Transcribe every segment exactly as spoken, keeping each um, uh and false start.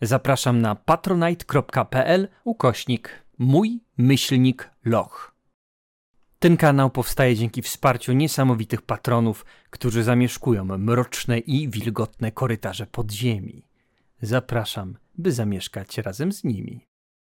Zapraszam na patronite.pl ukośnik mój myślnik loch. Ten kanał powstaje dzięki wsparciu niesamowitych patronów, którzy zamieszkują mroczne i wilgotne korytarze podziemi. Zapraszam, by zamieszkać razem z nimi.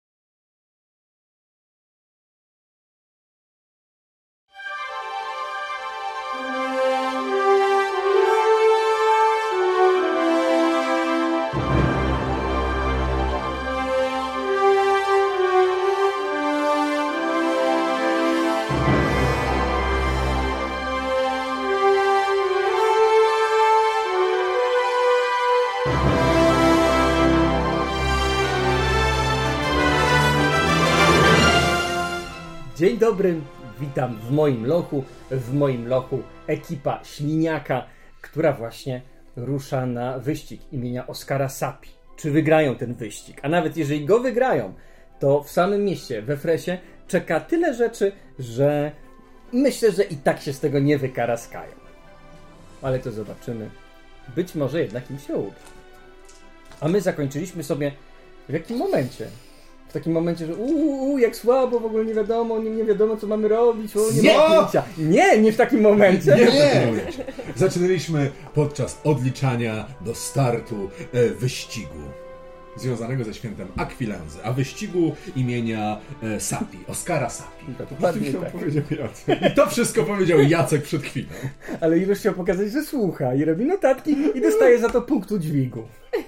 Dzień dobry, witam w moim lochu. W moim lochu ekipa Śliniaka, która właśnie rusza na wyścig imienia Oskara Sapi. Czy wygrają ten wyścig? A nawet jeżeli go wygrają, to w samym mieście, we Fresie, czeka tyle rzeczy, że myślę, że i tak się z tego nie wykaraskają. Ale to zobaczymy. Być może jednak im się uda. A my zakończyliśmy sobie w jakim momencie? W takim momencie, że uuu, jak słabo, w ogóle nie wiadomo, nie, nie wiadomo, co mamy robić, o, nie, nie ma pojęcia. Nie, nie w takim momencie. Nie, nie. nie. Zaczynaliśmy podczas odliczania do startu e, wyścigu związanego ze świętem Akwilenzy, a wyścigu imienia e, Sapi, Oskara Sapi. Dokładnie tak. Powiedział Jacek. I to wszystko powiedział Jacek przed chwilą. Ale Ilość chciał pokazać, że słucha i robi notatki i dostaje za to punktu dźwigu.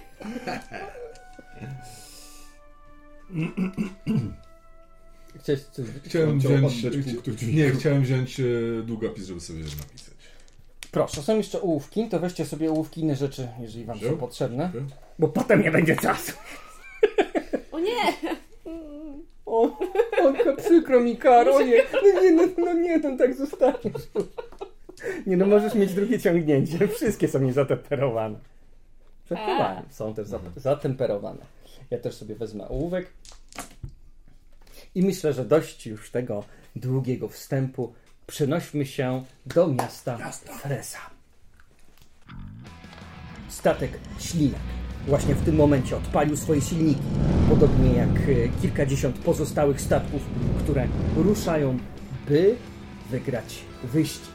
Chciałeś coś Chciałem wziąć, nie, chciałem wziąć e, długopis, żeby sobie napisać. Proszę, są jeszcze ołówki, to weźcie sobie ołówki, inne rzeczy, jeżeli wam Wziął? są potrzebne. Wziął? Bo potem nie będzie czasu. O nie! O, o przykro mi, Karo, nie, no nie, no, no nie, no tak zostaniesz. Nie, no możesz mieć drugie ciągnięcie, wszystkie są niezatemperowane. Żartowałem, są też zatemperowane. Ja też sobie wezmę ołówek. I myślę, że dość już tego długiego wstępu. Przenośmy się do miasta Miasto. Fresa. Statek Śliniak właśnie w tym momencie odpalił swoje silniki. Podobnie jak kilkadziesiąt pozostałych statków, które ruszają, by wygrać wyścig.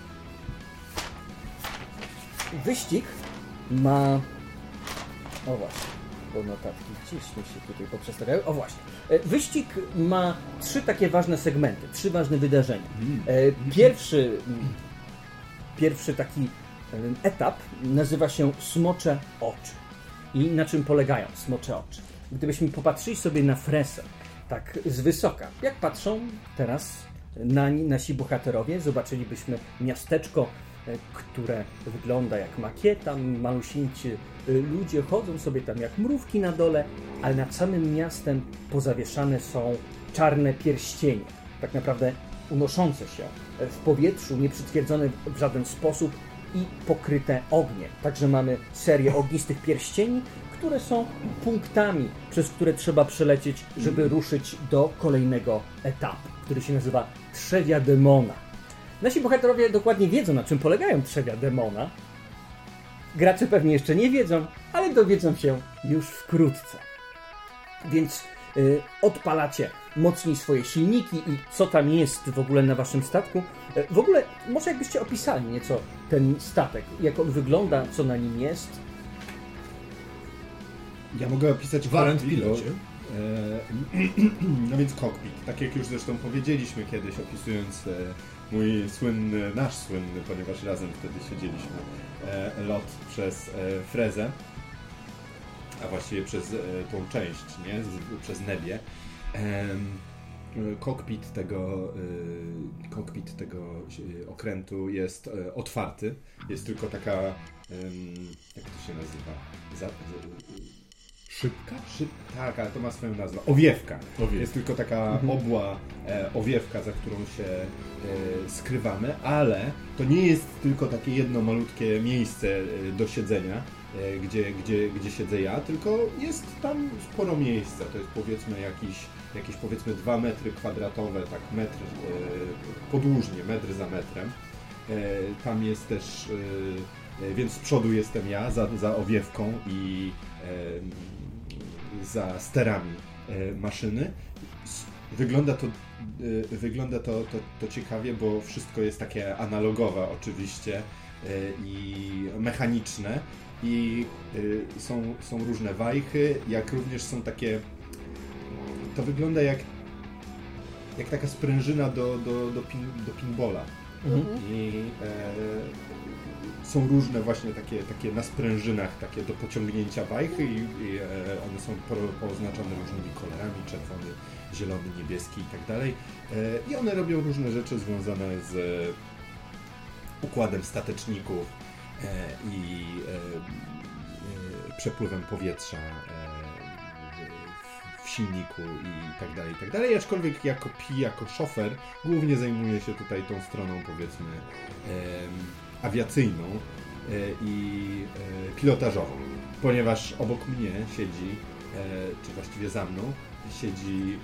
Wyścig ma... O właśnie. Bo notatki gdzieś mi się tutaj poprzestawiały. O właśnie. Wyścig ma trzy takie ważne segmenty, trzy ważne wydarzenia. Pierwszy, pierwszy taki etap nazywa się Smocze Oczy. I na czym polegają Smocze Oczy? Gdybyśmy popatrzyli sobie na Fresę, tak z wysoka, jak patrzą teraz na nasi bohaterowie, zobaczylibyśmy miasteczko, które wygląda jak makieta, malusieńcy ludzie chodzą sobie tam jak mrówki na dole, ale nad samym miastem pozawieszane są czarne pierścienie, tak naprawdę unoszące się w powietrzu, nieprzytwierdzone w żaden sposób i pokryte ogniem. Także mamy serię ognistych pierścieni, które są punktami, przez które trzeba przelecieć, żeby ruszyć do kolejnego etapu, który się nazywa Trzewia Demona. Nasi bohaterowie dokładnie wiedzą, na czym polegają Trzewia Demona. Gracze pewnie jeszcze nie wiedzą, ale dowiedzą się już wkrótce. Więc y, odpalacie mocniej swoje silniki i co tam jest w ogóle na waszym statku. Y, w ogóle może jakbyście opisali nieco ten statek, jak on wygląda, co na nim jest. Ja mogę opisać Warent pilocie. No więc cockpit, tak jak już zresztą powiedzieliśmy kiedyś, opisując e, mój słynny, nasz słynny, ponieważ razem wtedy siedzieliśmy, e, lot przez e, Frezę, a właściwie przez e, tą część, nie? Z, przez Nebię. E, kokpit tego, e, kokpit tego e, okrętu jest e, otwarty, jest tylko taka, e, jak to się nazywa? Za, za, Szybka? Szyb... Tak, ale to ma swoją nazwę. Owiewka. Owiewka. Jest tylko taka mhm. obła e, owiewka, za którą się e, skrywamy, ale to nie jest tylko takie jedno malutkie miejsce e, do siedzenia, e, gdzie, gdzie, gdzie siedzę ja, tylko jest tam sporo miejsca. To jest powiedzmy jakiś, jakieś powiedzmy dwa metry kwadratowe, tak metr e, podłużnie, metr za metrem. E, tam jest też, e, więc z przodu jestem ja za, za owiewką i e, za sterami e, maszyny. S- Wygląda to, e, wygląda to, to, to ciekawie, bo wszystko jest takie analogowe oczywiście e, i mechaniczne i e, są, są różne wajchy, jak również są takie, to wygląda jak, jak taka sprężyna do, do, do, pin, do pinbola. Mhm. I e, są różne właśnie takie, takie na sprężynach, takie do pociągnięcia wajchy i, i e, one są po, pooznaczone różnymi kolorami, czerwony, zielony, niebieski i tak dalej. E, I one robią różne rzeczy związane z e, układem stateczników e, i e, e, przepływem powietrza e, w, w silniku i tak dalej, i tak dalej. Aczkolwiek jako Pi, jako szofer głównie zajmuję się tutaj tą stroną, powiedzmy, e, awiacyjną e, i e, pilotażową, ponieważ obok mnie siedzi, e, czy właściwie za mną, siedzi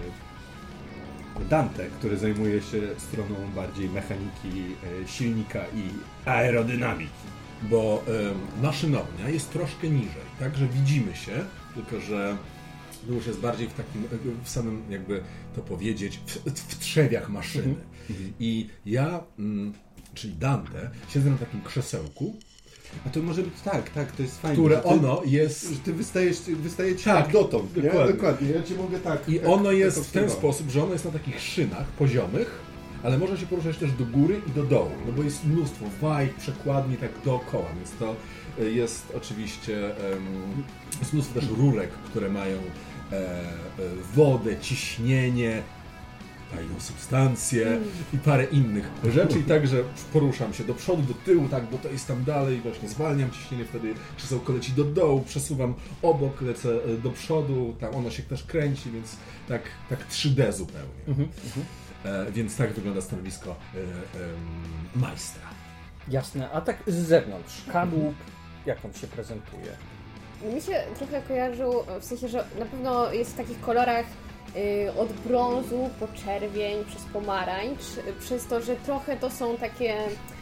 e, Dante, który zajmuje się stroną bardziej mechaniki e, silnika i aerodynamiki. Bo y, maszynownia jest troszkę niżej, tak, że widzimy się, tylko że już jest bardziej w takim, w samym, jakby to powiedzieć, w, w trzewiach maszyny. Mhm. I ja, mm, czyli Dante, siedzę na takim krzesełku, A to może być tak, tak, to jest fajne. które że ty, ono jest... Że ty wystajesz, wystaje ci Tak, tak dotąd, nie? dokładnie. Dokładnie, ja ci mogę tak... I tak, ono jest tak w ten obserwować. sposób, że ono jest na takich szynach poziomych, ale może się poruszać też do góry i do dołu, no bo jest mnóstwo wajch, przekładni tak dookoła, więc to y, jest oczywiście um, jest mnóstwo też rurek, które mają e, e, wodę, ciśnienie, tajną substancję i parę innych rzeczy i także poruszam się do przodu, do tyłu, tak, bo to jest tam dalej, właśnie zwalniam ciśnienie, wtedy krzesełko leci do dołu, przesuwam obok, lecę e, do przodu, tam ono się też kręci, więc tak, tak trzy D zupełnie. Mhm. E, więc tak wygląda stanowisko e, e, majstra. Jasne, a tak z zewnątrz, kadłub, jak on się prezentuje? Mi się trochę kojarzył, w sensie, że na pewno jest w takich kolorach y, od brązu po czerwień, przez pomarańcz, y, przez to, że trochę to są takie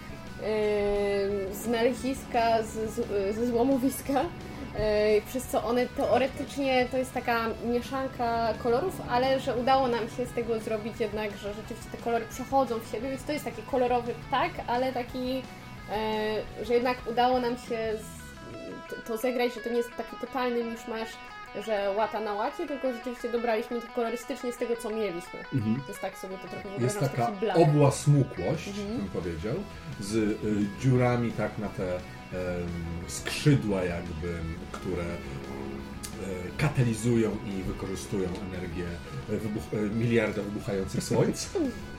y, znaleziska z, z, ze złomowiska, y, przez co one teoretycznie to jest taka mieszanka kolorów, ale że udało nam się z tego zrobić jednak, że rzeczywiście te kolory przechodzą w siebie, więc to jest taki kolorowy ptak, ale taki, y, że jednak udało nam się z, to, to zagrać, że to nie jest taki totalny miszmasz, że łata na łacie, tylko rzeczywiście dobraliśmy to kolorystycznie z tego, co mieliśmy. Mhm. To jest tak sobie to trochę Jest wyobrażam, taka taki blach. obła smukłość, Mhm. bym powiedział, z y, dziurami tak na te em, skrzydła jakby, które e, katalizują i wykorzystują energię e, wybuch, e, miliarda wybuchających słońc.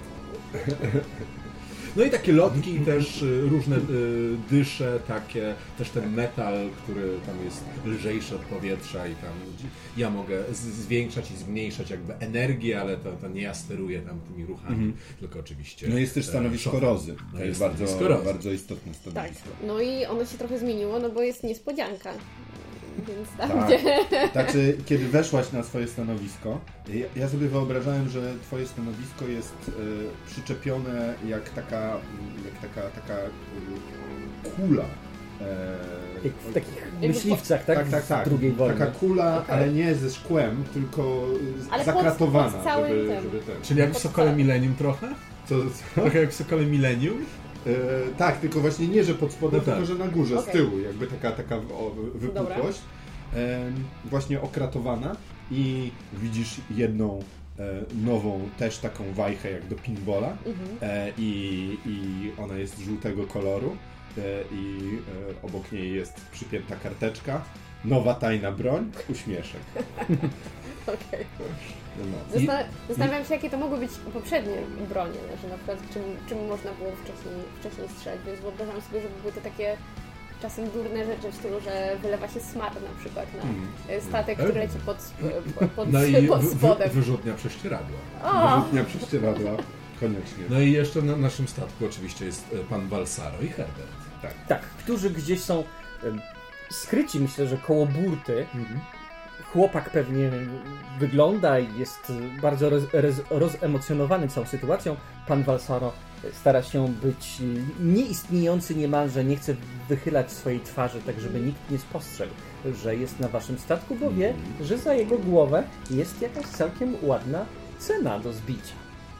No i takie lotki też y, różne y, dysze, takie, też ten metal, który tam jest lżejszy od powietrza i tam ja mogę z, zwiększać i zmniejszać jakby energię, ale to, to nie ja steruję tam tymi ruchami, Mhm. tylko oczywiście... No jest też stanowisko szofer. Rozy. To No jest, jest bardzo, stanowisko Rozy. bardzo istotne Tak, stanowisko. no i ono się trochę zmieniło, no bo jest niespodzianka. Więc tam, Tak. gdzie... Znaczy, kiedy weszłaś na swoje stanowisko, ja, ja sobie wyobrażałem, że twoje stanowisko jest e, przyczepione jak taka, jak taka, taka e, kula. E, Jak w takich myśliwcach, tak? tak, tak, tak. W drugiej wojnie. Taka kula, Okej. ale nie ze szkłem, tylko Ale zakratowana, pod- pod całym żeby, tym. żeby ten. Czyli jak w Sokole Millennium trochę? Co, co? Trochę jak w Sokole Millennium? E, tak, tylko właśnie nie, że pod spodem, No tak. tylko że na górze, Okej. z tyłu, jakby taka, taka o, wypukłość, e, właśnie okratowana i widzisz jedną e, nową, też taką wajchę jak do pinbola Mhm. e, i, i ona jest żółtego koloru e, i e, obok niej jest przypięta karteczka, nowa tajna broń, uśmieszek. Okej. No. Zastan- Zastanawiam się, jakie to mogły być poprzednie bronie, że na przykład czym, czym można było wcześniej, wcześniej strzelać, więc wyobrażam sobie, że były to takie czasem durne rzeczy w stylu, że wylewa się smar na przykład na Mm. statek, Pewnie. który leci pod, sp- pod, No i pod wy, wy, spodem. wyrzutnia prześcieradła. O! Wyrzutnia prześcieradła, koniecznie. No i jeszcze na naszym statku oczywiście jest e, pan Balsaro i Herbert. Tak, którzy gdzieś są em, skryci, myślę, że koło burty, Mhm. chłopak pewnie wygląda i jest bardzo roz, roz, rozemocjonowany całą sytuacją. Pan Valsaro stara się być nieistniejący niemalże, nie chce wychylać swojej twarzy, tak żeby nikt nie spostrzegł, że jest na waszym statku, bo wie, że za jego głowę jest jakaś całkiem ładna cena do zbicia.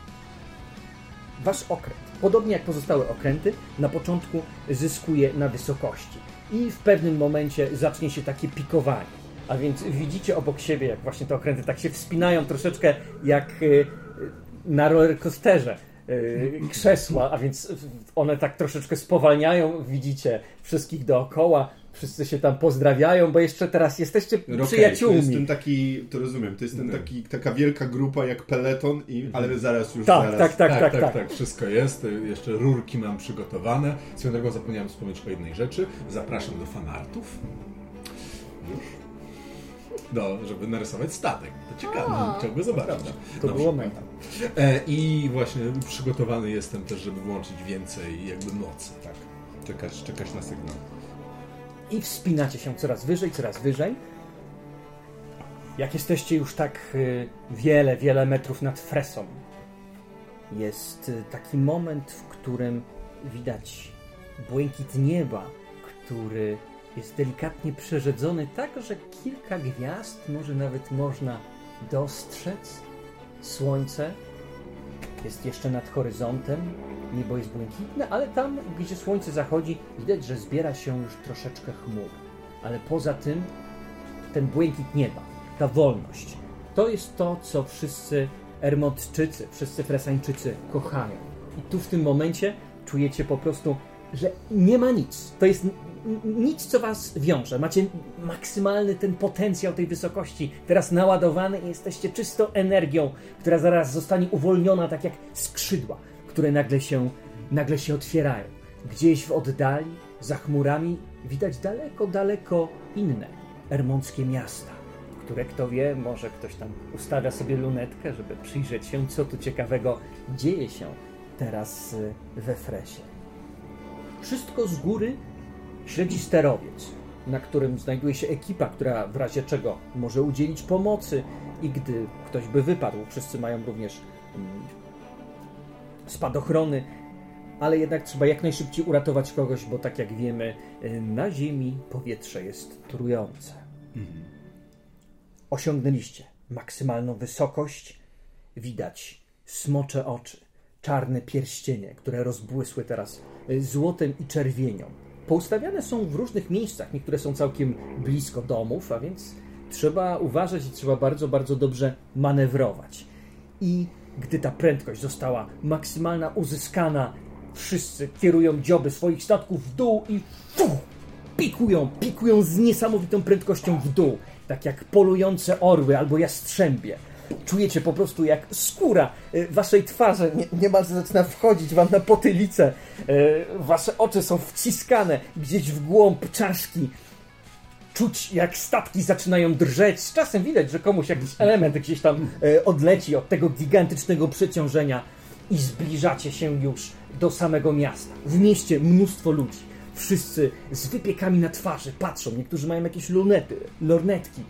Wasz okręt, podobnie jak pozostałe okręty, na początku zyskuje na wysokości i w pewnym momencie zacznie się takie pikowanie. A więc widzicie obok siebie, jak właśnie te okręty tak się wspinają troszeczkę jak na rollercoasterze krzesła, a więc one tak troszeczkę spowalniają, widzicie wszystkich dookoła, wszyscy się tam pozdrawiają, bo jeszcze teraz jesteście okay, przyjaciółmi. To jest ten taki, to rozumiem, to jest ten taki, taka wielka grupa jak peleton, i, ale zaraz już tak, zaraz... Tak, tak, tak, tak, tak, tak, tak, wszystko jest, jeszcze rurki mam przygotowane. Swoją drogą zapomniałem wspomnieć o jednej rzeczy, zapraszam do fanartów. Już. No, żeby narysować statek. To ciekawe, chciałbym zobaczyć. To no, było mega. E, I właśnie przygotowany jestem też, żeby włączyć więcej jakby mocy. Tak, czekać, czekać na sygnał. I wspinacie się coraz wyżej, coraz wyżej. Jak jesteście już tak y, wiele, wiele metrów nad Fresą, jest y, taki moment, w którym widać błękit nieba, który jest delikatnie przerzedzony tak, że kilka gwiazd może nawet można dostrzec. Słońce jest jeszcze nad horyzontem, niebo jest błękitne, ale tam, gdzie słońce zachodzi, widać, że zbiera się już troszeczkę chmur. Ale poza tym ten błękit nieba, ta wolność, to jest to, co wszyscy Ermontczycy, wszyscy Fresańczycy kochają. I tu w tym momencie czujecie po prostu, że nie ma nic. To jest nic, co was wiąże. Macie maksymalny ten potencjał tej wysokości teraz naładowany i jesteście czystą energią, która zaraz zostanie uwolniona, tak jak skrzydła, które nagle się, nagle się otwierają. Gdzieś w oddali, za chmurami, widać daleko, daleko inne ermonckie miasta, które, kto wie, może ktoś tam ustawia sobie lunetkę, żeby przyjrzeć się, co tu ciekawego dzieje się teraz we Fresie. Wszystko z góry śledzi sterowiec, na którym znajduje się ekipa, która w razie czego może udzielić pomocy i gdy ktoś by wypadł, wszyscy mają również spadochrony, ale jednak trzeba jak najszybciej uratować kogoś, bo tak jak wiemy, na ziemi powietrze jest trujące. Mhm. Osiągnęliście maksymalną wysokość, widać smocze oczy, czarne pierścienie, które rozbłysły teraz złotem i czerwienią. Poustawiane są w różnych miejscach, niektóre są całkiem blisko domów, a więc trzeba uważać i trzeba bardzo, bardzo dobrze manewrować. I gdy ta prędkość została maksymalna, uzyskana, wszyscy kierują dzioby swoich statków w dół i fuh, pikują, pikują z niesamowitą prędkością w dół, tak jak polujące orły albo jastrzębie. Czujecie po prostu, jak skóra waszej twarzy nie, niemalże zaczyna wchodzić wam na potylicę. Wasze oczy są wciskane gdzieś w głąb czaszki. Czuć, jak statki zaczynają drżeć. Czasem widać, że komuś jakiś element gdzieś tam odleci od tego gigantycznego przeciążenia i zbliżacie się już do samego miasta. W mieście mnóstwo ludzi. Wszyscy z wypiekami na twarzy patrzą. Niektórzy mają jakieś lunety, lornetki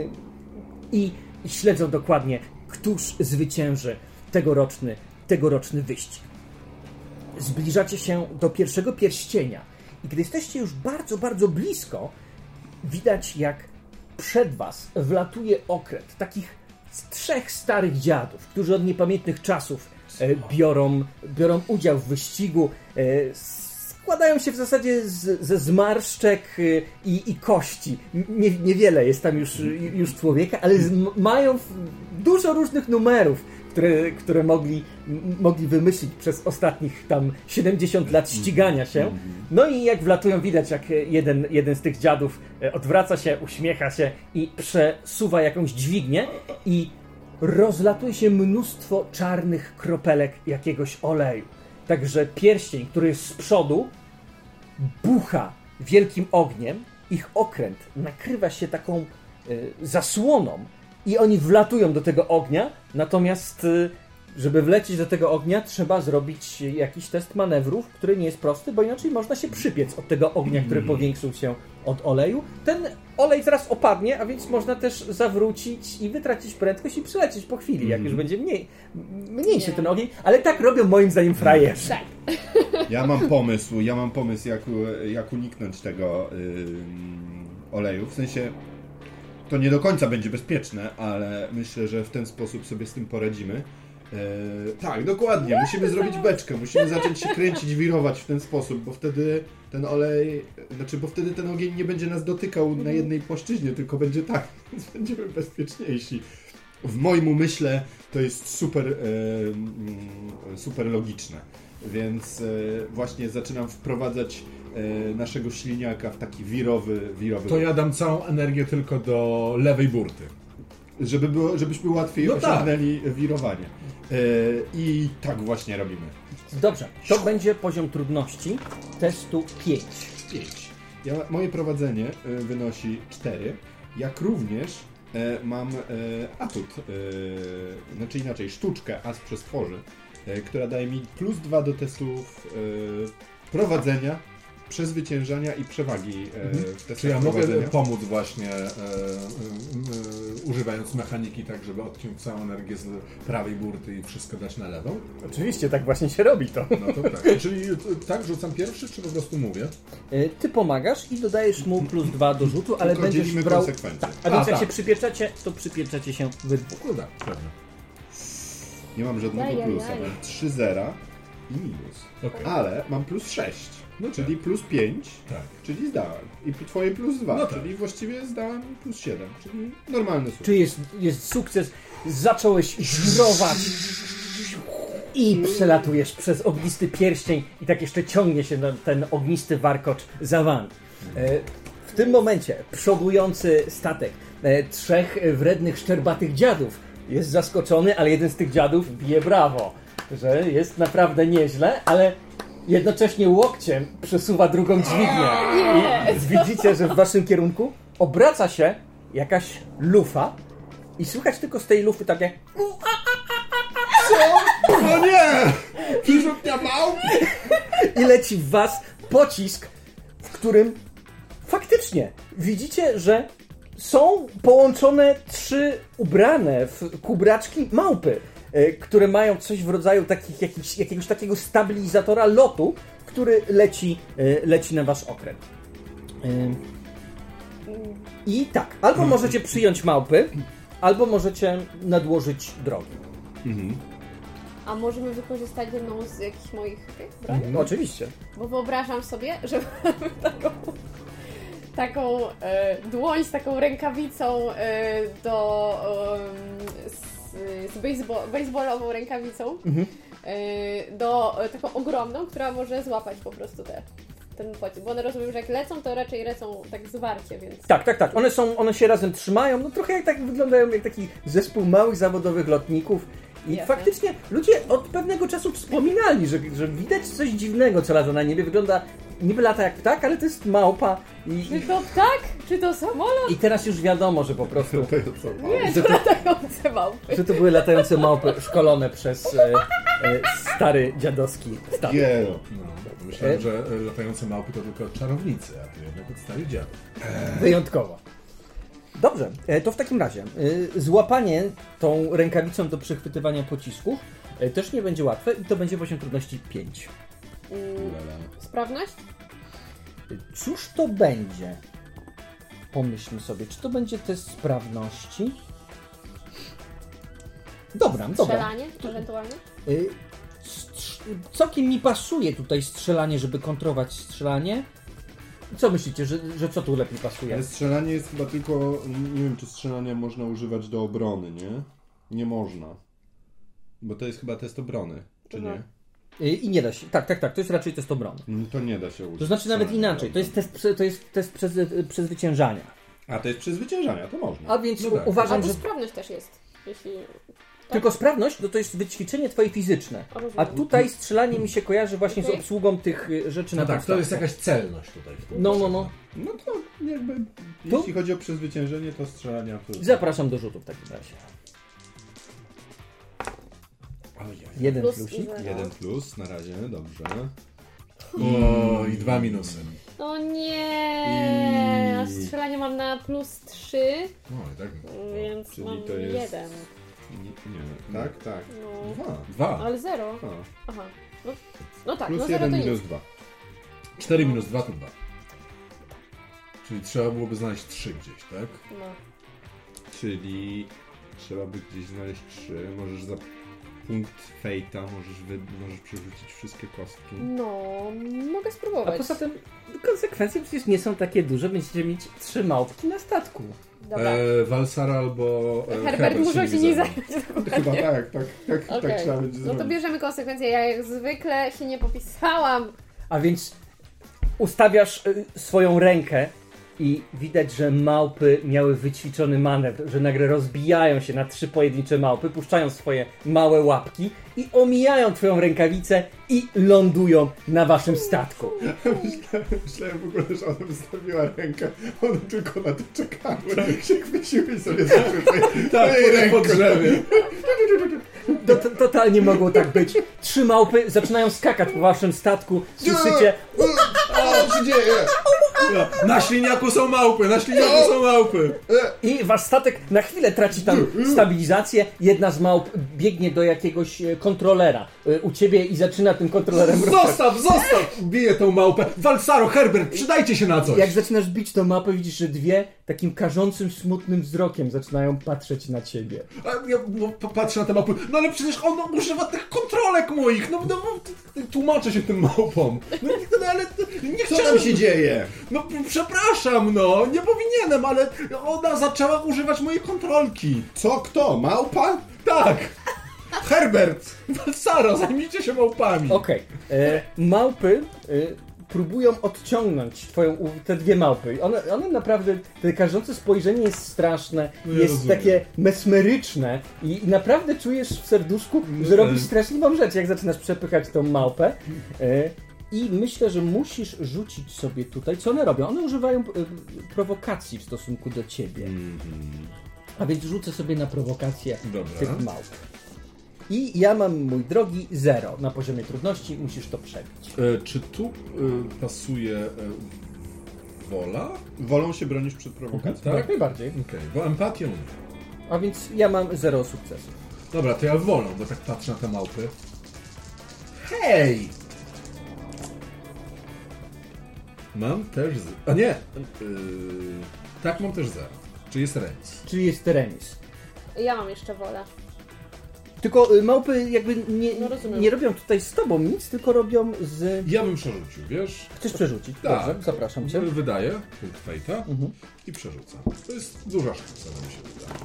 i I śledzą dokładnie, któż zwycięży tegoroczny, tegoroczny wyścig. Zbliżacie się do pierwszego pierścienia i gdy jesteście już bardzo, bardzo blisko, widać, jak przed was wlatuje okręt takich trzech starych dziadów, którzy od niepamiętnych czasów e, biorą, biorą udział w wyścigu. E, składają się w zasadzie z, ze zmarszczek i, i kości. Nie, niewiele jest tam już, już człowieka, ale z, mają dużo różnych numerów, które, które mogli, mogli wymyślić przez ostatnich tam siedemdziesiąt lat ścigania się. No i jak wlatują, widać, jak jeden, jeden z tych dziadów odwraca się, uśmiecha się i przesuwa jakąś dźwignię i rozlatuje się mnóstwo czarnych kropelek jakiegoś oleju. Także pierścień, który jest z przodu, bucha wielkim ogniem, ich okręt nakrywa się taką y, zasłoną i oni wlatują do tego ognia, natomiast y, Żeby wlecieć do tego ognia, trzeba zrobić jakiś test manewrów, który nie jest prosty, bo inaczej można się przypiec od tego ognia, który powiększył się od oleju. Ten olej zaraz opadnie, a więc można też zawrócić i wytracić prędkość i przylecieć po chwili, jak już będzie mniej, mniejszy ten ogień, ale tak robią moim zdaniem frajerzy. Tak. Ja mam pomysł, ja mam pomysł, jak, jak uniknąć tego yy, oleju. W sensie, to nie do końca będzie bezpieczne, ale myślę, że w ten sposób sobie z tym poradzimy. Yy, tak, dokładnie. Musimy zrobić beczkę, musimy zacząć się kręcić, wirować w ten sposób, bo wtedy ten olej, znaczy, bo wtedy ten ogień nie będzie nas dotykał na jednej płaszczyźnie, tylko będzie tak, więc będziemy bezpieczniejsi. W moim umyśle to jest super, yy, super logiczne. Więc yy, właśnie zaczynam wprowadzać yy, naszego śliniaka w taki wirowy, wirowy... To ja dam całą energię tylko do lewej burty. Żeby było, żebyśmy łatwiej No osiągnęli wirowanie. Yy, I tak właśnie robimy. Dobrze, to będzie poziom trudności testu pięć. pięć. Ja, moje prowadzenie y, wynosi cztery, jak również y, mam y, atut, y, znaczy inaczej, sztuczkę As Przestworzy, y, która daje mi plus dwa do testów y, prowadzenia, przezwyciężania i przewagi y, w testach Czy ja mogę prowadzenia. pomóc właśnie e, e, e, używając mechaniki tak, żeby odciąć całą energię z prawej burty i wszystko dać na lewą? Oczywiście, tak właśnie się robi to. No to tak. Czyli tak rzucam pierwszy, czy po prostu mówię? Ty pomagasz i dodajesz mu plus dwa do rzutu, ale Tylko będziesz dzielimy brał... konsekwencje. Tak, a więc A, jak tak. się przypieczacie, to przypieczacie się wy dwóch. No tak, pewnie. Nie mam żadnego Jaj, jaj, plusa, jaj. mam trzy zera i minus. Okej. Ale mam plus sześć, No czyli plus pięć, Tak. czyli zdałem. I twoje plus dwa, No tak. czyli właściwie zdałem plus siedem, czyli normalny sukces. Czy jest, jest sukces? Zacząłeś żrować i przelatujesz przez ognisty pierścień i tak jeszcze ciągnie się na ten ognisty warkocz za wami. E, W tym momencie przodujący statek e, trzech wrednych, szczerbatych dziadów jest zaskoczony, ale jeden z tych dziadów bije brawo, że jest naprawdę nieźle, ale jednocześnie łokciem przesuwa drugą dźwignię. I widzicie, że w waszym kierunku obraca się jakaś lufa i słychać tylko z tej lufy takie... No nie! Przyrzutnia małp! I leci w was pocisk, w którym faktycznie widzicie, że są połączone trzy ubrane w kubraczki małpy, e, które mają coś w rodzaju takich, jakiś, jakiegoś takiego stabilizatora lotu, który leci, e, leci na wasz okręt. E, I tak, albo możecie przyjąć małpy, albo możecie nadłożyć drogi. A możemy wykorzystać jedną z jakichś moich tych broni? No, oczywiście. Bo wyobrażam sobie, że mamy taką, taką e, dłoń z taką rękawicą e, do e, z, z baseball, baseballową rękawicą e, do e, taką ogromną, która może złapać po prostu te, ten pocisk. Bo one rozumiem, że jak lecą, to raczej lecą tak zwarcie, więc... Tak, tak, tak. One są, one się razem trzymają, no trochę jak tak wyglądają jak taki zespół małych zawodowych lotników. I Jasne. faktycznie ludzie od pewnego czasu wspominali, że, że widać coś dziwnego, co lata na niebie. Wygląda, niby lata jak ptak, ale to jest małpa. I, Czy i, to ptak? Czy to samolot? i teraz już wiadomo, że po prostu, To jest co? Nie, że to to, latające małpy. że to były latające małpy szkolone przez e, e, stary dziadowski statek. Nie, no. No, myślałem, że e, latające małpy to tylko czarownicy, a to jednak od starych dziadów. Wyjątkowo. Dobrze, e, to w takim razie e, złapanie tą rękawicą do przechwytywania pocisków e, też nie będzie łatwe i to będzie poziom trudności pięć. Mm, sprawność? Cóż to będzie? Pomyślmy sobie, czy to będzie test sprawności? Dobra, dobra. Strzelanie ewentualnie? Y, strz- Całkiem mi pasuje tutaj strzelanie, żeby kontrować strzelanie. Co myślicie, że, że co tu lepiej pasuje? Ale strzelanie jest chyba tylko... Nie wiem, czy strzelanie można używać do obrony, nie? Nie można. Bo to jest chyba test obrony, czy Aha. nie? Y, I nie da się. Tak, tak, tak, to jest raczej test obrony. Mm, To nie da się użyć. To znaczy nawet strzelania inaczej, do to jest obrony. test, prze- to jest test przezwy- przezwyciężania. A, to jest przezwyciężania, to można. A więc No tak. A uważam, to że sprawność też jest. Jeśli... tylko sprawność no to jest wyćwiczenie twoje fizyczne. O, rozumiem. A tutaj strzelanie mi się kojarzy właśnie z Okej. obsługą tych y, rzeczy No na tak, to jest podstawce. jakaś celność tutaj. W tym No, no, no. No to jakby... Jeśli chodzi o przezwyciężenie, to strzelanie absolutnie. Zapraszam do rzutu w takim razie. Ojej. Jeden Plus plusik. zero. Jeden plus na razie, dobrze. O, i dwa minusy. O nie! A I- strzelanie mam na plus trzy, No i tak. więc czyli mam to jest- jeden. Nie, nie. Tak, tak. No. Dwa. Dwa. Ale zero. A. Aha. No, no tak, Plus no zero jeden to minus nic. dwa. Cztery minus dwa to dwa. Czyli trzeba byłoby znaleźć trzy gdzieś, tak? No. Czyli trzeba by gdzieś znaleźć trzy. Możesz za punkt fejta, możesz, wy... możesz przerzucić wszystkie kostki. No, mogę A spróbować. poza tym konsekwencje przecież nie są takie duże, będziecie mieć trzy małpki na statku. Dobra. E, Walsara albo e, Herbert muszą się nie zajmie. zająć. Chyba tak, tak, tak, Okej. tak trzeba będzie No zrobić. to bierzemy konsekwencje. Ja jak zwykle się nie popisałam. A więc ustawiasz y, swoją rękę i widać, że małpy miały wyćwiczony manewr, że nagle rozbijają się na trzy pojedyncze małpy, puszczają swoje małe łapki i omijają twoją rękawicę i lądują na waszym statku. Myślałem, myślałem w ogóle, że ona wystawiła rękę, one tylko na to czekały. Się chwyciły i sobie zaczęły Tak, po drzewie. To, to, totalnie mogło tak być. Trzy małpy zaczynają skakać po waszym statku, słyszycie Co się dzieje? Na śliniaku są małpy, na śliniaku są małpy. i wasz statek na chwilę traci tam stabilizację. Jedna z małp biegnie do jakiegoś e, kontrolera e, u ciebie i zaczyna tym kontrolerem ruszać. Zostaw, zostaw! Biję tą małpę. Walsaro, Herbert, przydajcie się na coś. Jak zaczynasz bić tą mapę, widzisz, że dwie takim karzącym, smutnym wzrokiem zaczynają patrzeć na ciebie. A ja no, patrzę na te małpy. No ale przecież on używa tych kontrolek moich. No, no, no tłumaczę się tym małpom. No, no ale nie Co chciałem. tam się dzieje? No przepraszam, no, nie powinienem, ale ona zaczęła używać mojej kontrolki. Co? Kto? Małpa? Tak. Herbert, Walsaro, zajmijcie się małpami. Okej. E, Małpy e, próbują odciągnąć twoją, u- te dwie małpy. One, one naprawdę, te karzące spojrzenie jest straszne, No ja jest rozumiem. takie mesmeryczne i, i naprawdę czujesz w serduszku, że tak. robisz straszliwą rzecz, jak zaczynasz przepychać tą małpę. E, I myślę, że musisz rzucić sobie tutaj, co one robią. One używają e, prowokacji w stosunku do ciebie. A więc rzucę sobie na prowokację Dobra. tych małp. I ja mam, mój drogi, zero na poziomie trudności, musisz to przebić. E, czy tu e, pasuje e, wola? Wolą się bronić przed prowokacją. Jak najbardziej. Okej, bo empatią nie. A więc ja mam zero sukcesów. Dobra, to ja wolą, bo tak patrzę na te małpy. Hej! Mam też z... A nie! Yy... Tak, mam też zero. Czy jest remis? Czyli jest remis. Ja mam jeszcze wolę. Tylko y, małpy jakby nie, No rozumiem. nie robią tutaj z tobą nic, tylko robią z... Ja bym przerzucił, wiesz? Chcesz przerzucić? Tak. Dobrze, zapraszam cię. Wydaję punkt fejta Mhm. i przerzucam. To jest duża szansa, mi się wydaje.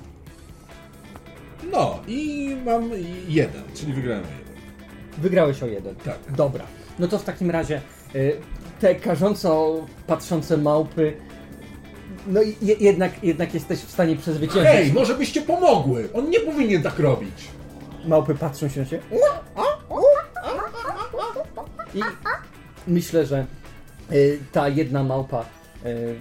No i mam jeden, czyli wygrałem o jeden. Wygrałeś o jeden. Tak. Dobra. No to w takim razie y, te karząco patrzące małpy, no i je, jednak, jednak jesteś w stanie przezwyciężyć. Hej, może byście pomogły! On nie powinien tak robić! Małpy patrzą się na ciebie. I myślę, że y, ta jedna małpa, y,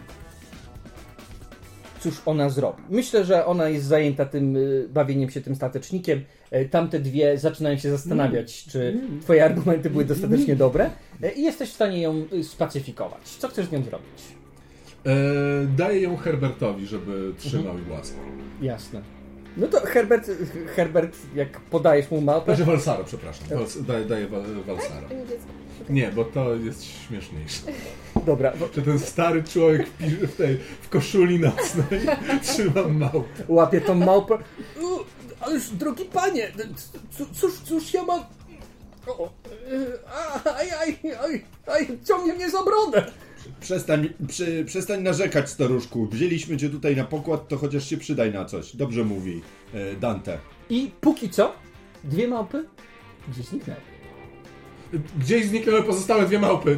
cóż ona zrobi? Myślę, że ona jest zajęta tym y, bawieniem się tym statecznikiem. Y, tamte dwie zaczynają się zastanawiać, czy twoje argumenty były dostatecznie dobre y, i jesteś w stanie ją y, spacyfikować. Co chcesz z nią zrobić? E, daję ją Herbertowi, żeby trzymał i głaskał. Jasne. No to Herbert, Herbert jak podajesz mu małpę, Znaczy Walsaro, przepraszam. Wals, daję daję Wal, Walsaro. A nie dziecko. Nie, bo to jest śmieszniejsze. dobra, bo Że ten stary człowiek w, piż- w tej w koszuli nocnej trzyma małpę. łapie tą małpę. "U, Ależ, drogi panie, c- cóż, cóż ja mam... O, y, aj, aj, aj, aj, ciągnie mnie za brodę. Przestań, przy, przestań narzekać, staruszku. Wzięliśmy cię tutaj na pokład, to chociaż się przydaj na coś. Dobrze mówi e, Dante. I póki co, dwie małpy gdzieś zniknęły. Gdzieś zniknęły pozostałe dwie małpy.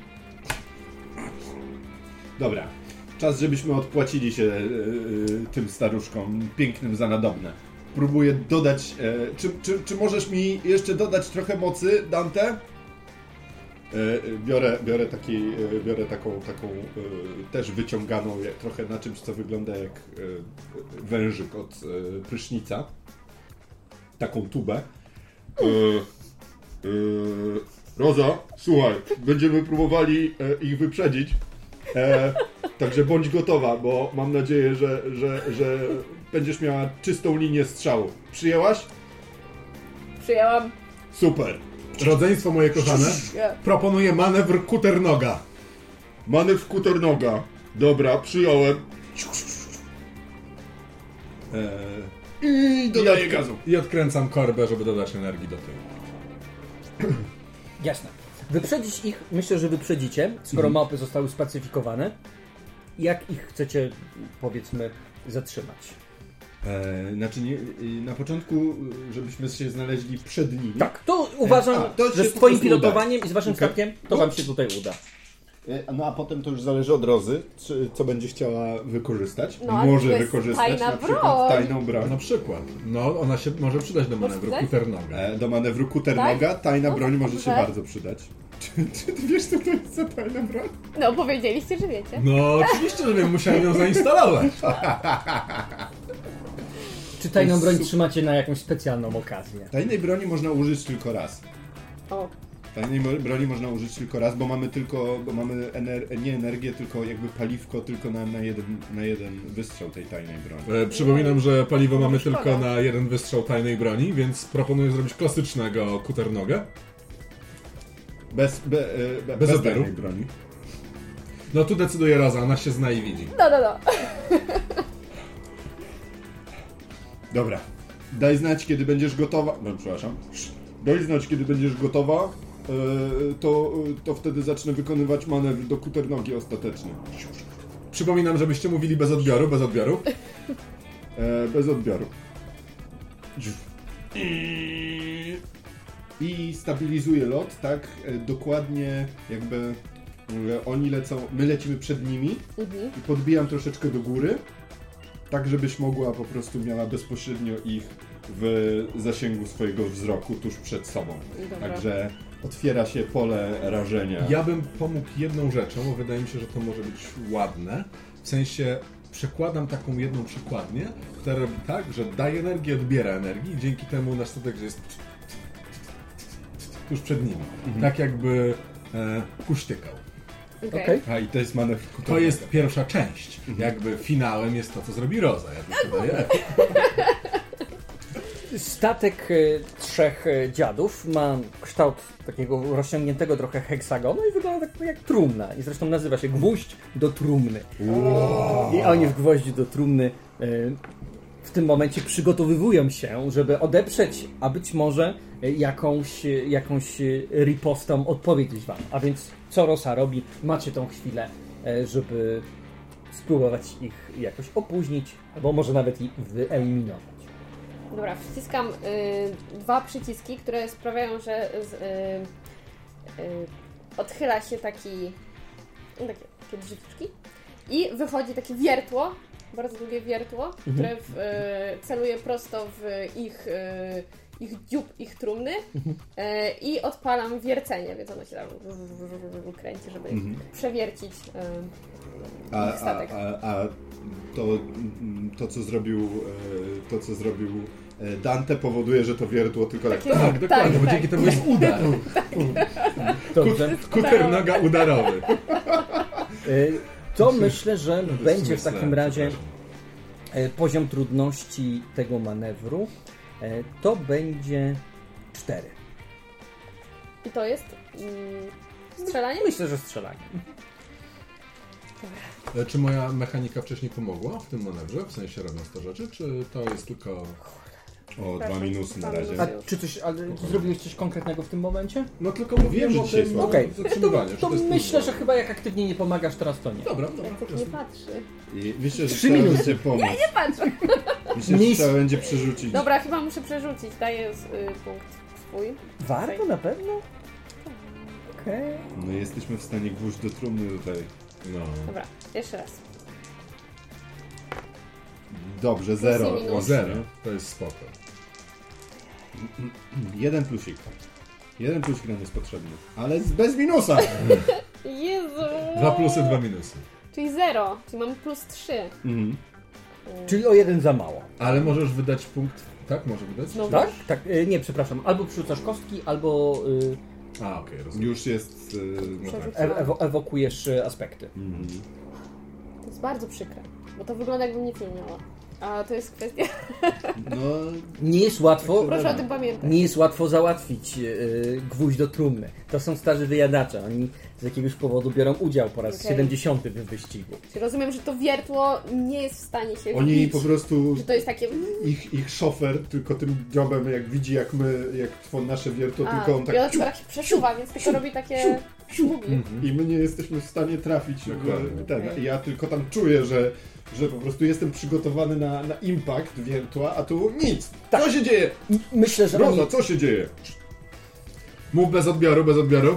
Dobra. Czas, żebyśmy odpłacili się e, e, tym staruszkom pięknym za nadobne. Próbuję dodać... E, czy, czy, czy możesz mi jeszcze dodać trochę mocy, Dante? E, e, biorę, biorę, taki, e, biorę taką, taką e, też wyciąganą jak, trochę na czymś, co wygląda jak e, wężyk od e, prysznica. Taką tubę. E, e, Roza, słuchaj, będziemy próbowali e, ich wyprzedzić. E, także bądź gotowa, bo mam nadzieję, że, że, że będziesz miała czystą linię strzału. Przyjęłaś? Przyjęłam. Super. Rodzeństwo moje kochane, proponuję manewr kuternoga. Manewr kuternoga. Dobra, przyjąłem. E, I dodaję gazu. I odkręcam korbę, żeby dodać energii do tyłu. Jasne. Wyprzedzić ich, myślę, że wyprzedzicie, skoro Mhm. małpy zostały spacyfikowane. Jak ich chcecie, powiedzmy, zatrzymać? E, znaczy nie, na początku, żebyśmy się znaleźli przed nimi. Tak, to uważam, A, to że się z po twoim prostu pilotowaniem uda. i z waszym Okej. statkiem to wam się tutaj uda. E, No a potem to już zależy od Rozy, czy, co będzie chciała wykorzystać. No, ale może to jest wykorzystać tajna na przykład broń. tajną broń. Na przykład. No, ona się może przydać do manewru przydać? kuternoga. E, do manewru kuternoga tajna No, broń może się tak. bardzo przydać. Czy, czy ty wiesz, co to jest za tajna broń? No, powiedzieliście, że wiecie. No, oczywiście, że wiem, musiałem ją zainstalować. Czy tajną broń super. trzymacie na jakąś specjalną okazję? Tajnej broni można użyć tylko raz. O, Tajnej mo- broni można użyć tylko raz, bo mamy tylko, bo mamy ener- nie energię, tylko jakby paliwko tylko na, na, jeden, na jeden wystrzał tej tajnej broni. E, przypominam, że paliwo mamy Szkoda. tylko na jeden wystrzał tajnej broni, więc proponuję zrobić klasycznego kuternoga. Bez, be, e, be, Bez bez odbioru? tajnej broni. No tu decyduje Roza, ona się zna i widzi. no, no, no. Dobra. Daj znać, kiedy będziesz gotowa. No, przepraszam. Daj znać, kiedy będziesz gotowa. E, to, to wtedy zacznę wykonywać manewr do kuternogi ostateczny. Przypominam, żebyście mówili bez odbioru, bez odbioru. E, bez odbioru. I, I stabilizuję lot, tak? E, dokładnie jakby e, oni lecą, my lecimy przed nimi Mhm. i podbijam troszeczkę do góry, tak żebyś mogła po prostu miała bezpośrednio ich w zasięgu swojego wzroku tuż przed sobą. Dobra. Także otwiera się pole rażenia. Ja bym pomógł jedną rzeczą, bo wydaje mi się, że to może być ładne. W sensie przekładam taką jedną przekładnię, która robi tak, że daje energię, odbiera energii i dzięki temu nasz statek jest tuż przed nimi. Tak jakby e, kuśtykał. Okej. Okej. A i to jest manewr To kuternoga. jest pierwsza część. Jakby finałem jest to, co zrobi Roza. Ja tylko daję. Statek e, trzech e, dziadów ma kształt takiego rozciągniętego trochę heksagonu i wygląda tak jak trumna. I zresztą nazywa się gwóźdź do trumny. I oni w gwoździu do trumny e, w tym momencie przygotowywują się, żeby odeprzeć, a być może e, jakąś, e, jakąś e, ripostą odpowiedzieć wam. A więc co Rosa robi? Macie tą chwilę, e, żeby spróbować ich jakoś opóźnić, albo może nawet i wyeliminować. Dobra, wciskam y, dwa przyciski, które sprawiają, że z, y, y, odchyla się taki, no, takie, takie drzwiczki i wychodzi takie wiertło, bardzo długie wiertło, które w, y, celuje prosto w ich, y, ich dziób, ich trumny y, i odpalam wiercenie, więc ono się tam kręci, żeby Mhm. przewiercić y, A, ich a, statek. a, a to, mm, to, co zrobił, e, to, co zrobił e, Dante, powoduje, że to wiertło tylko tak. Takie- Tak, dokładnie, bo tak. dzięki temu jest udar. Dobrze. Kuternoga udarowy. Y, To myślę, że To jest będzie w sumie takim slam, razie przepraszam. e, poziom trudności tego manewru. e, To będzie cztery. I to jest mm, strzelanie? Myślę, że strzelanie. E, Czy moja mechanika wcześniej pomogła w tym manewrze? W sensie robiąc te rzeczy, czy to jest tylko... O, dwa minusy na razie. A czy coś, ale zrobiłeś coś konkretnego w tym momencie? No tylko mówiłem że o dzisiaj tym słabo. Okej, zatrzymywaniu. to, że to jest myślę, trudno. że chyba jak aktywnie nie pomagasz, teraz to nie. Dobra, dobra. Jak tak nie patrzy. I myślę, że Trzy trzeba minuty. będzie pomóc. Patrzę. Myślę, że Nic. trzeba będzie przerzucić. Dobra, chyba muszę przerzucić. Daję z, y, punkt swój. Warto na pewno? Okej. No jesteśmy w stanie gwóźdź do trumny tutaj. No. Dobra, jeszcze raz. Dobrze, zero. Plus i minus. O zero, to jest spoko. Jeden plusik. Jeden plusik nam jest potrzebny. Ale z- bez minusa! Jezu! Dwa plusy, dwa minusy. Czyli zero, czyli mam plus trzy. Mhm. Czyli o jeden za mało. Ale możesz wydać punkt Tak, może wydać? No. Tak? Tak, e, nie, przepraszam. Albo przerzucasz kostki, albo e, A, okej, rozumiem. Już jest... Yy, no tak. e, ewo, ewokujesz e, aspekty. Mhm. To jest bardzo przykre, bo to wygląda jakbym nic nie miała. A to jest kwestia... No... Nie jest łatwo, Proszę o tym pamiętać. nie jest łatwo załatwić e, gwóźdź do trumny. To są starzy wyjadacze. Oni z jakiegoś powodu biorą udział po raz Okej. siedemdziesiąty w wyścigu. Czyli rozumiem, że to wiertło nie jest w stanie się Oni wbić, po prostu... że to jest takie... Ich, ich szofer tylko tym dziobem, jak widzi, jak my, jak trwą nasze wiertło, A, tylko on tak... i ona tylko tak się przesuwa, więc tylko robi takie szmugi. I my nie jesteśmy w stanie trafić Dokładnie. w ten. Okej. I ja tylko tam czuję, że, że po prostu jestem przygotowany na, na impact wiertła, a tu nic. Tak. Co się dzieje? Myślę, że oni... Rozo, co się dzieje? Mów bez odbioru, bez odbioru.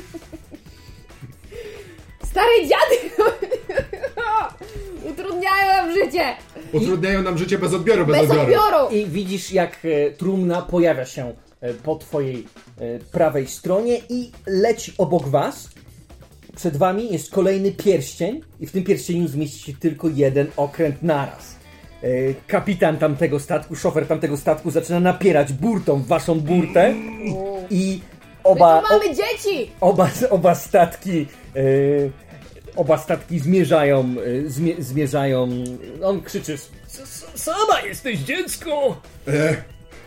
Stare dziady! Utrudniają nam życie! Utrudniają nam życie bez odbioru, bez, Bez odbioru. odbioru! I widzisz, jak e, trumna pojawia się e, po twojej e, prawej stronie i leci obok was. Przed wami jest kolejny pierścień i w tym pierścieniu zmieści się tylko jeden okręt naraz. E, kapitan tamtego statku, szofer tamtego statku zaczyna napierać burtą w waszą burtę i oba, My tu mamy dzieci! oba, oba statki e, oba statki zmierzają e, zmie, zmierzają on krzyczy "S- s- sama jesteś dziecko!" E...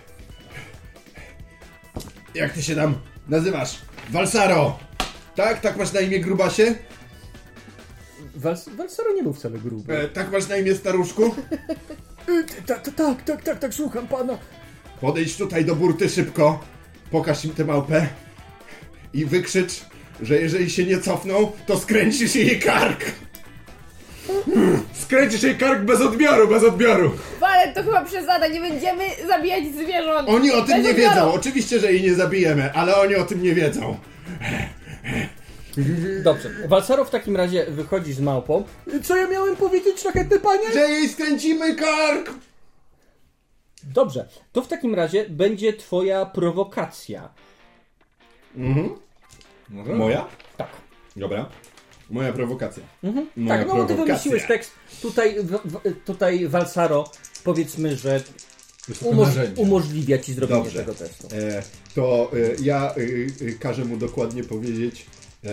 Jak ty się tam nazywasz? Walsaro! Tak? Tak masz na imię, grubasie? Wals, Walsaro nie był wcale gruby. E, tak masz na imię, staruszku? Tak, tak, tak, tak, tak, tak, słucham pana. Podejdź tutaj do burty szybko, pokaż im tę małpę i wykrzycz, że jeżeli się nie cofną, to skręcisz jej kark! Skręcisz jej kark bez odbioru, bez odbioru. Ale to chyba przesada, nie będziemy zabijać zwierząt! Oni o tym Bez nie odbioru. wiedzą, oczywiście, że jej nie zabijemy, ale oni o tym nie wiedzą. Dobrze, Walsaro w takim razie wychodzi z małpą. Co ja miałem powiedzieć, szlachetny panie? Że jej skręcimy kark! Dobrze, to w takim razie będzie twoja prowokacja. Mhm. Może? Moja? Tak. Dobra. Moja prowokacja. Mhm. Moja Tak, no ty prowokacja. wymyśliłeś tekst. Tutaj, w, w, tutaj Walsaro, powiedzmy, że Jest to umoż, narzędzie. umożliwia ci zrobienie Dobrze. tego testu. E, to e, ja e, e, każę mu dokładnie powiedzieć e,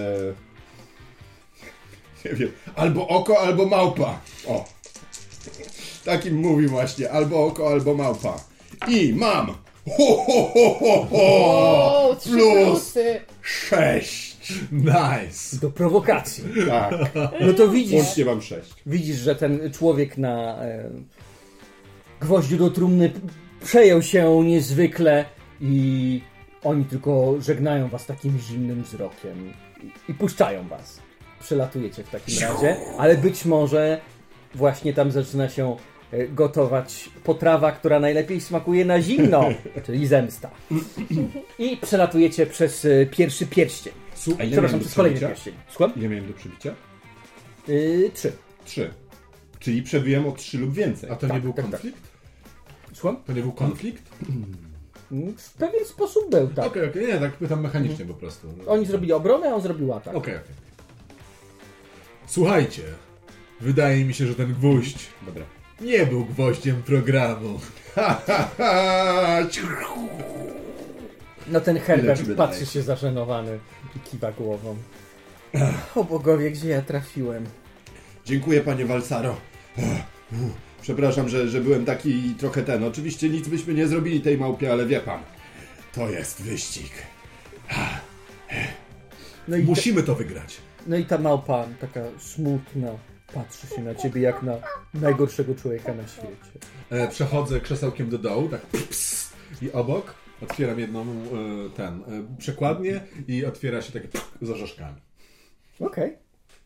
nie wiem, albo oko, albo małpa. O. Takim mówi właśnie, albo oko, albo małpa. I mam ho, ho, ho, ho, ho, O, trzy plus plusy! sześć. Nice. Do prowokacji. Tak, No to widzisz, łącznie mam sześć. widzisz, że ten człowiek na e, gwoździu do trumny p- przejął się niezwykle i oni tylko żegnają was takim zimnym wzrokiem i, i puszczają was. Przelatujecie w takim razie, ale być może właśnie tam zaczyna się e, gotować potrawa, która najlepiej smakuje na zimno, czyli zemsta. I przelatujecie przez e, pierwszy pierścień. Su- A ile Przepraszam, miałem do przez kolejny przebicia? pierścień. Słucham? Ile miałem do przebicia? Yy, trzy. Trzy. Czyli przebiłem o trzy lub więcej. A to Tak, nie był tak, tak. konflikt? Słucham? To nie był konflikt? W pewien sposób był, tak. Okej, okej, nie, tak pytam mechanicznie po prostu. Okej, Oni zrobili obronę, a on zrobił atak. okej. Słuchajcie, wydaje mi się, że ten gwóźdź Dobra. nie był gwoździem programu. Ha, ha, ha. No ten Herbert Lecimy patrzy dalej. się zażenowany i kiwa głową. O bogowie, gdzie ja trafiłem? Dziękuję, panie Walsaro. Przepraszam, że, że byłem taki trochę ten. Oczywiście nic byśmy nie zrobili tej małpie, ale wie pan, to jest wyścig. No i, ta, Musimy to wygrać. no i ta małpa, taka smutna, patrzy się na ciebie jak na najgorszego człowieka na świecie. E, przechodzę krzesełkiem do dołu, tak ps, i obok otwieram jedną e, ten e, przekładnię i otwiera się takie pff, z orzeszkami. Okej.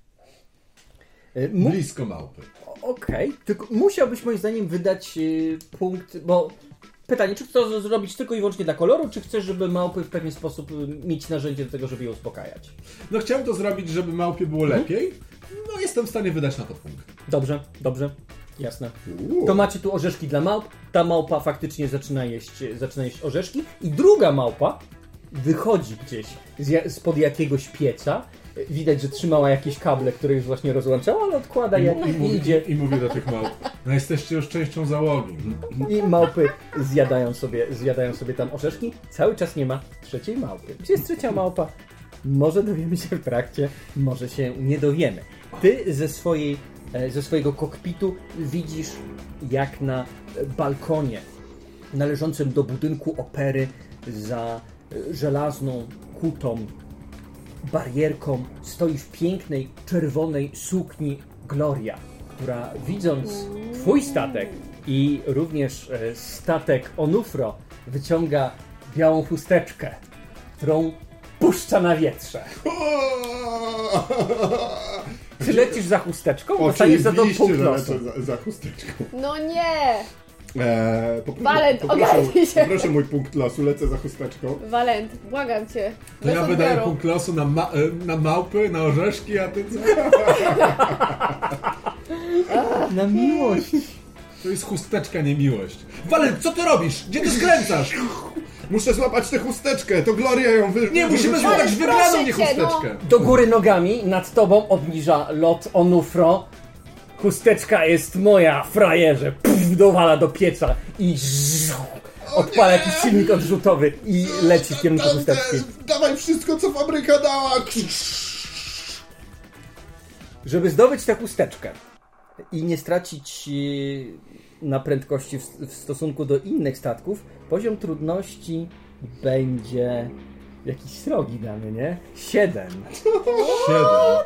Y, mu- Blisko małpy. Okej, tylko musiałbyś moim zdaniem wydać y, punkt, bo pytanie, czy chcesz to zrobić tylko i wyłącznie dla koloru, czy chcesz, żeby małpy w pewien sposób y, mieć narzędzie do tego, żeby je uspokajać? No chciałem to zrobić, żeby małpie było lepiej. No jestem w stanie wydać na to punkt. Dobrze, dobrze, jasne. Uuu. To macie tu orzeszki dla małp, ta małpa faktycznie zaczyna jeść, zaczyna jeść orzeszki i druga małpa wychodzi gdzieś z, spod jakiegoś pieca. Widać, że trzymała jakieś kable, które już właśnie rozłączała, ale odkłada je I, i, mówi, idzie. I mówi do tych małp. No jesteście już częścią załogi. I małpy zjadają sobie, zjadają sobie tam orzeszki. Cały czas nie ma trzeciej małpy. Gdzie jest trzecia małpa? Może dowiemy się w trakcie, może się nie dowiemy. Ty ze, swojej, ze swojego kokpitu widzisz, jak na balkonie należącym do budynku opery za żelazną, kutą barierką stoi w pięknej, czerwonej sukni Gloria, która widząc twój statek i również statek Onufro wyciąga białą chusteczkę, którą puszcza na wietrze. Czy lecisz za chusteczką? Dostaniesz za to punkt losu. Za, za chusteczką. No nie! Eee, popro- Walent, poproszę, ogarnij się. poproszę mój punkt losu, lecę za chusteczką. Walent, błagam cię. To Bez ja wydaję odbioru. punkt losu na, ma- na małpy, na orzeszki, a ty co? Na miłość. To jest chusteczka, nie miłość. Walent, co ty robisz? Gdzie ty skręcasz? Muszę złapać tę chusteczkę, to Gloria ją wy... Nie, musimy wyrzuciła. złapać wygraną, proszę nie cię, chusteczkę. Do góry nogami, nad tobą obniża lot Onufro. Chusteczka jest moja, frajerze. Pff, dowala do pieca i zzz, odpala jakiś silnik odrzutowy i leci w kierunku chusteczki. Dawaj wszystko, co fabryka dała! Żeby zdobyć tę chusteczkę i nie stracić e, na prędkości w, w stosunku do innych statków, poziom trudności będzie jakiś srogi dany, nie? Siedem. Siedem.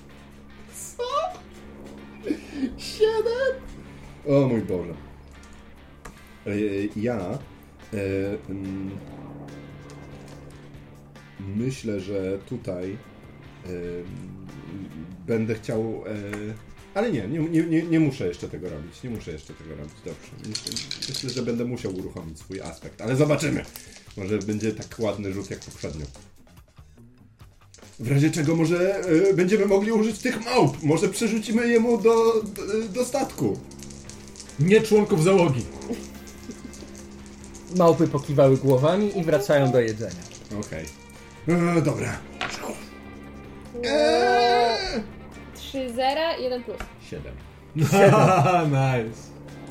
Siedem? O mój Boże. E, ja e, mm, myślę, że tutaj e, będę chciał... E, ale nie, nie, nie, nie muszę jeszcze tego robić. Nie muszę jeszcze tego robić. Dobrze. Myślę, myślę, że będę musiał uruchomić swój aspekt. Ale zobaczymy. Może będzie tak ładny rzut jak poprzednio. W razie czego może y, będziemy mogli użyć tych małp. Może przerzucimy jemu do, do, do statku. Nie członków załogi. Małpy pokiwały głowami i wracają do jedzenia. Okej. Okay. Dobra. Eee. trzy zera, jeden plus. Siedem. Nice.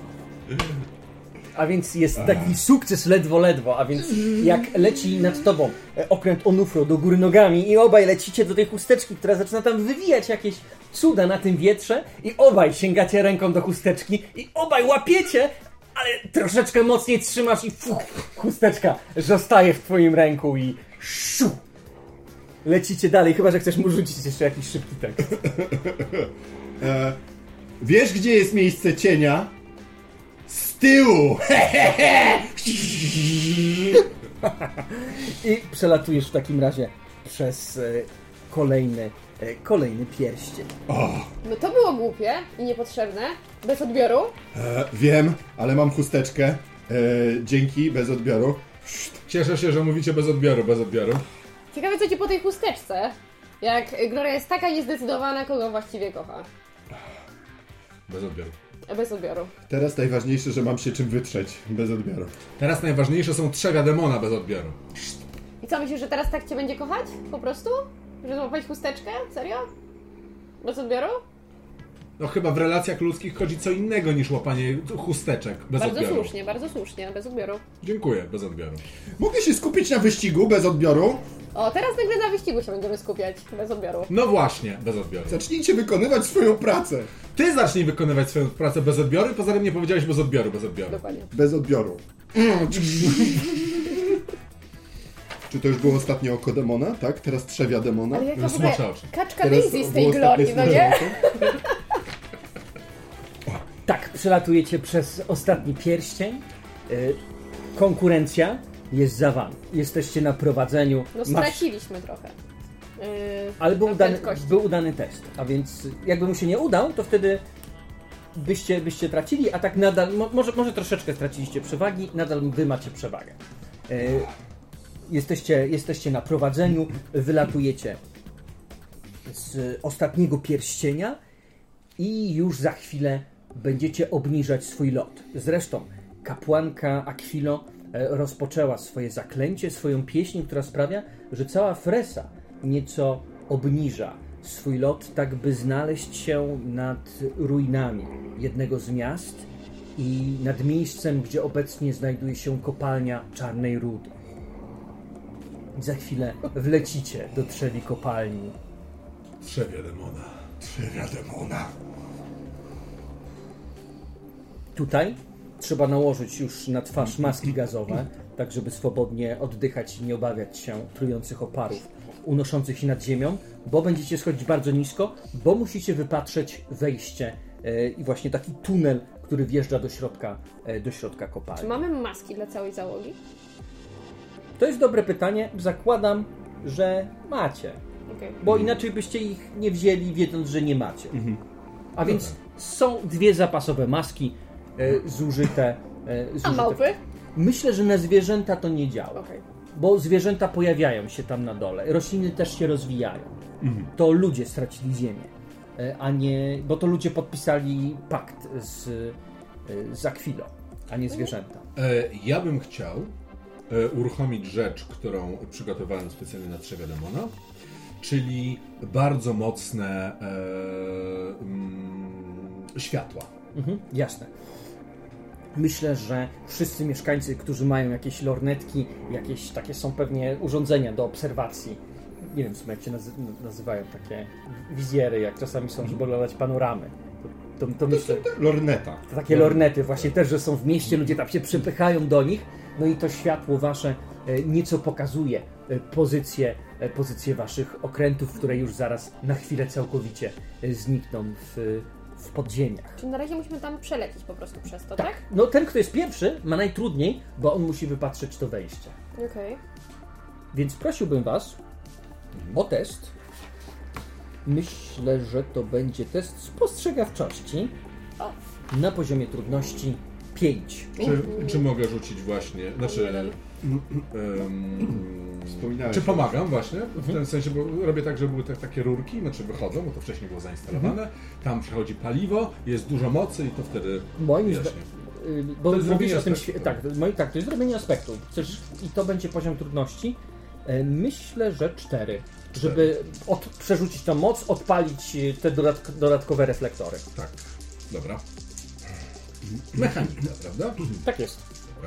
A więc jest taki sukces ledwo, ledwo, a więc jak leci nad tobą okręt Onufro do góry nogami i obaj lecicie do tej chusteczki, która zaczyna tam wywijać jakieś cuda na tym wietrze i obaj sięgacie ręką do chusteczki i obaj łapiecie, ale troszeczkę mocniej trzymasz i fuh, chusteczka zostaje w twoim ręku i szu, lecicie dalej, chyba że chcesz mu rzucić jeszcze jakiś szybki tekst. E, wiesz, gdzie jest miejsce cienia? Z tyłu! I przelatujesz w takim razie przez e, kolejny, e, kolejny pierścień. O, No to było głupie i niepotrzebne. Bez odbioru. e, wiem, ale mam chusteczkę. E, dzięki, bez odbioru. Cieszę się, że mówicie bez odbioru, bez odbioru. Ciekawe co ci po tej chusteczce. Jak Gloria jest taka niezdecydowana, kogo właściwie kocha. Bez odbioru. Bez odbioru. Teraz najważniejsze, że mam się czym wytrzeć. Bez odbioru. Teraz najważniejsze są trzewia demona bez odbioru. I co, myślisz, że teraz tak cię będzie kochać? Po prostu? Że złapać chusteczkę? Serio? Bez odbioru? No chyba w relacjach ludzkich chodzi co innego niż łapanie chusteczek bez Bardzo odbioru. słusznie, bardzo słusznie, bez odbioru. Dziękuję, bez odbioru. Mogę się skupić na wyścigu bez odbioru? O, teraz nagle na wyścigu się będziemy skupiać, bez odbioru. No właśnie, bez odbioru. Zacznijcie wykonywać swoją pracę. Ty zacznij wykonywać swoją pracę bez odbioru i poza tym nie powiedziałeś bez odbioru, bez odbioru. Dokładnie. Bez odbioru. Czy to już było ostatnie oko demona? Tak? Teraz trzewia demona? Ale jaka No, w ogóle smocze oczy. kaczka Teraz Daisy z było tej ostatnie Glorii, no nie? smocze oko? Tak, przelatujecie przez ostatni pierścień. Y, konkurencja jest za wami. Jesteście na prowadzeniu. No Masz- straciliśmy trochę. Yy, Ale był na udany, prędkości. był udany test, a więc jakby mu się nie udał, to wtedy byście, byście tracili, a tak nadal, mo, może, może troszeczkę straciliście przewagi, nadal wy macie przewagę. E, jesteście, jesteście na prowadzeniu, wylatujecie z ostatniego pierścienia i już za chwilę będziecie obniżać swój lot. Zresztą kapłanka Aquilo e, rozpoczęła swoje zaklęcie, swoją pieśń, która sprawia, że cała Fresa nieco obniża swój lot, tak by znaleźć się nad ruinami jednego z miast i nad miejscem, gdzie obecnie znajduje się kopalnia czarnej rudy. Za chwilę wlecicie do trzewi kopalni. Trzewia demona. Trzewia demona. Tutaj trzeba nałożyć już na twarz maski gazowe, tak żeby swobodnie oddychać i nie obawiać się trujących oparów unoszących się nad ziemią, bo będziecie schodzić bardzo nisko, bo musicie wypatrzeć wejście e, i właśnie taki tunel, który wjeżdża do środka, e, do środka Czy kopalni. mamy maski dla całej załogi? To jest dobre pytanie. Zakładam, że macie, Okej. bo inaczej byście ich nie wzięli, wiedząc, że nie macie. A więc są dwie zapasowe maski e, zużyte. E, zużyte. A małpy? Myślę, że na zwierzęta to nie działa. Okej. Bo zwierzęta pojawiają się tam na dole, rośliny też się rozwijają. Mhm. To ludzie stracili ziemię, e, a nie, bo to ludzie podpisali pakt z, e, z Aquilo, a nie zwierzęta. E, ja bym chciał e, uruchomić rzecz, którą przygotowałem specjalnie na Trzewia demona, czyli bardzo mocne e, mm, światła. Mhm, jasne. Myślę, że wszyscy mieszkańcy, którzy mają jakieś lornetki, jakieś takie są pewnie urządzenia do obserwacji, nie wiem w sumie jak się nazy- nazywają, takie wizjery, jak czasami są, żeby oglądać panoramy. To, to, to myślę, Lorneta. to takie lornety właśnie też, że są w mieście, ludzie tam się przepychają do nich, no i to światło wasze e, nieco pokazuje e, pozycję, e, pozycję waszych okrętów, które już zaraz na chwilę całkowicie e, znikną w, w podziemiach. Czy na razie musimy tam przelecieć po prostu przez to, tak? Tak, no ten, kto jest pierwszy, ma najtrudniej, bo on musi wypatrzeć to wejście. Okej. Więc prosiłbym was o test. Myślę, że to będzie test spostrzegawczości O. na poziomie trudności pięć. Czy, czy mogę rzucić właśnie, znaczy... Jeden. em, Wspominałeś czy o- pomagam właśnie? W tym sensie, bo robię tak, że były te, takie rurki, znaczy wychodzą, bo to wcześniej było zainstalowane. Tam przechodzi paliwo, jest dużo mocy i to wtedy Moim wyjaśnię. zdaniem. Y, Bo To jest mówisz zrobienie o tym aspektu, świe- tak. tak, moi, tak, to jest zrobienie aspektu. Chcesz, i to będzie poziom trudności. E, Myślę, że cztery. Żeby od, przerzucić tą moc, odpalić y, te dodatk- dodatkowe reflektory. Tak, dobra. Mechanika, prawda? Tak jest. Dobra.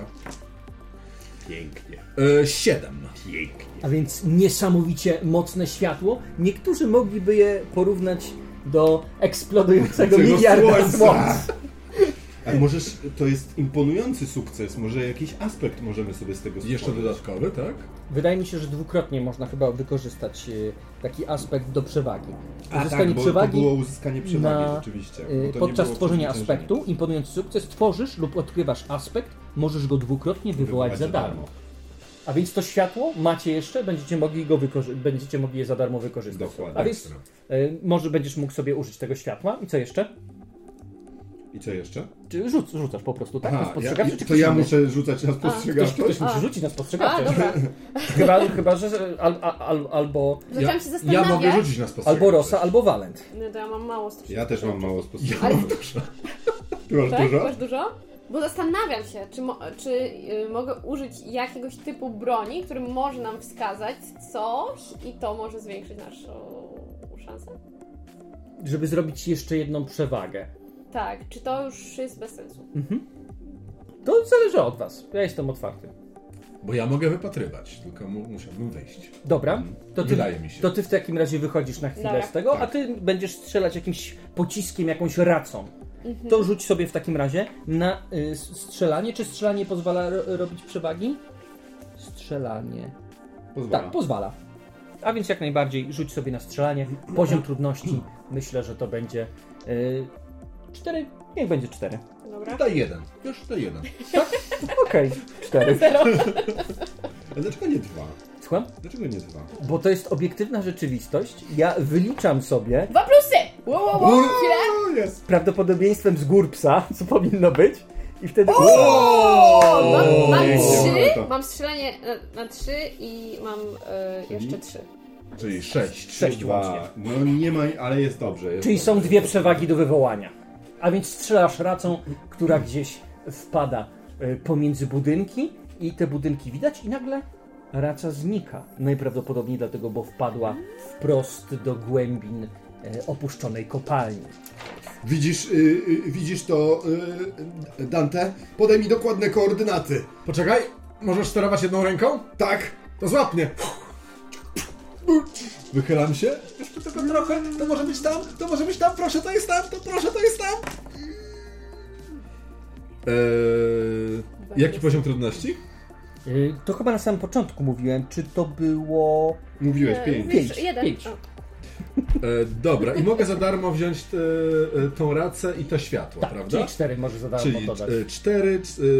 Pięknie. E, siedem. Pięknie. A więc niesamowicie mocne światło. Niektórzy mogliby je porównać do eksplodującego Tego miliarda słońca. słońc. A możesz, to jest imponujący sukces, może jakiś aspekt możemy sobie z tego stworzyć. Jeszcze dodatkowy, tak? Wydaje mi się, że dwukrotnie można chyba wykorzystać y, taki aspekt do przewagi. A Uzyskanie tak, bo przewagi to było uzyskanie przewagi na, rzeczywiście. y, Bo to nie podczas było tworzenia przezwyciężenie. aspektu, imponujący sukces, tworzysz lub odkrywasz aspekt, możesz go dwukrotnie wywołać, Wywołać za za darmo. darmo. A więc to światło macie jeszcze, będziecie mogli, go wykorzy- będziecie mogli je za darmo wykorzystać. Dokładnie. A więc y, może będziesz mógł sobie użyć tego światła. I co jeszcze? I co jeszcze? Czy rzuc, rzucasz po prostu, tak? Na Aha, ja, spostrzegawczość, czy to ktoś ja inny? muszę rzucać na Ktoś, spostrzegawczość. ktoś musi A. rzucić na A, spostrzegawczość. dobra. chyba, chyba, że al, al, albo, Zaczęłam się Ja zastanawiać. mogę rzucić na spostrzegawczość. albo Rosa, albo Walent. No to ja mam mało spostrzegawczości. Ja też mam mało Ale... spostrzegawczości. Ty masz Tak? dużo? Masz dużo? Bo zastanawiam się, czy, mo- czy y, mogę użyć jakiegoś typu broni, który może nam wskazać coś i to może zwiększyć naszą szansę? Żeby zrobić jeszcze jedną przewagę. Tak, czy to już jest bez sensu? To zależy od was. Ja jestem otwarty. Bo ja mogę wypatrywać, tylko mu, musiałbym wyjść. Dobra, to ty, Wydaje mi się. to ty w takim razie wychodzisz na chwilę Dobra. z tego, a Tak. ty będziesz strzelać jakimś pociskiem, jakąś racą. To rzuć sobie w takim razie na y, strzelanie. Czy strzelanie pozwala ro- robić przewagi? Strzelanie. Pozwala. Tak, pozwala. A więc jak najbardziej rzuć sobie na strzelanie. Poziom trudności myślę, że to będzie y, cztery. Niech będzie cztery. Dobra. Daj jeden. Wiesz, daj jeden. Okej, cztery. A dlaczego nie dwa? Słucham? Dlaczego nie dwa? Bo to jest obiektywna rzeczywistość. Ja wyliczam sobie Dwa plusy! Wow, wow, wow. Chwilę. O, jest! prawdopodobieństwem z gór psa, co powinno być. I wtedy... O, mam, mam Pięknie, trzy, to. mam strzelanie na, na trzy i mam y, jeszcze trzy. Czyli sześć. Sześć Dwa. łącznie. No nie ma, ale jest dobrze. Jest Czyli dobrze, są jest dwie dobrze. przewagi do wywołania. A więc strzelasz racą, która gdzieś wpada y, pomiędzy budynki I te budynki widać i nagle raca znika. Najprawdopodobniej dlatego, bo wpadła wprost do głębin e, opuszczonej kopalni. Widzisz, y, y, widzisz to, y, Dante? Podaj mi dokładne koordynaty. Poczekaj, możesz sterować jedną ręką? Tak. To złap mnie. Wychylam się. Jeszcze tylko trochę. To może być tam, to może być tam. Proszę, to jest tam, to proszę, to jest tam. Eee, jaki poziom trudności? E, to chyba na samym początku mówiłem, czy to było... Mówiłeś E, pięć. mówisz Pięć, jeden. pięć. O. E, dobra, i mogę za darmo wziąć te, e, tą racę i to światło, Tak, prawda? czyli cztery może za darmo Czyli dodać. e, cztery. c- e,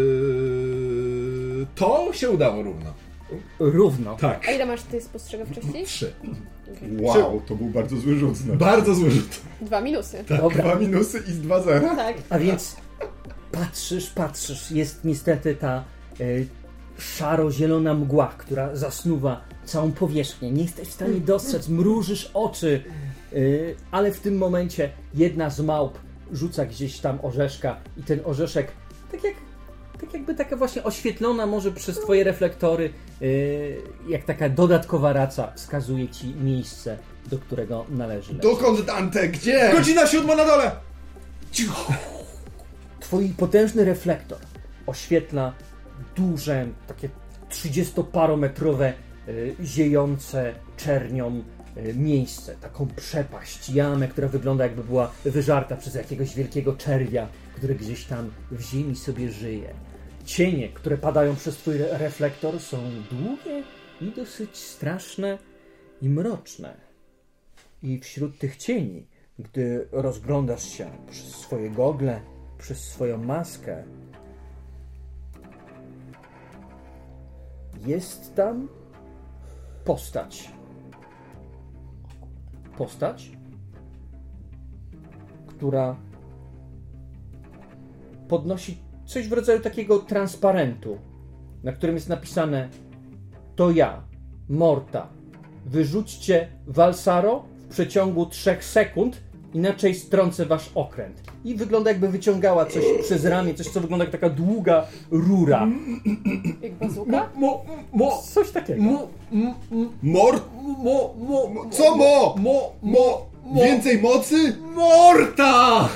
to się udało równo. Równo. Tak. A ile masz ty spostrzegawczości? Trzy. Wow, to był bardzo zły rzut. No. Bardzo zły rzut. Dwa minusy. Dobra. Dwa minusy i z dwa zera. Tak. A więc patrzysz, patrzysz, jest niestety ta y, szaro-zielona mgła, która zasnuwa całą powierzchnię. Nie jesteś w stanie dostrzec, mrużysz oczy, y, ale w tym momencie jedna z małp rzuca gdzieś tam orzeszka i ten orzeszek, tak jak tak jakby taka właśnie oświetlona może przez twoje reflektory, y, jak taka dodatkowa raca wskazuje ci miejsce, do którego należy lecieć. Dokąd, Dante? Gdzie? Godzina siódma na dole! Twój potężny reflektor oświetla duże, takie trzydziestoparometrowe, y, ziejące czernią y, miejsce, taką przepaść, jamę, która wygląda jakby była wyżarta przez jakiegoś wielkiego czerwia, który gdzieś tam w ziemi sobie żyje. Cienie, które padają przez twój re- reflektor, są długie i dosyć straszne i mroczne. I wśród tych cieni, gdy rozglądasz się przez swoje gogle, przez swoją maskę, jest tam postać. Postać, która podnosi coś w rodzaju takiego transparentu, na którym jest napisane: to ja, Morta. Wyrzućcie Valsaro w przeciągu trzech sekund, inaczej strącę wasz okręt. I wygląda, jakby wyciągała coś przez ramię, coś co wygląda jak taka długa rura. Jak bazuka? Mo, mo, Coś takiego. mo, mo, Mor... mo, mo, mo, Co mo? Mo, Mo... mo, Więcej mocy? Morta!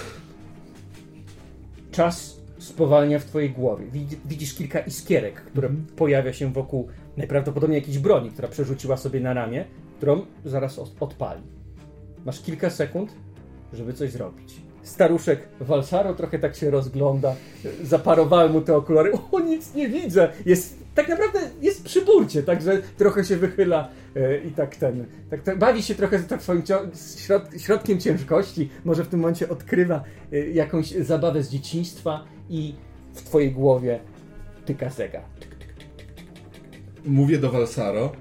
Czas spowalnia w twojej głowie. Widz- Widzisz kilka iskierek, które pojawia się wokół najprawdopodobniej jakiejś broni, która przerzuciła sobie na ramię, którą zaraz od- odpali. Masz kilka sekund, żeby coś zrobić. Staruszek Valsaro trochę tak się rozgląda. Zaparowały mu te okulary. O, nic nie widzę. Jest, tak naprawdę jest przy burcie, także trochę się wychyla e, i tak ten... Tak, tak, bawi się trochę tak swoim cio- środ, środkiem ciężkości. Może w tym momencie odkrywa e, jakąś zabawę z dzieciństwa i w twojej głowie tyka zegar. Mówię do Valsaro.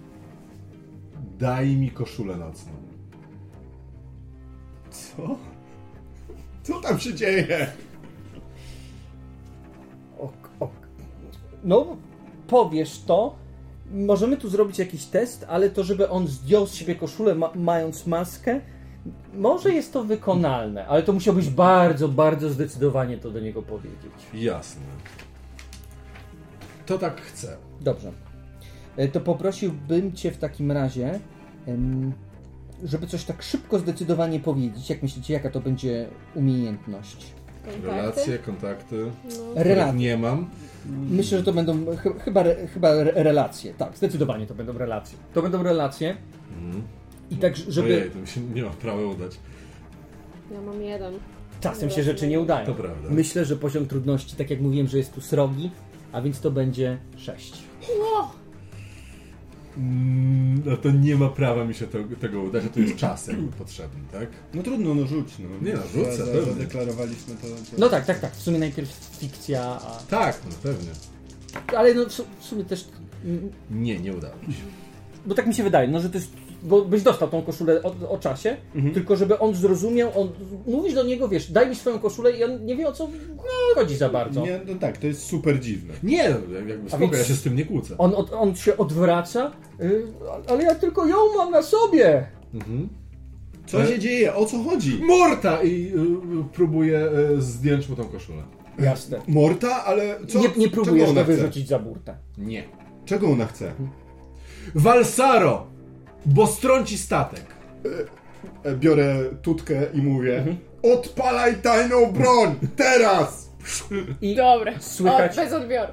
Daj mi koszulę nocną. Co? Co tam się dzieje? Ok, ok. No, powiesz to. Możemy tu zrobić jakiś test, ale to, żeby on zdjął z siebie koszulę, ma- mając maskę, może jest to wykonalne, ale to musiałbyś bardzo, bardzo zdecydowanie to do niego powiedzieć. Jasne. To tak chcę. Dobrze. E, To poprosiłbym cię w takim razie, em, żeby coś tak szybko, zdecydowanie powiedzieć. Jak myślicie, jaka to będzie umiejętność? Kontakty? Relacje, kontakty, No. których Relacje. nie mam. Myślę, że to będą ch- chyba, re- chyba re- relacje. Tak, zdecydowanie to będą relacje. To będą relacje. I tak, żeby Ojej, to mi się nie ma prawa udać. Ja mam jeden. czasem się rzeczy nie udają. To prawda. Myślę, że poziom trudności, tak jak mówiłem, że jest tu srogi, a więc to będzie sześć. Mm, No to nie ma prawa mi się to, tego udać, a tu jest czas jakby potrzebny, tak? No trudno, no rzuć, no. Nie no, rzucę, Za- za- pewnie. Zadeklarowaliśmy to. to... No tak, tak, tak. W sumie najpierw fikcja, a... Tak, no pewnie. ale no w su- w sumie też... mm, Nie, nie udało mi się. Bo tak mi się wydaje, no że to jest... Bo byś dostał tą koszulę o, o czasie, tylko żeby on zrozumiał, on... Mówisz do niego, wiesz, daj mi swoją koszulę i on nie wie, o co chodzi za bardzo. Nie, no tak, to jest super dziwne. Nie, no, jakby spoko, więc- ja się z tym nie kłócę. On, od, on się odwraca, y, ale ja tylko ją mam na sobie. Mhm. Co się dzieje? O co chodzi? Morta! I y, próbuję y, zdjąć mu tą koszulę. Jasne. Morta, ale co? Nie, nie próbujesz Czego ona to chce? wyrzucić za burtę. Nie. Czego ona chce? Walsaro! Bo strąci statek. E, Biorę tutkę i mówię: odpalaj tajną broń! Teraz! I Dobra. Słychać- O, bez odbioru.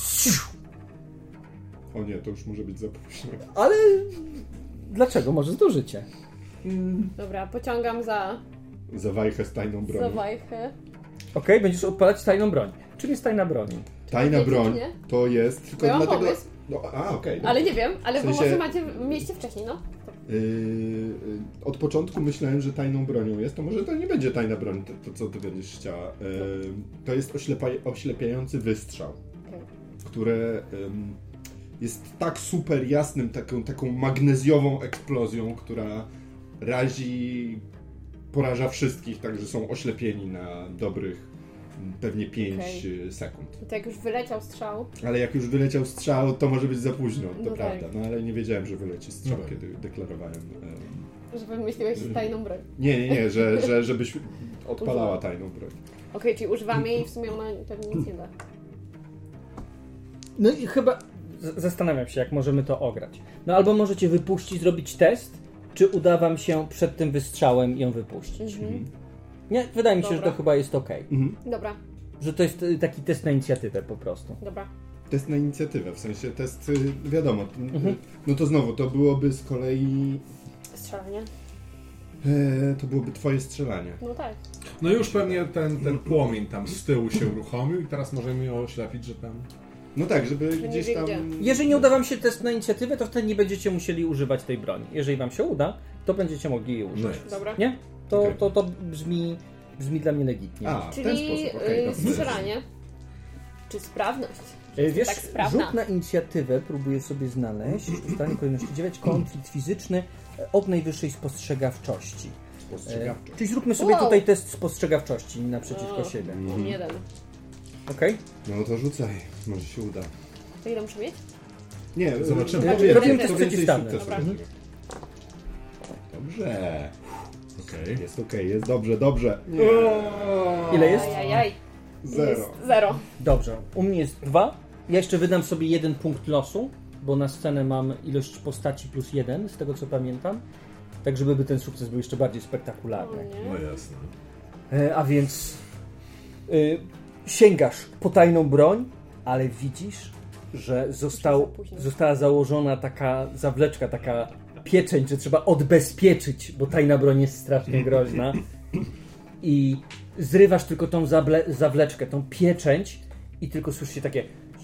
O nie, to już może być za późno. Ale dlaczego? Może zdążycie. Dobra, pociągam za, Za wajchę z tajną za bronią. wajchę. Okej, będziesz odpalać tajną broń. Czym jest tajna broń? Tajna Wiecie, broń nie? to jest tylko To ja mam dlatego... pomysł. No, a, okej. Ale nie wiem, ale W bo sensie- może macie mieście wcześniej, no. Yy, yy, od początku myślałem, że tajną bronią jest, to może to nie będzie tajna broń, to, to co ty będziesz chciała. Yy, to jest oślepa, oślepiający wystrzał, Okej. które ym, jest tak super jasnym, taką, taką magnezjową eksplozją, która razi, poraża wszystkich, także są oślepieni na dobrych m, pewnie pięć Okej. sekund. I to jak już wyleciał strzał, Ale jak już wyleciał strzał, to może być za późno, to No prawda. tak. No ale nie wiedziałem, że wyleci strzał, Dobra. kiedy deklarowałem. ym, że wymyśliłeś tajną broń. Nie, nie, nie, że, że żebyś odpalała Użyła. tajną broń. Okej, czyli używamy jej i w sumie ona pewnie nic nie da. No i chyba z- zastanawiam się, jak możemy to ograć. No albo możecie wypuścić, zrobić test, czy uda wam się przed tym wystrzałem ją wypuścić. Mhm. Nie, wydaje mi się, że Dobra. to chyba jest okej. Mhm. Dobra, Że to jest y, taki test na inicjatywę po prostu. dobra. Test na inicjatywę, w sensie test, y, wiadomo, t- Mhm. no to znowu, to byłoby z kolei, Strzelanie? e, to byłoby twoje strzelanie. No tak. No już pewnie ten, ten płomień tam z tyłu się uruchomił i teraz możemy ją oślepić, że tam... No tak, żeby nie gdzieś wie tam... gdzie. Jeżeli nie uda wam się test na inicjatywę, to wtedy nie będziecie musieli używać tej broni. Jeżeli wam się uda, to będziecie mogli jej No użyć. jest. Dobra. Nie? To, Okej. to, to brzmi, brzmi dla mnie legitnie. A, w ten Czyli sposób, okej, y, dobrze. strzelanie. Czy sprawność? E, Wiesz, tak sprawna. rzut na inicjatywę próbuję sobie znaleźć. Ustalenie kolejności dziewięć, konflikt fizyczny e, od najwyższej spostrzegawczości. E, Spostrzegawczo. czyli zróbmy sobie Wow. tutaj test spostrzegawczości naprzeciwko O, siebie. Mam jeden. Okej? No to rzucaj, może się uda. To ile muszę mieć? Nie, Zobaczymy. to więcej, Robimy to test więcej przeciwstawny. sukcesów Dobra. będzie. Dobrze. Okej. Jest okej, jest dobrze, dobrze. Ile jest? Ajajaj. Zero. Jest zero. Dobrze. U mnie jest dwa. Ja jeszcze wydam sobie jeden punkt losu, bo na scenę mam ilość postaci plus jeden, z tego co pamiętam. Tak, żeby ten sukces był jeszcze bardziej O spektakularny. nie. No jasne. E, a więc y, sięgasz po tajną broń, ale widzisz, że został, za późno. została założona taka zawleczka, taka pieczęć, że trzeba odbezpieczyć, bo tajna broń jest strasznie groźna. I zrywasz tylko tą zable, zawleczkę, tą pieczęć i tylko słyszycie takie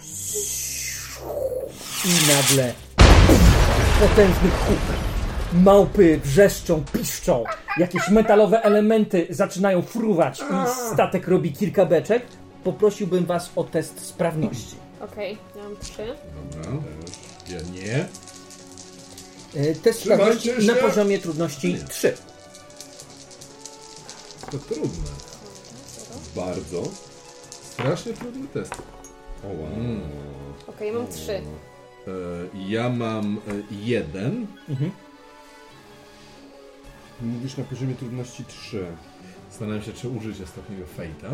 i nagle potężny huk. Małpy wrzeszczą, piszczą, jakieś metalowe elementy zaczynają fruwać i statek robi kilka beczek. Poprosiłbym was o test sprawności. Okej, ja mam trzy. Dobra. Ja nie. E, Test Trzymacie sprawności się? na poziomie trudności trzy. To trudne. Bardzo. Strasznie trudny test. O wow. Mm. Okej, ja mam trzy. E, ja mam e, jeden. Mhm. Mówisz na poziomie trudności trzy. Zastanawiam się, czy użyć ostatniego fejta.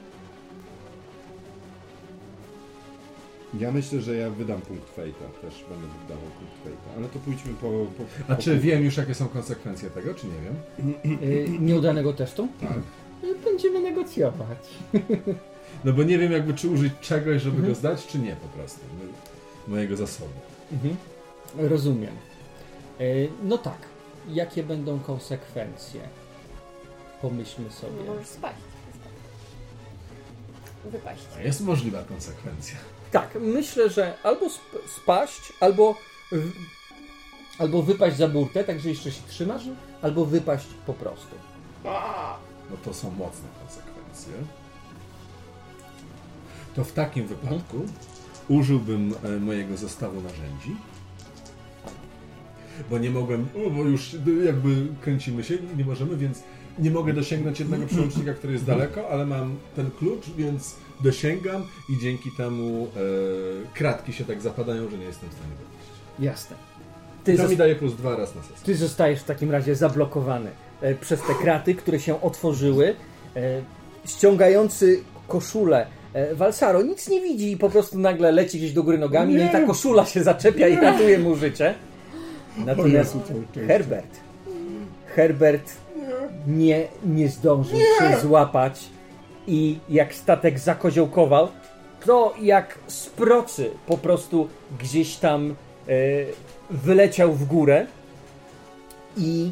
Ja myślę, że ja wydam punkt fejta. Też będę wydawał punkt fejta. Ale to pójdźmy po... po A po czy wiem już, jakie są konsekwencje tego, czy nie wiem? E, Nieudanego testu? Tak. E, Będziemy negocjować. No bo nie wiem jakby, czy użyć czegoś, żeby Mhm. go zdać, czy nie po prostu. Mojego zasobu. Mhm. Rozumiem. E, No tak. Jakie będą konsekwencje? Pomyślmy sobie. No możesz spaść. Wypaść. A jest możliwa konsekwencja. Tak, myślę, że albo sp- spaść, albo, w- albo wypaść za burtę, także jeszcze się trzymasz, albo wypaść po prostu. No to są mocne konsekwencje. To w takim wypadku użyłbym e, mojego zestawu narzędzi. Bo nie mogłem, o, bo już jakby kręcimy się i nie możemy, więc nie mogę dosięgnąć jednego przełącznika, który jest daleko, ale mam ten klucz, więc dosięgam i dzięki temu e, kratki się tak zapadają, że nie jestem w stanie wyjść. Jasne. I Ty, to zos- mi daje plus dwa raz na sesję. ty zostajesz w takim razie zablokowany e, przez te kraty, które się otworzyły. E, ściągający koszulę e, Valsaro, nic nie widzi i po prostu nagle leci gdzieś do góry nogami, no i ta koszula się zaczepia i ratuje mu życie. Natomiast Herbert, Herbert nie, nie zdążył się złapać i jak statek zakoziołkował, to jak z procy po prostu gdzieś tam e, wyleciał w górę i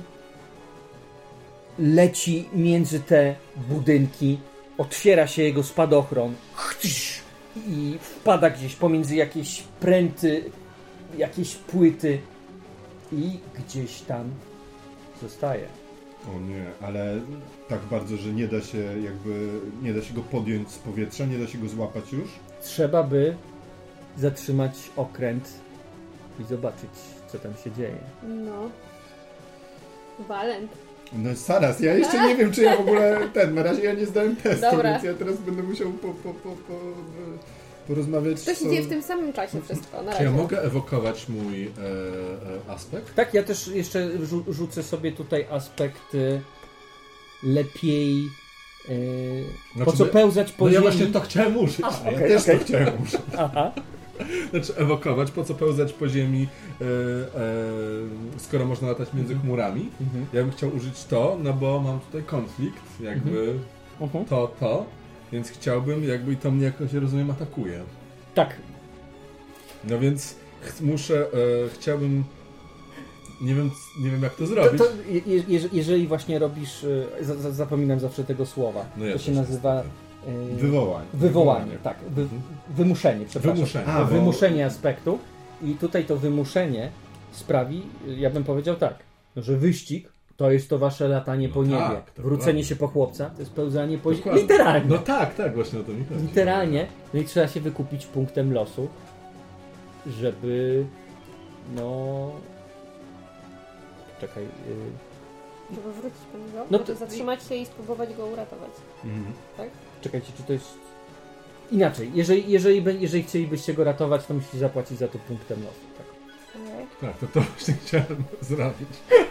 leci między te budynki, otwiera się jego spadochron i wpada gdzieś pomiędzy jakieś pręty, jakieś płyty i gdzieś tam zostaje. O nie, ale tak bardzo, że nie da się jakby, nie da się go podjąć z powietrza, nie da się go złapać już? Trzeba by zatrzymać okręt i zobaczyć, co tam się dzieje. No. Walent. No zaraz, ja jeszcze nie wiem, czy ja w ogóle ten, na razie ja nie zdałem testu, Dobra. więc ja teraz będę musiał po, po, po, po, porozmawiać. To się co- dzieje w tym samym czasie wszystko, na Czy ja razie. mogę ewokować mój e, e, aspekt? Tak, ja też jeszcze rzu- rzucę sobie tutaj aspekt y, lepiej y, Znaczy, po co my- pełzać po No ja ziemi. właśnie to chciałem użyć. A, ja okej, też okej. to chciałem użyć. Aha. Znaczy ewokować, po co pełzać po ziemi, e, e, skoro można latać między chmurami. Mhm. Ja bym chciał użyć to, no bo mam tutaj konflikt, jakby Mhm. to, to, więc chciałbym, jakby i to mnie jakoś, rozumiem, atakuje. Tak, No więc ch- muszę, e, chciałbym, nie wiem, nie wiem jak to to, zrobić. to je, je, jeżeli właśnie robisz, y, za, za, zapominam zawsze tego słowa, No ja to się też nazywa y, Wywołań. wywołanie, tak, wy, wymuszenie, przepraszam. Wymuszenie. A, bo- Wymuszenie aspektu i tutaj to wymuszenie sprawi, ja bym powiedział tak, że wyścig to jest to wasze latanie No po niebie. tak, to Wrócenie prawda. się po chłopca to jest pełzanie po ziemi. Dokładnie. Literalnie. No tak, tak, właśnie o to mi chodzi. Literalnie. No i trzeba się wykupić punktem losu, żeby no... Czekaj. Yy... Żeby wrócić po niego, No no to- to zatrzymać się i spróbować go uratować. Mhm. Tak? Czekajcie, czy to jest... Inaczej. Jeżeli, jeżeli, be- jeżeli chcielibyście go ratować, to musicie zapłacić za to punktem losu. Tak. Okay. Tak, to to właśnie chciałem zrobić.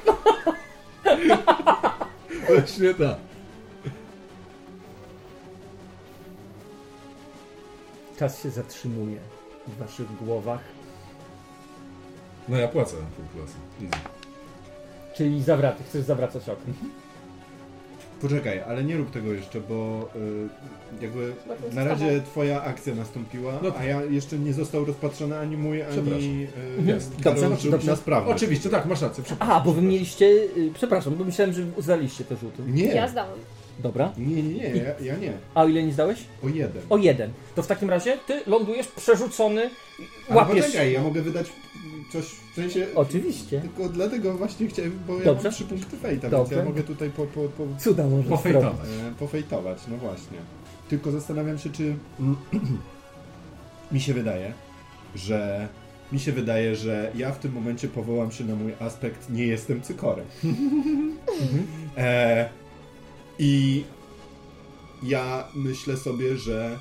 Właśnie tak. Czas się zatrzymuje w waszych głowach. No ja płacę punkt losu. Easy. Czyli zawraty. Chcesz zawracać okręt. Poczekaj, ale nie rób tego jeszcze, bo y, jakby Zobaczmy, na co razie tam. twoja akcja nastąpiła, No a ja jeszcze nie został rozpatrzony ani mój, ani Przepraszam. y, Jest. Karol Dobrze, rzut dobrze. na sprawność. Oczywiście, tak, masz rację. Aha, bo wy mieliście... y, Przepraszam, bo myślałem, że zdaliście te rzuty. Nie, Ja zdałam. Dobra. nie, nie, nie, ja, ja nie. A o ile nie zdałeś? O jeden. O jeden. To w takim razie ty lądujesz przerzucony, Ale łapiesz... poczekaj, ja mogę wydać coś w sensie... Oczywiście. Tylko dlatego właśnie chciałem, bo ja Dobrze. mam trzy punkty fejta, więc Dobrze. ja mogę tutaj po, po, po, Cuda może Pofejtować. zrobić. e, pofejtować, no właśnie. Tylko zastanawiam się, czy mi się wydaje, że mi się wydaje, że ja w tym momencie powołam się na mój aspekt nie jestem cykorem. e, I ja myślę sobie, że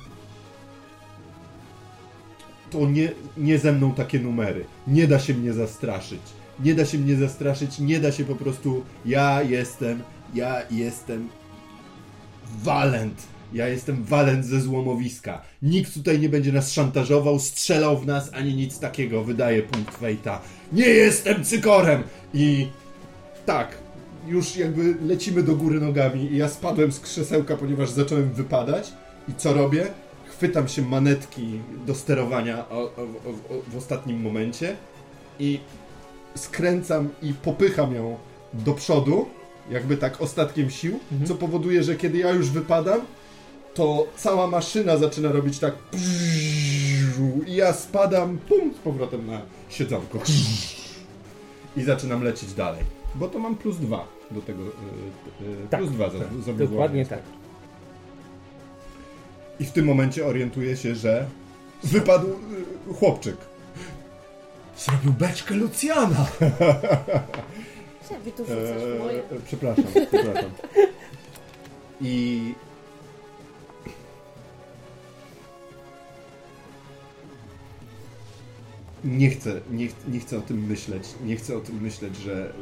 to nie, nie ze mną takie numery. Nie da się mnie zastraszyć. Nie da się mnie zastraszyć, nie da się po prostu ja jestem, ja jestem Walent. Ja jestem Walent ze złomowiska. Nikt tutaj nie będzie nas szantażował, strzelał w nas, ani nic takiego. Wydaje punkt fejta. Nie jestem cykorem! I tak, już jakby lecimy do góry nogami i ja spadłem z krzesełka, ponieważ zacząłem wypadać. I co robię? Chwytam się manetki do sterowania o, o, o, o, w ostatnim momencie i skręcam i popycham ją do przodu, jakby tak ostatkiem sił, Mhm. co powoduje, że kiedy ja już wypadam, to cała maszyna zaczyna robić tak i ja spadam pum, z powrotem na siedzonko i zaczynam lecieć dalej, bo to mam plus dwa do tego, yy, yy, Tak, plus dwa za, tak, za Dokładnie wywołanie. tak. I w tym momencie orientuję się, że wypadł yy, chłopczyk. Zrobił beczkę Lucjana. Gdzie tu rzucasz moje? Eee, przepraszam, przepraszam. I nie chcę, nie, ch- nie chcę o tym myśleć. Nie chcę o tym myśleć, że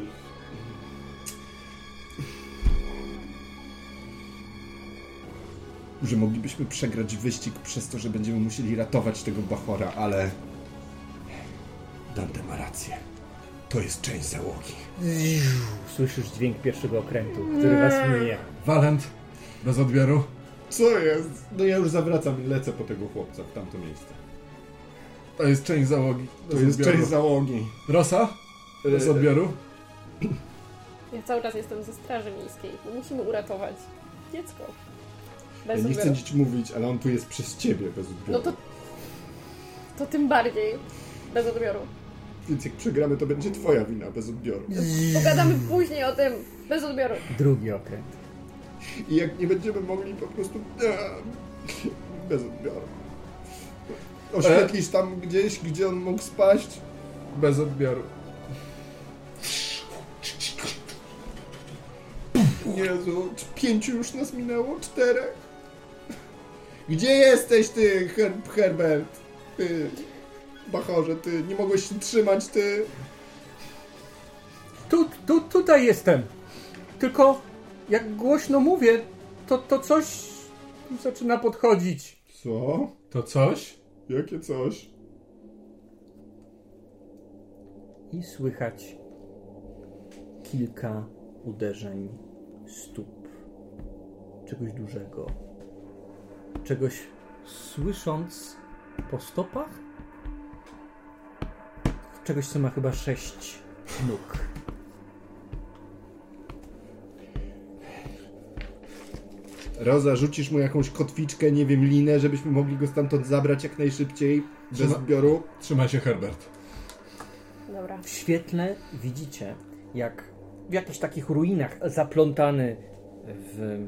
że moglibyśmy przegrać wyścig przez to, że będziemy musieli ratować tego bachora, ale... Dante ma rację. To jest część załogi. Słyszysz dźwięk pierwszego okrętu, który was mija. Walent, bez odbioru. Co jest? No ja już zawracam i lecę po tego chłopca w tamto miejsce. To jest część załogi. To Bez jest odbioru. część załogi. Rosa? Bez E, odbioru. Ja cały czas jestem ze Straży Miejskiej. Musimy uratować dziecko. Ja Bez nie chcę odbioru. ci mówić, ale on tu jest przez ciebie bez odbioru. No to... To tym bardziej. Bez odbioru. Więc jak przegramy, to będzie twoja wina bez odbioru. Pogadamy później o tym. Bez odbioru. Drugi okręt. I jak nie będziemy mogli po prostu... Bez odbioru. Oświetlisz tam gdzieś, gdzie on mógł spaść? Bez odbioru. Jezu, pięciu już nas minęło? Czterech? Gdzie jesteś ty, Her Herbert? Ty, bachorze, ty, nie mogłeś się trzymać, ty? Tu, tu, tutaj jestem. Tylko jak głośno mówię, to, to coś zaczyna podchodzić. Co? To coś? Jakie coś? I słychać kilka uderzeń stóp. Czegoś dużego. Czegoś słysząc po stopach? Czegoś, co ma chyba sześć nóg. Roza, rzucisz mu jakąś kotwiczkę, nie wiem, linę, żebyśmy mogli go stamtąd zabrać jak najszybciej, bez Trzyma- odbioru? Trzymaj się, Herbert. Dobra. W świetle widzicie, jak w jakichś takich ruinach zaplątany w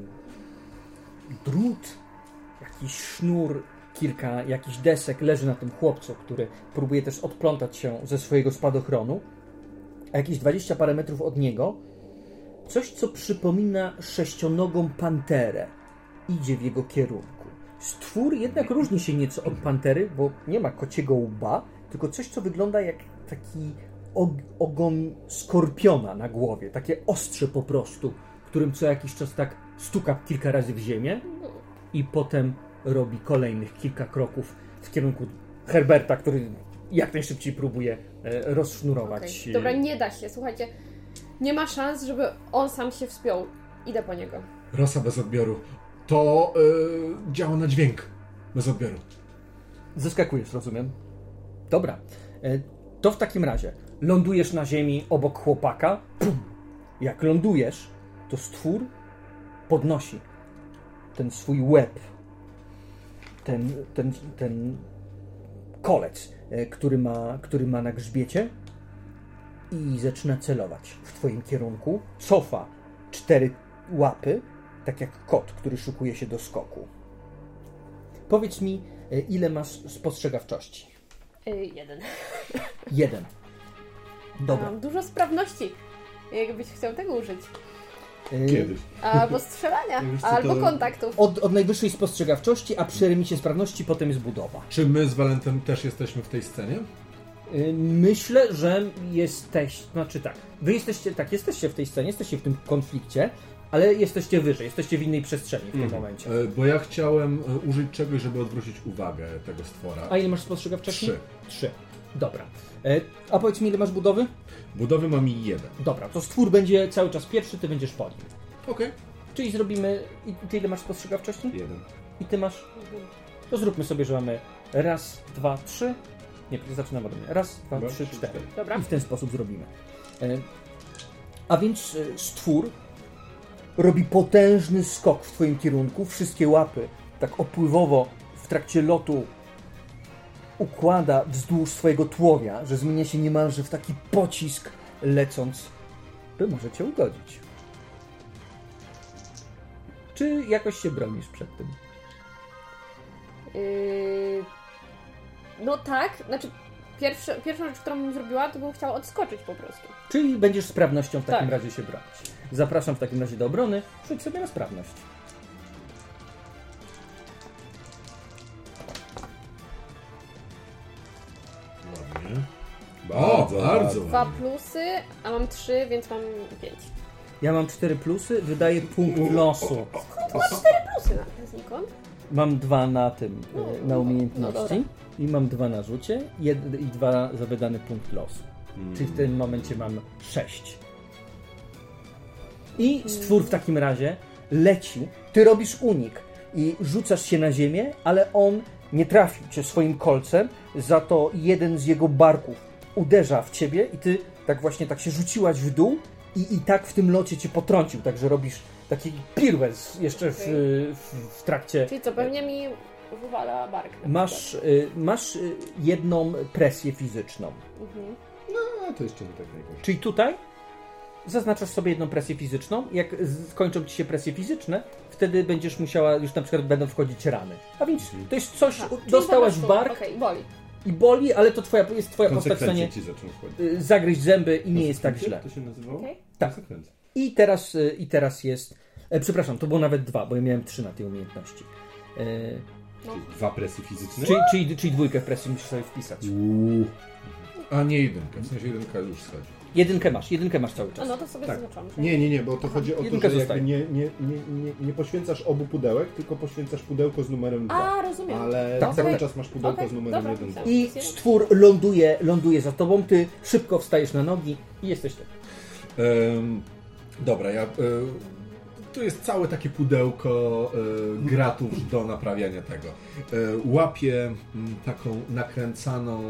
drut, jakiś sznur, kilka jakichś desek leży na tym chłopcu, który próbuje też odplątać się ze swojego spadochronu, a jakieś dwadzieścia parę metrów od niego coś, co przypomina sześcionogą panterę, idzie w jego kierunku. Stwór jednak różni się nieco od pantery, bo nie ma kociego łba, tylko coś, co wygląda jak taki og- ogon skorpiona na głowie, takie ostrze po prostu, którym co jakiś czas tak stuka kilka razy w ziemię i potem robi kolejnych kilka kroków w kierunku Herberta, który jak najszybciej próbuje e, rozsznurować. Okej. Dobra, nie da się. Słuchajcie, nie ma szans, żeby on sam się wspiął. Idę po niego. Rosa bez odbioru. To yy, działa na dźwięk. Bez odbioru. Zaskakujesz, rozumiem? Dobra. E, To w takim razie lądujesz na ziemi obok chłopaka. Pum. Jak lądujesz, to stwór podnosi ten swój łeb, ten, ten, ten kolec, e, który ma, który ma na grzbiecie i zaczyna celować w twoim kierunku. Cofa cztery łapy, tak jak kot, który szykuje się do skoku. Powiedz mi, e, ile masz spostrzegawczości? Yy, jeden. Jeden. Dobra. Mam dużo sprawności. Jakbyś chciał tego użyć. Y, Kiedyś. Albo strzelania, Wiesz co, albo to- kontaktów. Od, od najwyższej spostrzegawczości, a przy remisie sprawności potem jest budowa. Czy my z Walentem też jesteśmy w tej scenie? Y, Myślę, że jesteś, znaczy tak, wy jesteście, tak, jesteście w tej scenie, jesteście w tym konflikcie, ale jesteście wyżej, jesteście w innej przestrzeni w tym Mhm. momencie. E, Bo ja chciałem e, użyć czegoś, żeby odwrócić uwagę tego stwora. A ile masz spostrzegawczości? Trzy. Trzy. Dobra. E, A powiedz mi, ile masz budowy? Budowy mam i jeden. Dobra, to stwór będzie cały czas pierwszy, ty będziesz po nim. Okej. Czyli zrobimy, i ty ile masz spostrzegawczości? Jeden. I ty masz? To zróbmy sobie, że mamy raz, dwa, trzy. Nie, zaczynamy od mnie. Raz, dwa, Dwa, trzy, trzy, cztery. Dobra. I w ten sposób zrobimy. E, A więc e, stwór robi potężny skok w twoim kierunku. Wszystkie łapy tak opływowo w trakcie lotu układa wzdłuż swojego tułowia, że zmienia się niemalże w taki pocisk, lecąc, by może cię ugodzić. Czy jakoś się bronisz przed tym? Yy... No tak, znaczy pierwsza, pierwszą rzecz, którą bym zrobiła, to bym chciała odskoczyć po prostu. Czyli będziesz sprawnością w takim Tak. razie się bronić. Zapraszam w takim razie do obrony. Rzuć sobie na sprawność. Ładnie. Bardzo O, bardzo Dwa ładnie. plusy, a mam trzy, więc mam pięć. Ja mam cztery plusy, wydaję punkt losu. Plusy na znikąd. Mam dwa na tym, No, e, no, na no umiejętności dobra. i mam dwa na rzucie jed, i dwa za wydany punkt losu. Hmm. Czyli w tym momencie mam sześć. I stwór w takim razie leci, ty robisz unik i rzucasz się na ziemię, ale on nie trafił cię swoim kolcem, za to jeden z jego barków uderza w ciebie i ty tak właśnie tak się rzuciłaś w dół i, i tak w tym locie cię potrącił, także robisz taki piruet jeszcze w, w, w trakcie. Czyli co, pewnie mi wywala bark. na Masz, y, masz y, jedną presję fizyczną. przykład. Mhm. No, to jeszcze nie tak najgorzej. Czyli tutaj zaznaczasz sobie jedną presję fizyczną. Jak skończą ci się presje fizyczne, wtedy będziesz musiała, już na przykład będą wchodzić rany. A więc to jest coś, A, czyli dostałaś po w prostu- bark Okej, boli. i boli, ale to twoja, jest twoja postać w stanie Konsekwencje ci zaczną wchodzić. y, zagryźć zęby i nie jest tak źle. To się nazywało? Okej. Tak. Konsekwencje. I teraz, y, i teraz jest... E, przepraszam, to było nawet dwa, bo ja miałem trzy na tej umiejętności. E, No. Dwa presje fizyczne? czyli, czyli, czyli dwójkę w presji musisz sobie wpisać. Uuu. A nie jedynkę, w sensie jedynka już schodzi. Jedynkę masz, jedynkę masz cały A czas. no to sobie Tak. zaznaczam. Nie, nie, nie, bo to chodzi o to, jedynka że jakby zostaje. nie, nie, nie, nie, nie poświęcasz obu pudełek, tylko poświęcasz pudełko z numerem dwa. A, rozumiem. Ale Tak, cały tak. czas masz pudełko Okej, z numerem dobra, jeden dwa. pisałem. I stwór ląduje, ląduje za tobą, ty szybko wstajesz na nogi i jesteś ty. Em, dobra, ja... E, to jest całe takie pudełko e, gratów do naprawiania tego. E, łapię m, taką nakręcaną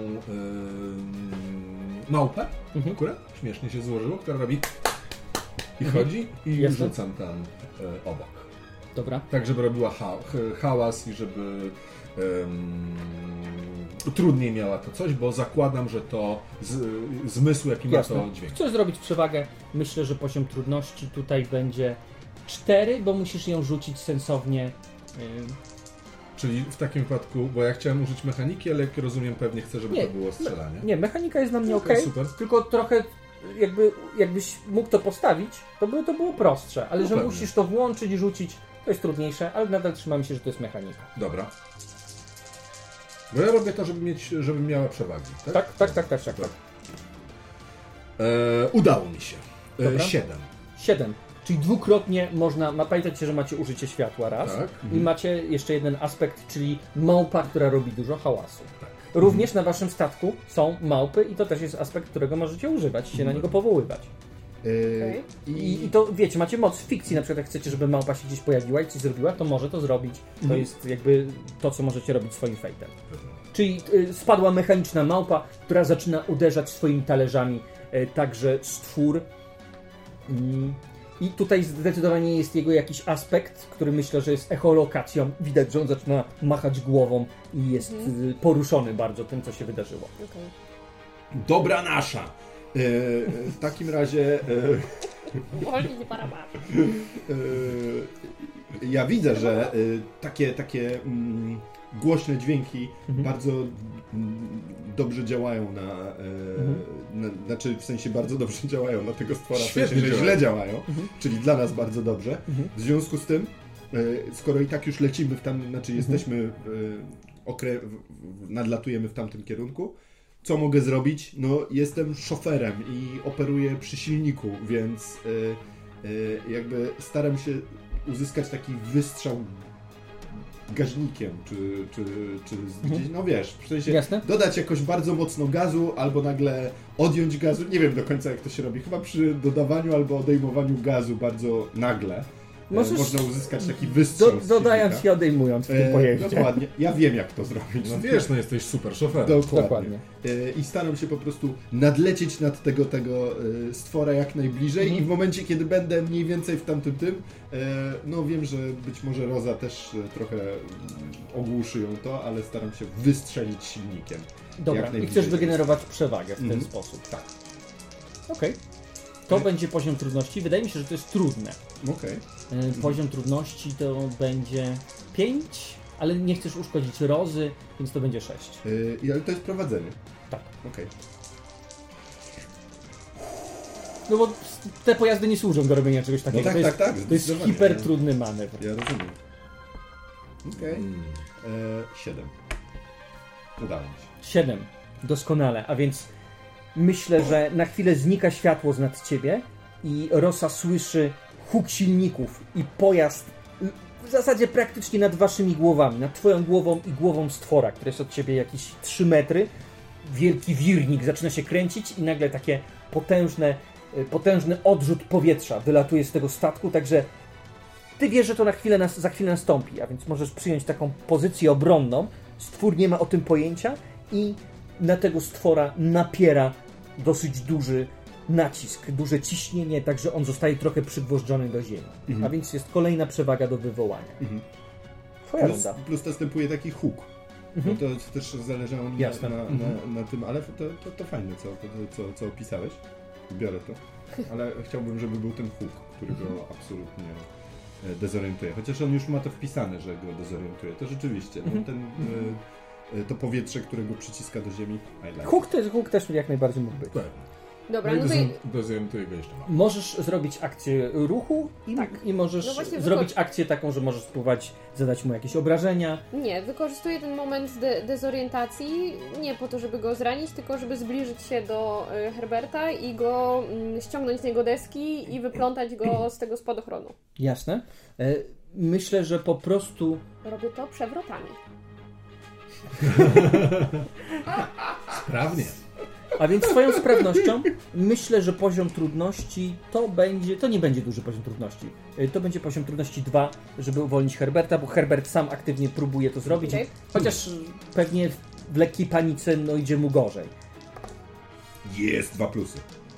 e, małpę, Mhm. akurat śmiesznie się złożyło, która robi i chodzi i Jasne. rzucam tam e, obok. Dobra. Tak, żeby robiła ha ch- hałas i żeby em, trudniej miała to coś, bo zakładam, że to z, zmysł, jaki ma Jasne. to dźwięk. Chcesz zrobić przewagę? Myślę, że poziom trudności tutaj będzie cztery, bo musisz ją rzucić sensownie. Ym, Czyli w takim wypadku, bo ja chciałem użyć mechaniki, ale jak rozumiem, pewnie chcę, żeby Nie, to było strzelanie. Nie, mechanika jest dla mnie Okej, ok, super. tylko trochę jakby, jakbyś mógł to postawić, to by to było prostsze, ale No że pewnie. musisz to włączyć i rzucić, to jest trudniejsze, ale nadal trzymam się, że to jest mechanika. Dobra. Bo ja robię to, żeby mieć, żeby miała przewagi. Tak, Tak, tak, tak, tak, tak. tak. E, udało mi się. E, Dobra. Siedem. siedem. Czyli dwukrotnie można, ma, pamiętajcie, że macie użycie światła raz Tak. i macie jeszcze jeden aspekt, czyli małpa, która robi dużo hałasu. Tak. Również na waszym statku są małpy i to też jest aspekt, którego możecie używać, się na niego powoływać. Yy, Okej. I, I to wiecie, macie moc w fikcji, na przykład jak chcecie, żeby małpa się gdzieś pojawiła i coś zrobiła, to może to zrobić. To jest jakby to, co możecie robić swoim fejtem. Czyli y, spadła mechaniczna małpa, która zaczyna uderzać swoimi talerzami, y, także stwór. Mm. I tutaj zdecydowanie jest jego jakiś aspekt, który myślę, że jest echolokacją. Widać, że on zaczyna machać głową i jest y, poruszony bardzo tym, co się wydarzyło. Okej. Dobra nasza! Yy, w takim razie yy, Wolniej nie parabar. yy, ja widzę, że yy, takie, takie mm, głośne dźwięki Mhm. bardzo mm, dobrze działają na, yy, na... Znaczy w sensie bardzo dobrze działają na tego stwora, w Świetnie sensie, że działają. źle działają, Mhm. czyli dla nas bardzo dobrze. Mhm. W związku z tym, yy, skoro i tak już lecimy w tam, znaczy jesteśmy, yy, okre... w- w- nadlatujemy w tamtym kierunku, co mogę zrobić? No, jestem szoferem i operuję przy silniku, więc y, y, jakby staram się uzyskać taki wystrzał gaźnikiem, czy, czy, czy z Mhm. gdzieś, no wiesz, w sensie Jasne? dodać jakoś bardzo mocno gazu, albo nagle odjąć gazu, nie wiem do końca jak to się robi, chyba przy dodawaniu albo odejmowaniu gazu bardzo nagle e, Możesz- można uzyskać taki wystrzał Do, z dodając silnika. i odejmując w tym E, pojeździe. Dokładnie, ja wiem jak to zrobić. No wiesz, no jesteś super szoferem. Dokładnie. Dokładnie. E, I staram się po prostu nadlecieć nad tego, tego e, stwora jak najbliżej Mhm. i w momencie, kiedy będę mniej więcej w tamtym tym, e, no wiem, że być może Roza też e, trochę mm, ogłuszy ją to, ale staram się wystrzelić silnikiem. Dobra, jak i najbliżej chcesz wygenerować przewagę w ten Mhm. sposób. Tak. Okej. To będzie poziom trudności. Wydaje mi się, że to jest trudne. Okej. E, Poziom trudności to będzie pięć, ale nie chcesz uszkodzić Rozy, więc to będzie sześć. E, i- Ale to jest prowadzenie. Tak. Okej. No bo te pojazdy nie służą do robienia czegoś takiego. tak, to jest, tak, tak, To jest zdecydowanie. hipertrudny manewr. Ja rozumiem. Okej. Mm. E, Siedem. Udało mi się. siedem. Doskonale. A więc myślę, że na chwilę znika światło z nad ciebie i Rosa słyszy huk silników i pojazd w zasadzie praktycznie nad waszymi głowami, nad twoją głową i głową stwora, który jest od ciebie jakieś trzy metry. Wielki wirnik zaczyna się kręcić i nagle takie potężne, potężny odrzut powietrza wylatuje z tego statku, także ty wiesz, że to na chwilę nas, za chwilę nastąpi, a więc możesz przyjąć taką pozycję obronną. Stwór nie ma o tym pojęcia i na tego stwora napiera dosyć duży nacisk, duże ciśnienie, także on zostaje trochę przygwożdżony do ziemi. Mhm. A więc jest kolejna przewaga do wywołania. Mhm. Twoja plus, runda. Plus następuje taki huk. Mhm. No to też zależało mi na, na, na, mhm. na tym, ale to, to, to fajne, co, to, co, co opisałeś. Biorę to. Ale chciałbym, żeby był ten huk, który go absolutnie dezorientuje. Chociaż on już ma to wpisane, że go dezorientuje. To rzeczywiście. No, ten, y, to powietrze, które go przyciska do ziemi. Like. Huk, też, huk też jak najbardziej mógł być. Dobra, no no to... dezorientuję go jeszcze mam. Możesz zrobić akcję ruchu i, tak. i możesz no zrobić wykor- akcję taką, że możesz spróbować zadać mu jakieś obrażenia. Nie, wykorzystuję ten moment de- dezorientacji nie po to, żeby go zranić, tylko żeby zbliżyć się do y, Herberta i go y, ściągnąć z niego deski i wyplątać go z tego spadochronu. Jasne. E, myślę, że po prostu... Robię to przewrotami. Sprawnie. A więc swoją sprawnością myślę, że poziom trudności to będzie, to nie będzie duży poziom trudności. To będzie poziom trudności dwa, żeby uwolnić Herberta, bo Herbert sam aktywnie próbuje to zrobić, okay. Chociaż pewnie w lekkiej panice no idzie mu gorzej. Jest dwa plusy.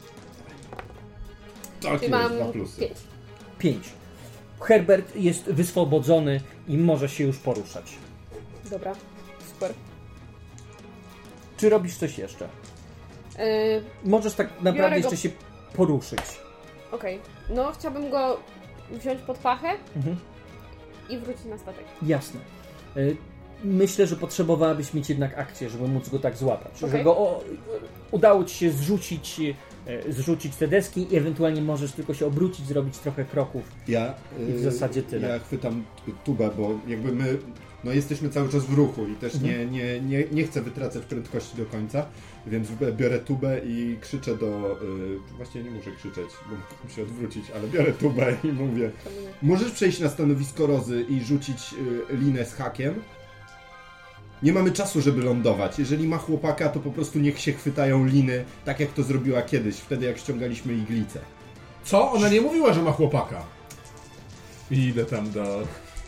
Tak, jest mam dwa plusy. Pięć. Pięć. Herbert jest wyswobodzony i może się już poruszać. Dobra, super. Czy robisz coś jeszcze? Yy, Możesz tak naprawdę jeszcze go... się poruszyć. Okej. Okay. No, chciałbym go wziąć pod pachę mhm. i wrócić na statek. Jasne. Yy, myślę, że potrzebowałabyś mieć jednak akcję, żeby móc go tak złapać. Okay. Że go o, udało ci się zrzucić, yy, zrzucić te deski i ewentualnie możesz tylko się obrócić, zrobić trochę kroków. Ja, yy, I w zasadzie tyle. Ja chwytam tubę, bo jakby my no jesteśmy cały czas w ruchu i też nie, nie, nie, nie chcę wytracać prędkości do końca, więc biorę tubę i krzyczę do... Yy, właściwie nie muszę krzyczeć, bo muszę się odwrócić, ale biorę tubę i mówię: możesz przejść na stanowisko Rozy i rzucić yy, linę z hakiem? Nie mamy czasu, żeby lądować. Jeżeli ma chłopaka, to po prostu niech się chwytają liny, tak jak to zrobiła kiedyś, wtedy jak ściągaliśmy iglicę. Co? Ona nie mówiła, że ma chłopaka. I idę tam do...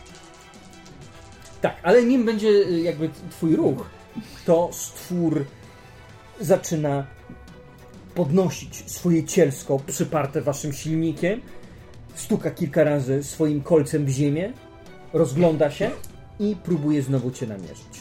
Tak, ale nim będzie jakby twój ruch, to stwór zaczyna podnosić swoje cielsko przyparte waszym silnikiem, stuka kilka razy swoim kolcem w ziemię, rozgląda się i próbuje znowu cię namierzyć.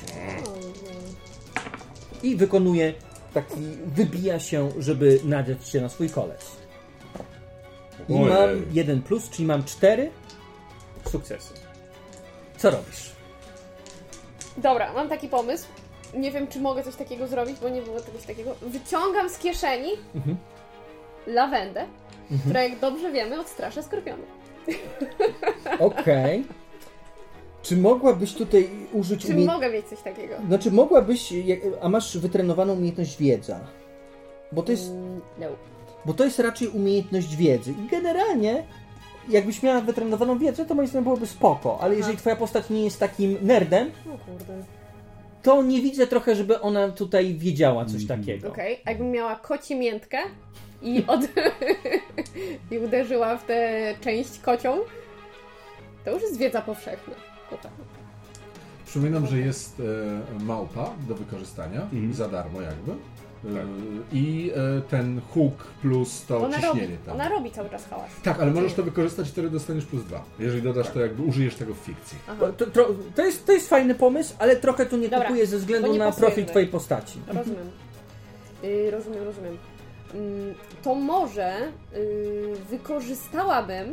I wykonuje taki, wybija się, żeby nadziać się na swój kolec. I Ojej. mam jeden plus, czyli mam cztery sukcesy. Co robisz? Dobra, mam taki pomysł. Nie wiem, czy mogę coś takiego zrobić, bo nie było czegoś takiego. Wyciągam z kieszeni mhm. lawendę, mhm. która, jak dobrze wiemy, odstrasza skorpiony. Okej. Okay. Czy mogłabyś tutaj użyć... Czy umie... mogę mieć coś takiego? Znaczy mogłabyś... A masz wytrenowaną umiejętność wiedza. Bo to jest... Mm, no. Bo to jest raczej umiejętność wiedzy. I generalnie, jakbyś miała wytrenowaną wiedzę, to moim zdaniem byłoby spoko. Ale Aha. jeżeli twoja postać nie jest takim nerdem, o kurde. to nie widzę trochę, żeby ona tutaj wiedziała coś takiego. Okej, okay. A jakbym miała koci miętkę i, od... i uderzyła w tę część kocią, to już jest wiedza powszechna. Kota. Przypominam, że jest e, małpa do wykorzystania, mm. za darmo jakby. E, tak. I e, ten huk plus to ona ciśnienie robi, tam. Ona robi cały czas hałas. Tak, ale możesz to wykorzystać i wtedy dostaniesz plus dwa. Jeżeli dodasz tak. to, jakby użyjesz tego w fikcji. To, to, to, jest, to jest fajny pomysł, ale trochę tu nie Dobra, kupuję ze względu na profil twojej postaci. Rozumiem. Yy, rozumiem, rozumiem. Yy, to może yy, wykorzystałabym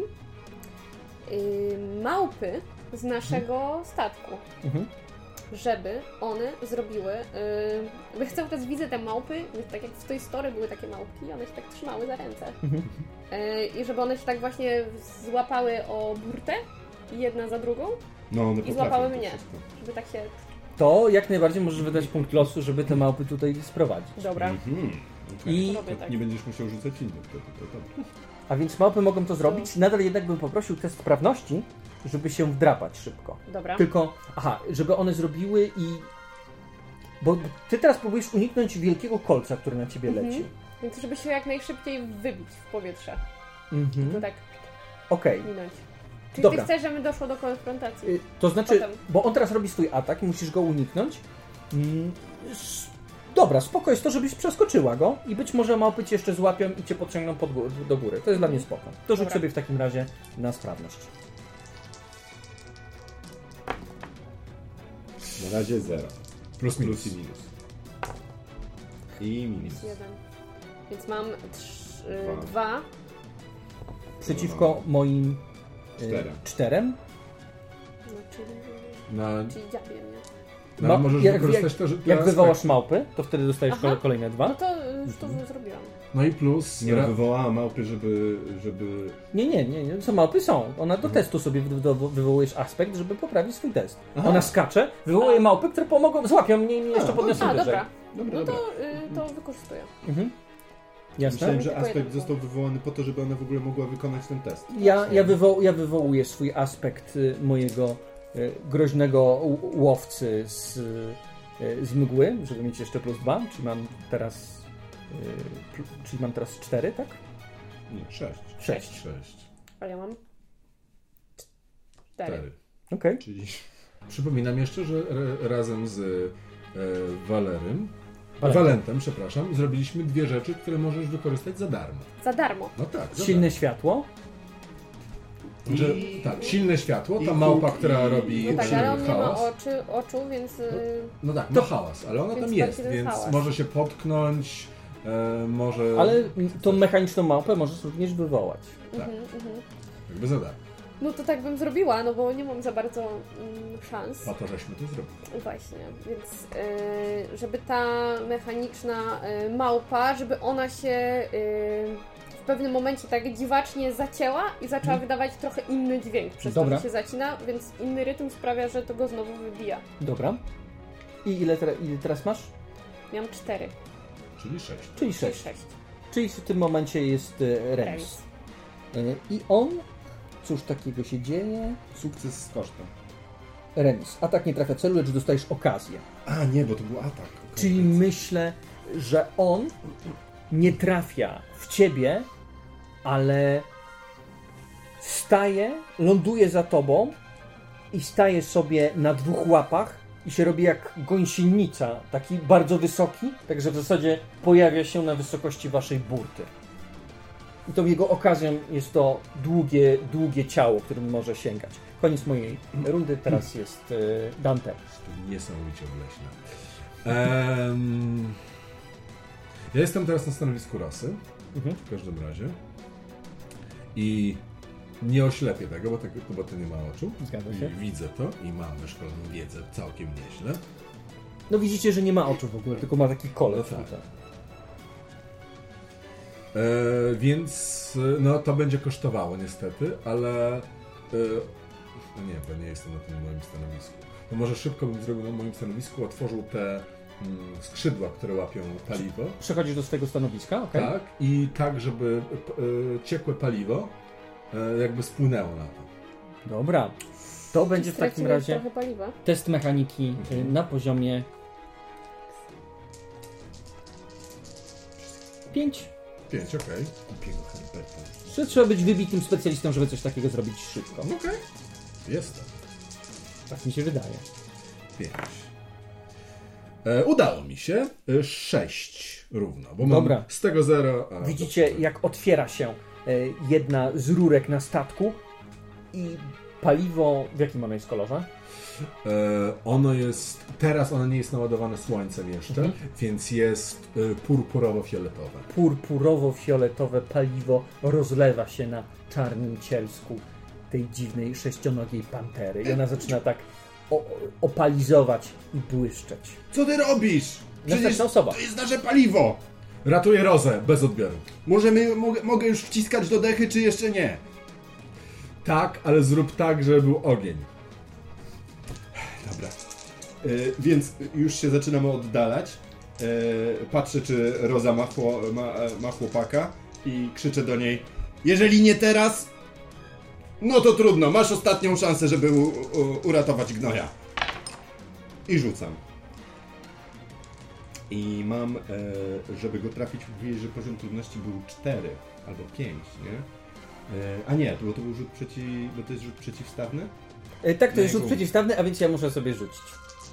yy, małpy z naszego mhm. statku. Mhm. Żeby one zrobiły... Yy, bo ja cały czas widzę te małpy, tak jak w tej story były takie małpki, one się tak trzymały za ręce. Mhm. Yy, I żeby one się tak właśnie złapały o burtę, jedna za drugą, no, i złapały mnie. Żeby tak się... To jak najbardziej możesz wydać punkt losu, żeby te małpy tutaj sprowadzić. Dobra. Mhm. Okay. I tak. Nie będziesz musiał rzucać innych wtedy, to dobrze. A więc małpy mogą to zrobić. Nadal jednak bym poprosił test sprawności, żeby się wdrapać szybko. Dobra. Tylko, aha, żeby one zrobiły i... Bo ty teraz próbujesz uniknąć wielkiego kolca, który na ciebie Mhm. leci. Więc żeby się jak najszybciej wybić w powietrze. Mhm. No tak Okej. minąć. Czyli Dobra. ty chcesz, żeby doszło do konfrontacji? Y, To znaczy, Potem. bo on teraz robi swój atak i musisz go uniknąć. Mm, s- Dobra, spoko jest to, żebyś przeskoczyła go i być może małpy cię jeszcze złapią i cię podciągną pod gó- do góry. To jest dla mnie spoko. To rzuć Dobra. sobie w takim razie na sprawność. Na razie zero. Plus minus. Plus i minus. I minus. Jeden. Więc mam trzy, Dwa. dwa. Przeciwko moim y, Czterem. czterem. No, czyli, Na, czyli dziabie mnie. no, Ma- możesz jak- wykorzystać jak- to, że... Jak te wywołasz aspekty. małpy, to wtedy dostajesz Aha. kolejne No dwa. to już to zrobiłam. No i plus... Nie ra- wywołała małpy, żeby... żeby... Nie, nie, nie, nie. Co małpy są. Ona do testu sobie wy- do- wywołujesz aspekt, żeby poprawić swój test. Aha. Ona skacze, wywołuje A. małpy, które pomogą, złapią mnie i mnie jeszcze A, podniosą A, wyżej. dobra. Dobra, No dobra. to, y, to wykorzystuję. Mhm. Jasne. Myślałem, że Tylko aspekt jedno. został wywołany po to, żeby ona w ogóle mogła wykonać ten test. Ja, ja, wywo ja wywołuję swój aspekt y, mojego y, groźnego ł- łowcy z, y, z mgły, żeby mieć jeszcze plus dwa, czyli mam teraz y, pl- czyli mam teraz cztery, tak? Nie, sześć. Sześć. Sześć. A ja mam cztery. Cztery. Okej. Czyli... Przypominam jeszcze, że ra- razem z e, Walerym, Walentem. Walentem, przepraszam, zrobiliśmy dwie rzeczy, które możesz wykorzystać za darmo. Za darmo. No tak, za Silne światło. darmo. Że, I- tak, silne światło, i ta małpa, huk, która i- robi No tak, przy ale on nie ma hałas. oczy, oczu, więc... y, No tak, ma hałas, ale ona Więc tam jest, bardziej ten więc hałas. może się potknąć, e, może... Ale tą mechaniczną małpę możesz również wywołać. Tak, mhm, mhm. jakby za darmo. No to tak bym zrobiła, no bo nie mam za bardzo mm, szans. Po to, żeśmy to zrobili. Właśnie, więc y, żeby ta mechaniczna y, małpa, żeby ona się y, w pewnym momencie tak dziwacznie zacięła i zaczęła wydawać trochę inny dźwięk, przez Dobra. to, że się zacina, więc inny rytm sprawia, że to go znowu wybija. Dobra. I ile, te ile teraz masz? Miałam cztery, Czyli sześć. Czyli sześć, sześć. sześć. Czyli w tym momencie jest y, remis. Remis. Y, I on, cóż takiego się dzieje? Sukces z kosztem. Remis. Atak nie trafia celu, lecz dostajesz okazję. A, nie, bo to był atak. Czyli myślę, że on nie trafia w ciebie, ale staje, ląduje za tobą i staje sobie na dwóch łapach i się robi jak gąsienica, taki bardzo wysoki, także w zasadzie pojawia się na wysokości waszej burty. I tą jego okazją jest to długie, długie ciało, którym może sięgać. Koniec mojej rundy, teraz jest y, Dante. To niesamowicie obleśne. Em, ja jestem teraz na stanowisku Rosy, Mhm. w każdym razie. I nie oślepię tego, bo, tego, bo to nie ma oczu. Zgadza się. I widzę to i mam wyszkoloną wiedzę całkiem nieźle. No widzicie, że nie ma oczu w ogóle, tylko ma taki kolor. No tak. E, więc e, no to będzie kosztowało niestety, ale e, no nie, bo nie jestem na tym moim stanowisku. No może szybko bym zrobił na moim stanowisku, otworzył te mm, skrzydła, które łapią paliwo. Przechodzisz do swojego stanowiska, okej? Tak, i tak, żeby p- e, ciekłe paliwo e, jakby spłynęło na to. Dobra. To będzie w takim Stracimy razie trochę paliwa. test mechaniki y, na poziomie pięć. Pięć, okej. Głupiego herpeta. Że trzeba być wybitnym specjalistą, żeby coś takiego zrobić szybko. Okej. Jestem. Tak mi się wydaje. Pięć. E, udało mi się. E, sześć równo, bo mam Dobra. z tego zero. A Widzicie, dobrze. jak otwiera się y, jedna z rurek na statku i paliwo, w jakim ono jest kolorze? E, ono jest, teraz ono nie jest naładowane słońcem jeszcze, Mhm. więc jest e, purpurowo-fioletowe. Purpurowo-fioletowe paliwo rozlewa się na czarnym cielsku tej dziwnej sześcionogiej pantery i ona zaczyna tak o- opalizować i błyszczeć. Co ty robisz? Następna osoba. to jest nasze paliwo! Ratuję Rozę, bez odbioru. Możemy, mogę, mogę już wciskać do dechy, czy jeszcze nie? Tak, ale zrób tak, żeby był ogień. Dobra. Y, więc już się zaczynamy oddalać. Y, patrzę, czy Roza ma, chło, ma, ma chłopaka i krzyczę do niej: Jeżeli nie teraz, no to trudno, masz ostatnią szansę, żeby u, u, uratować gnoja. I rzucam. I mam, e, żeby go trafić, mówiłeś, że poziom trudności był cztery albo pięć, nie? E, a nie, bo to był rzut przeciw, bo to jest rzut przeciwstawny? E, tak, to jest Nie, rzut tu. przeciwstawny, a więc ja muszę sobie rzucić.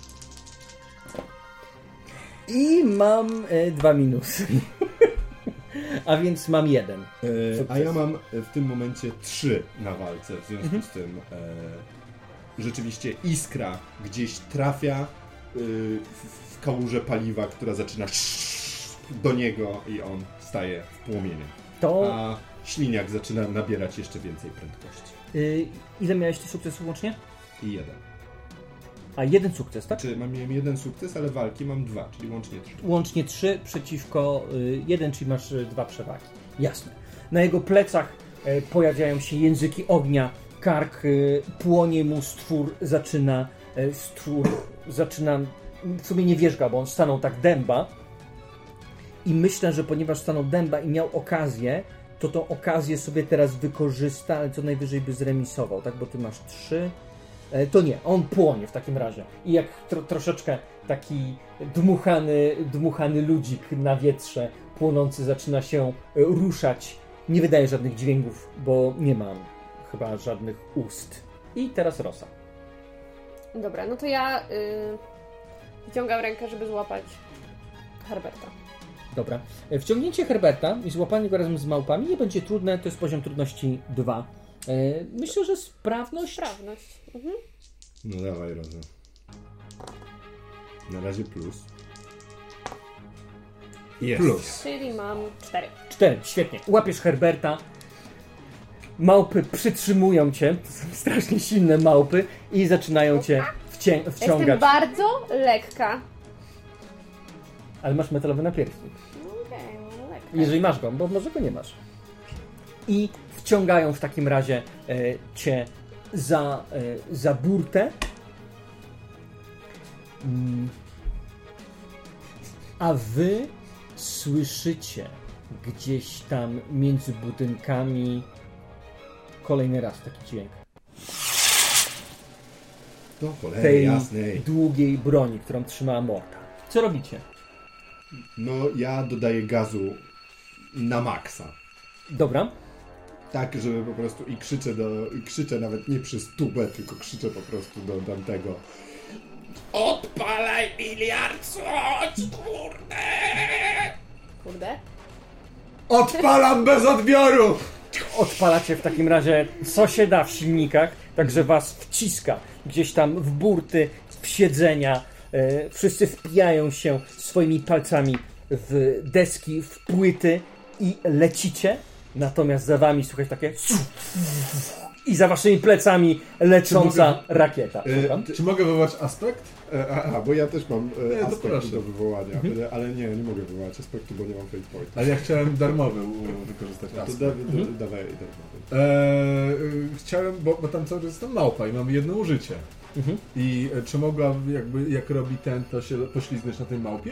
I mam e, dwa minusy. A więc mam jeden. E, a ja mam w tym momencie trzy na walce, w związku mhm. z tym e, rzeczywiście iskra gdzieś trafia y, w, w kałużę paliwa, która zaczyna do niego i on staje w płomieniu. To... A śliniak zaczyna nabierać jeszcze więcej prędkości. Y, ile miałeś ty sukcesów łącznie? I jeden. A jeden sukces, tak? Znaczy mam miałem jeden sukces, ale walki mam dwa, czyli łącznie trzy. Łącznie trzy przeciwko y, jeden, czyli masz y, dwa przewagi. Jasne. Na jego plecach y, pojawiają się języki ognia, kark y, płonie mu, stwór zaczyna y, stwór zaczyna w sumie nie wierzga, bo on stanął tak dęba i myślę, że ponieważ stanął dęba i miał okazję, to tą okazję sobie teraz wykorzysta, ale co najwyżej by zremisował, tak? Bo ty masz trzy. To nie, on płonie w takim razie. I jak tro, troszeczkę taki dmuchany, dmuchany ludzik na wietrze płonący zaczyna się ruszać, nie wydaje żadnych dźwięków, bo nie mam chyba żadnych ust. I teraz Rosa. Dobra, no to ja y, wyciągam rękę, żeby złapać Herberta. Dobra. Wciągnięcie Herberta i złapanie go razem z małpami nie będzie trudne, to jest poziom trudności dwa. Myślę, że sprawność... Sprawność. Mhm. No dawaj, Roza. Na razie plus. Jest. Plus. Czyli mam cztery. Cztery, świetnie. Łapiesz Herberta. Małpy przytrzymują cię. To są strasznie silne małpy i zaczynają cię wcię- wciągać. Jestem bardzo lekka. Ale masz metalowy napierśnik. Okej, okay, lekka. Jeżeli masz go, bo może go nie masz. I wciągają w takim razie e, cię za, e, za burtę. Mm. A wy słyszycie gdzieś tam między budynkami kolejny raz taki dźwięk Do cholery tej jasnej. długiej broni, którą trzymała Morta. Co robicie? No ja dodaję gazu na maksa. Dobra. Tak, żeby po prostu i krzyczę do, i krzyczę nawet nie przez tubę, tylko krzyczę po prostu do tamtego. Odpalaj miliard słoć, kurde! Kurde. Odpalam bez odbioru! Odpalacie w takim razie co się da w silnikach, także was wciska gdzieś tam w burty, w siedzenia. E, wszyscy wpijają się swoimi palcami w deski, w płyty i lecicie. Natomiast za wami słychać takie i za waszymi plecami lecząca mogę... rakieta. E, Czy mogę wywołać aspekt? E, aha, bo ja też mam e, Nie, to aspekt proszę. do wywołania, Mhm. ale, ale nie, nie mogę wywołać aspektu, bo nie mam fate point. Ale ja chciałem darmowy u- wykorzystać To aspekt. da, da, Mhm. dawaj, dawaj. Eee, chciałem, bo, bo tam cały czas jest tam małpa i mamy jedno użycie. Mhm. I e, czy mogła jakby, jak robi ten, to się poślizgnąć na tej małpie?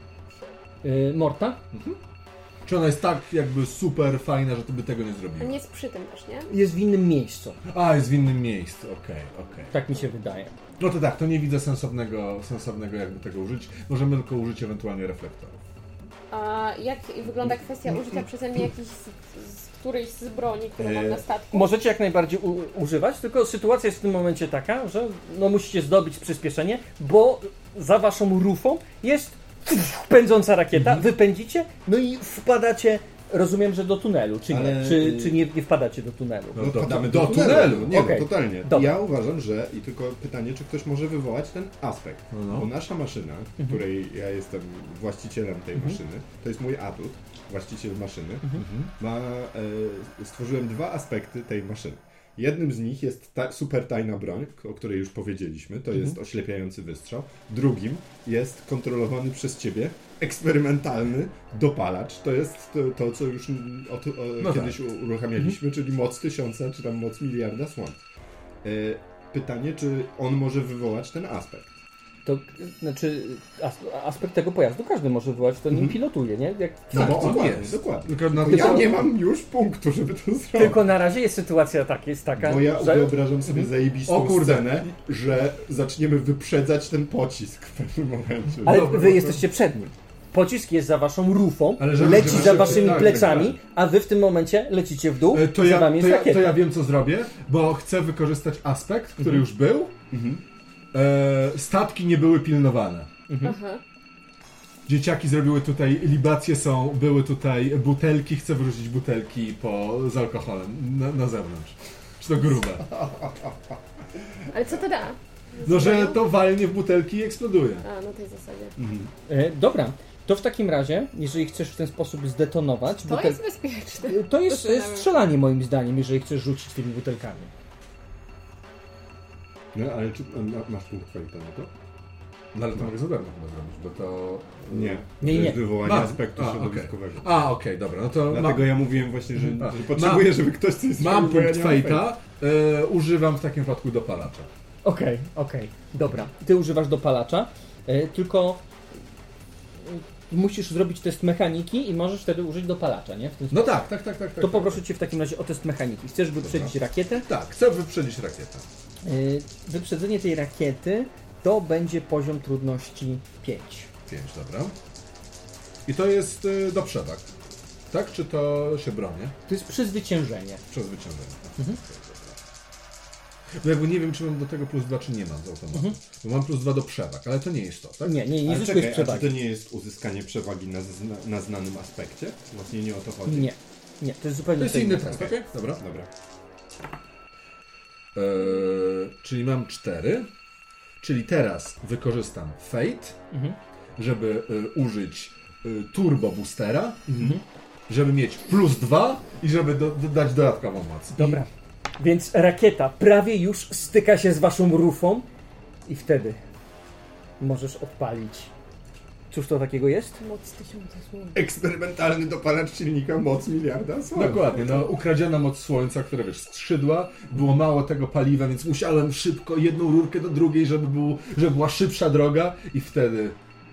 Yy, Morta? Czy ona jest tak jakby super fajna, że to by tego nie A zrobiła? nie jest przy tym też, nie? Jest w innym miejscu. A, jest w innym miejscu, okej, okej. Tak mi się wydaje. No to tak, to nie widzę sensownego, sensownego jakby tego użyć. Możemy tylko użyć ewentualnie reflektorów. A jak wygląda kwestia użycia przeze mnie jakiejś z, z którejś z broni, którą mam na statku? Możecie jak najbardziej u- używać, tylko sytuacja jest w tym momencie taka, że no musicie zdobyć przyspieszenie, bo za waszą rufą jest pędząca rakieta, wy pędzicie, no i wpadacie, rozumiem, że do tunelu, czy nie? Ale- Czy, czy nie, nie wpadacie do tunelu? No No do- wpadamy do do, tunelu. tunelu. Nie, Okej. no, totalnie. Dobra. Ja uważam, że, i tylko pytanie, czy ktoś może wywołać ten aspekt. No, no. Bo nasza maszyna, której ja jestem właścicielem tej maszyny, to jest mój atut, właściciel maszyny, ma, e, stworzyłem dwa aspekty tej maszyny. Jednym z nich jest ta super tajna broń, o której już powiedzieliśmy, to jest oślepiający wystrzał. Drugim jest kontrolowany przez ciebie eksperymentalny dopalacz. To jest to, to co już o, o, No kiedyś tak. uruchamialiśmy, czyli moc tysiąca, czy tam moc miliarda słońc. E, pytanie, czy on może wywołać ten aspekt? To znaczy as, aspekt tego pojazdu każdy może wywołać, to nim Mhm. pilotuje, nie? Jak, No Tak, bo on dokładnie, jest. dokładnie. Tylko na Bo tym ja nie mam już punktu, żeby to zrobić. tylko na razie jest sytuacja tak, jest taka, Bo ja że... wyobrażam sobie zajebistą O kurde. scenę, że zaczniemy wyprzedzać ten pocisk w pewnym momencie. Ale Dobra, wy no to- jesteście przed nim. Pocisk jest za waszą rufą, Ale żeby- leci żeby- za żeby- waszymi tak, plecami, tak, a wy w tym momencie lecicie w dół, E, To za ja, wami to, jest ja, rakieta. to ja wiem, co zrobię, bo chcę wykorzystać aspekt, który już był. Mhm. E, statki nie były pilnowane. Aha. Dzieciaki zrobiły tutaj libacje, są, były tutaj butelki, chcę wyrzucić butelki po, z alkoholem na, na zewnątrz. Czy to grube? Ale co to da? No, że to walnie w butelki i eksploduje. A, na tej zasadzie. E, dobra, to w takim razie, jeżeli chcesz w ten sposób zdetonować... To butel- jest bezpieczne. to jest e, Zastanawiam. strzelanie moim zdaniem, jeżeli chcesz rzucić tymi butelkami. No, ale czy a, masz punkt twojego to? No ale to mogę za darmo chyba zrobić, bo to... Nie. Nie, to nie. jest wywołanie A, aspektu a, środowiskowego. A, okej, dobra, no to Dlatego mam, ja mówiłem właśnie, że, A. że potrzebuję, żeby ktoś coś zrobił. mam bo ja punkt nie mam fejta, e, używam w takim wypadku dopalacza. Okej, okej, dobra. Ty używasz dopalacza, e, tylko e, musisz zrobić test mechaniki i możesz wtedy użyć dopalacza, nie? W tym No sposób. tak, tak, tak, tak. tak To poproszę cię w takim razie o test mechaniki. Chcesz wyprzedzić rakietę? Tak, chcę wyprzedzić rakietę. E, wyprzedzenie tej rakiety to będzie poziom trudności pięć. pięć, dobra. I to jest y, do przewag. Tak? Czy to się broni? To jest przezwyciężenie. Przezwyciężenie. Mhm. No jakby nie wiem, czy mam do tego plus dwa, czy nie mam z automatu. Mhm. Bo mam plus dwa do przewag, ale to nie jest to, tak? Nie, nie, nie Ale zyskujesz czekaj, a czy przewagi. to nie jest uzyskanie przewagi na, zna, na znanym aspekcie? Właśnie nie o to chodzi. Nie, nie, to jest zupełnie To jest co inny innego. test, okej? Dobra. Dobra. Eee, czyli mam cztery. Czyli teraz wykorzystam Fate, Mhm. żeby y, użyć y, Turbo Boostera, Mhm. żeby mieć plus dwa i żeby do, do, dać dodatkową moc. Dobra, więc rakieta prawie już styka się z waszą rufą i wtedy możesz odpalić. Cóż to takiego jest? Moc tysiąca słów. Eksperymentalny dopalacz silnika, moc miliarda słów. Dokładnie, no ukradziona moc słońca, które wiesz, skrzydła, było mało tego paliwa, więc musiałem szybko jedną rurkę do drugiej, żeby, był, żeby była szybsza droga i wtedy...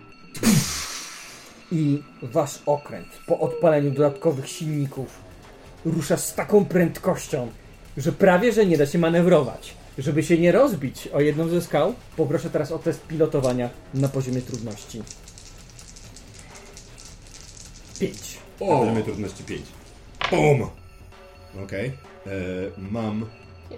I wasz okręt po odpaleniu dodatkowych silników rusza z taką prędkością, że prawie że nie da się manewrować. Żeby się nie rozbić o jedną ze skał, poproszę teraz o test pilotowania na poziomie trudności pięć. O! Poziomie trudności pięć. Bum! Okej. E, Mam...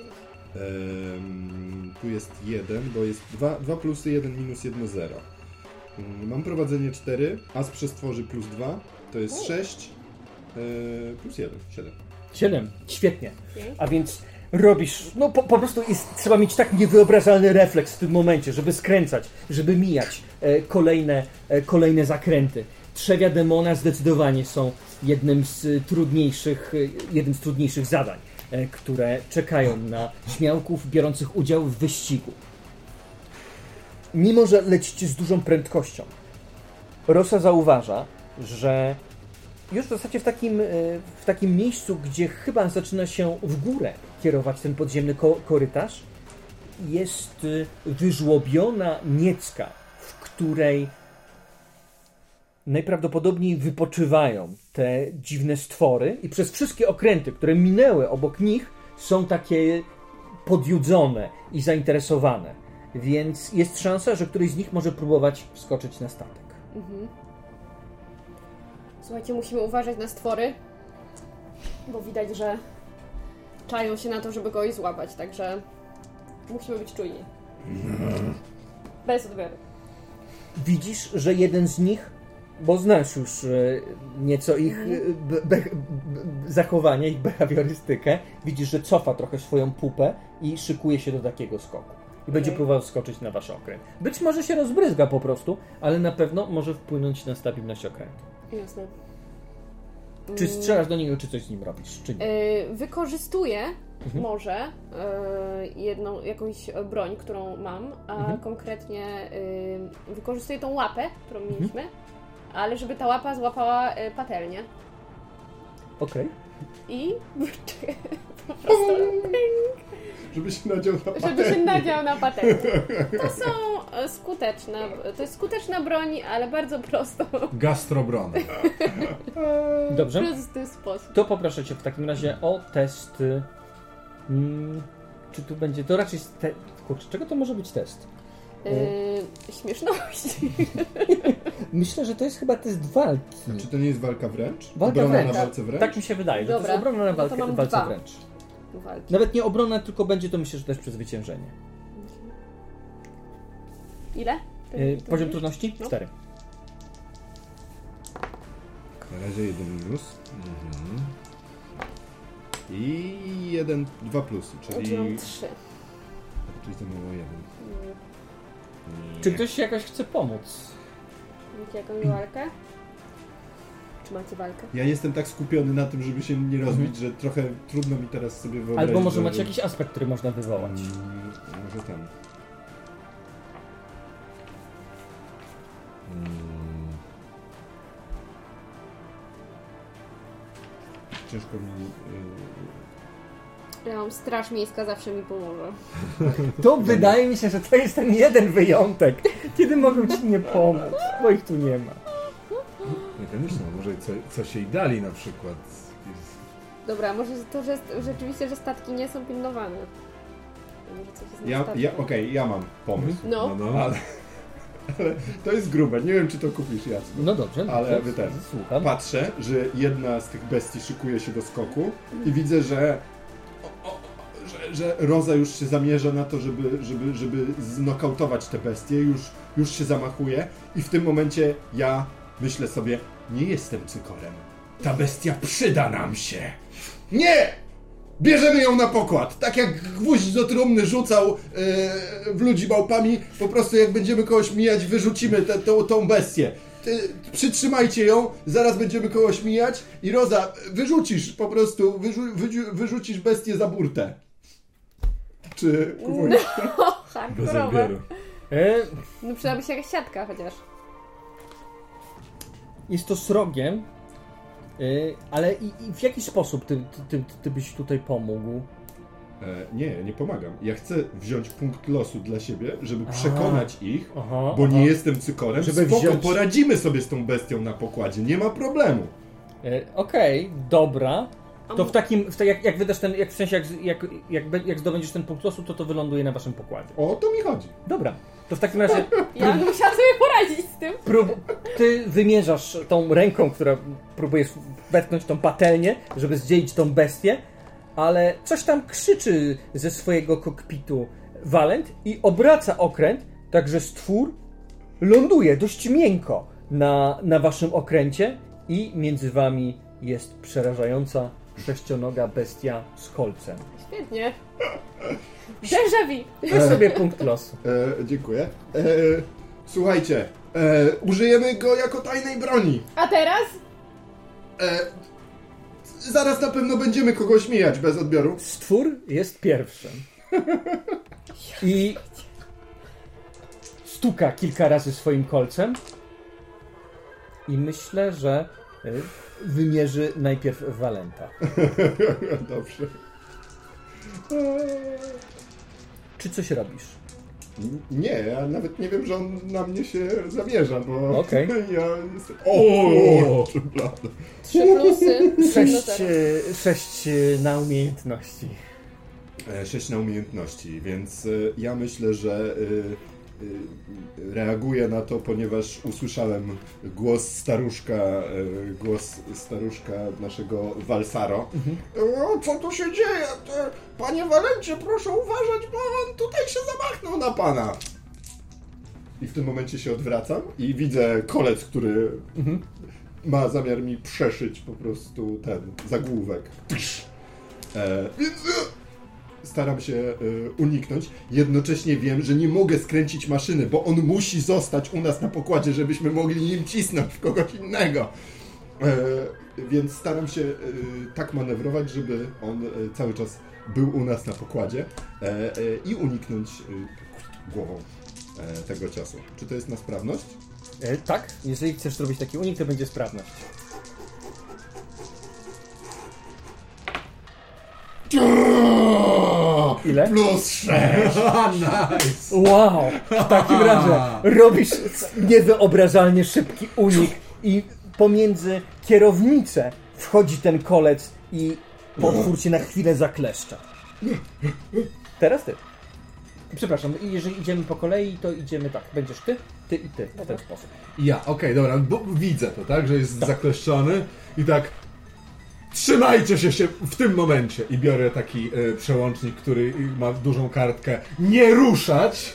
em, tu jest jeden, bo jest dwa plusy, jeden minus, jedno zero. Mm, Mam prowadzenie cztery, as przestworzy plus dwa, to jest sześć, e, plus jeden, siedem. siedem. Świetnie. Okej. A więc robisz, no po, po prostu jest, trzeba mieć tak niewyobrażalny refleks w tym momencie, żeby skręcać, żeby mijać e, kolejne, e, kolejne zakręty. Trzewia demona zdecydowanie są jednym z e, trudniejszych, e, jednym z trudniejszych zadań, e, które czekają na śmiałków biorących udział w wyścigu. Mimo że lecicie z dużą prędkością, Rosa zauważa, że już w zasadzie w takim, e, w takim miejscu, gdzie chyba zaczyna się w górę kierować ten podziemny ko- korytarz, jest e, wyżłobiona niecka, w której najprawdopodobniej wypoczywają te dziwne stwory i przez wszystkie okręty, które minęły obok nich, są takie podjudzone i zainteresowane. Więc jest szansa, że któryś z nich może próbować wskoczyć na statek. Mhm. Słuchajcie, musimy uważać na stwory, bo widać, że czają się na to, żeby kogoś złapać, także musimy być czujni. Bez odbioru. Widzisz, że jeden z nich, bo znasz już e, nieco ich e, be, be, be, zachowanie, ich behawiorystykę, widzisz, że cofa trochę swoją pupę i szykuje się do takiego skoku. I będzie Okej. próbował skoczyć na wasz okręt. Być może się rozbryzga po prostu, ale na pewno może wpłynąć na stabilność okrętu. Jasne. Czy strzelasz do niego, czy coś z nim robisz, czy nie? Yy, wykorzystuję Mhm. może yy, jedną, jakąś broń, którą mam, a Mhm. konkretnie yy, wykorzystuję tą łapę, którą mieliśmy, ale żeby ta łapa złapała yy, patelnię Okej. i po prostu Żeby się nadział na Żeby patelnię. się nadział na patelnię. To są e, skuteczne, to jest skuteczna broń, ale bardzo prosto. Gastrobrona. W Dobrze. prosty sposób. To poproszę cię w takim razie o test. Hmm, czy tu będzie. To raczej. Te... Kurczę, czego to może być test? Yy, śmieszności. Myślę, że to jest chyba test walki. Czy to nie jest walka wręcz? Walka Obrona wręcz. na walce wręcz? Tak mi się wydaje, że Dobra, to jest obrona na no to walkę, mam walce dwa. wręcz. Walki. Nawet nie obrona, tylko będzie to myślę, że też przezwyciężenie. Ile? Yy, poziom trudności? No. cztery. Na razie jeden minus. Mhm. I jeden, dwa plusy, czyli... Mam trzy. Czyli to było jeden. Nie. Czy ktoś jakoś chce pomóc? Macie jakąś walkę? Czy macie walkę? Ja jestem tak skupiony na tym, żeby się nie rozbić, że trochę trudno mi teraz sobie wyobrazić. Albo może że... macie jakiś aspekt, który można wywołać. Mm, może ten. Mm. Ciężko mi... Yy... Ja mam straż miejska, zawsze mi pomoże. To wydaje mi się, że to jest ten jeden wyjątek, kiedy mogą ci nie pomóc, bo ich tu nie ma. Niekoniecznie, może co, coś jej dali na przykład. Dobra, może to, że rzeczywiście, że statki nie są pilnowane. Może coś jest na Ja, statku. ja, Okej, ja mam pomysł. No. No, no. Ale, ale to jest grube. Nie wiem, czy to kupisz, Jacku. No dobrze, Ale dobrze, wy ten. słucham. Patrzę, że jedna z tych bestii szykuje się do skoku i widzę, że, o, o, że, że Roza już się zamierza na to, żeby, żeby, żeby znokautować tę bestię, już, już się zamachuje i w tym momencie ja myślę sobie, nie jestem cykorem. Ta bestia przyda nam się. Nie! Bierzemy ją na pokład. Tak jak gwóźdź do trumny rzucał e, w ludzi małpami, po prostu jak będziemy kogoś mijać, wyrzucimy tę tą, tą bestię. Ty, przytrzymajcie ją, zaraz będziemy kogoś mijać i Roza, wyrzucisz po prostu, wyrzu, wyrzu, wyrzucisz bestię za burtę. Czy kupuj? No, Bez hardkorowe. odbioru. E, No przydałaby się jakaś siatka chociaż. jest to srogiem, e, ale i, i w jaki sposób ty, ty, ty, ty byś tutaj pomógł? E, nie, nie pomagam. Ja chcę wziąć punkt losu dla siebie, żeby Aha. przekonać ich, Aha, bo aha. nie jestem cykorem. Żeby Spoko, wziąć- poradzimy sobie z tą bestią na pokładzie, nie ma problemu. E, Okej, dobra. A To mo- w takim, w te, jak, jak wydasz ten, jak w sensie jak, jak, jak, be- jak zdobędziesz ten punkt losu, to to wyląduje na waszym pokładzie. O to mi chodzi. Dobra, to w takim razie Ja bym musiała sobie poradzić z tym. prób, ty wymierzasz tą ręką, która próbujesz wetknąć tą patelnię, żeby zdzielić tą bestię, ale coś tam krzyczy ze swojego kokpitu Valent i obraca okręt, tak że stwór ląduje dość miękko na, na waszym okręcie i między wami jest przerażająca sześcionoga bestia z kolcem. Świetnie. Déjà vu. Weź sobie punkt losu. E, dziękuję. E, słuchajcie, e, użyjemy go jako tajnej broni. A teraz? E, zaraz na pewno będziemy kogoś mijać bez odbioru. Stwór jest pierwszym. I stuka kilka razy swoim kolcem. I myślę, że y, wymierzy najpierw Valenta. Dobrze. Czy coś robisz? Nie, ja nawet nie wiem, że on na mnie się zamierza, bo Okej. ja jestem... O, o, blada. Trzy plusy. Sześć, No zero. y, sześć y, na umiejętności. E, Sześć na umiejętności, więc e, ja myślę, że e, e, reaguję na to, ponieważ usłyszałem głos staruszka, e, głos staruszka naszego Valsaro. O, co tu się dzieje? E, Panie Walencie, proszę uważać, bo on tutaj się zamachnął na pana. I w tym momencie się odwracam i widzę kolec, który ma zamiar mi przeszyć po prostu ten zagłówek. E, więc e, staram się e, uniknąć. Jednocześnie wiem, że nie mogę skręcić maszyny, bo on musi zostać u nas na pokładzie, żebyśmy mogli nim cisnąć w kogoś innego. E, więc staram się e, tak manewrować, żeby on e, cały czas był u nas na pokładzie e, e, i uniknąć e, głową e, tego ciosu. Czy to jest na sprawność? E, tak, jeżeli chcesz zrobić taki unik, to będzie sprawność. Ile? Plus sześć! Nice! Wow! W takim razie robisz niewyobrażalnie szybki unik i pomiędzy kierownicę wchodzi ten kolec i potwór cię na chwilę zakleszcza. Teraz ty. Przepraszam, jeżeli idziemy po kolei, to idziemy tak. Będziesz ty, ty i ty w ten sposób. Ja, okej, okay, dobra, bo widzę to, tak, że jest tak. zakleszczony i tak trzymajcie się, się w tym momencie i biorę taki e, przełącznik, który ma dużą kartkę nie ruszać.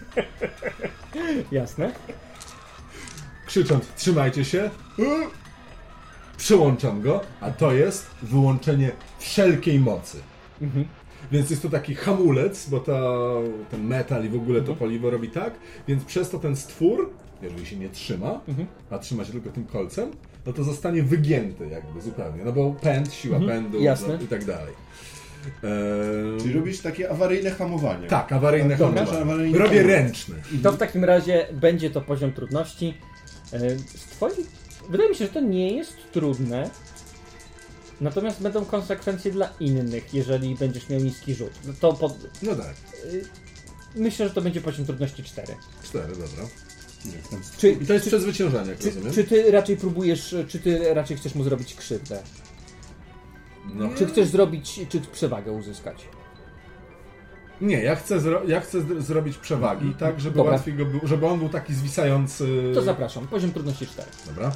Jasne. Krzycząc trzymajcie się, przełączam go, a to jest wyłączenie wszelkiej mocy. Mhm. Więc jest to taki hamulec, bo to, ten metal i w ogóle to paliwo robi tak, więc przez to ten stwór, jeżeli się nie trzyma, mhm. a trzyma się tylko tym kolcem, no to zostanie wygięty jakby zupełnie, no bo pęd, siła mhm. pędu no, i tak dalej. Eee... Czyli robisz takie awaryjne hamowanie. Tak, awaryjne Dobra, hamowanie. awaryjne Robię hamowanie. ręczny. I to w takim razie będzie to poziom trudności. Eee, z twoich... Wydaje mi się, że to nie jest trudne. Natomiast będą konsekwencje dla innych, jeżeli będziesz miał niski rzut. To pod... No tak. Myślę, że to będzie poziom trudności cztery. cztery, dobra. Czy, I to jest czy, przezwyciężanie, jak czy, rozumiem. Czy ty raczej próbujesz, czy ty raczej chcesz mu zrobić krzywdę? No. Czy chcesz zrobić, czy przewagę uzyskać? Nie, ja chcę, zro- ja chcę z- zrobić przewagi, tak, żeby Dobra. łatwiej go był, żeby on był taki zwisający. To zapraszam, poziom trudności cztery. Dobra.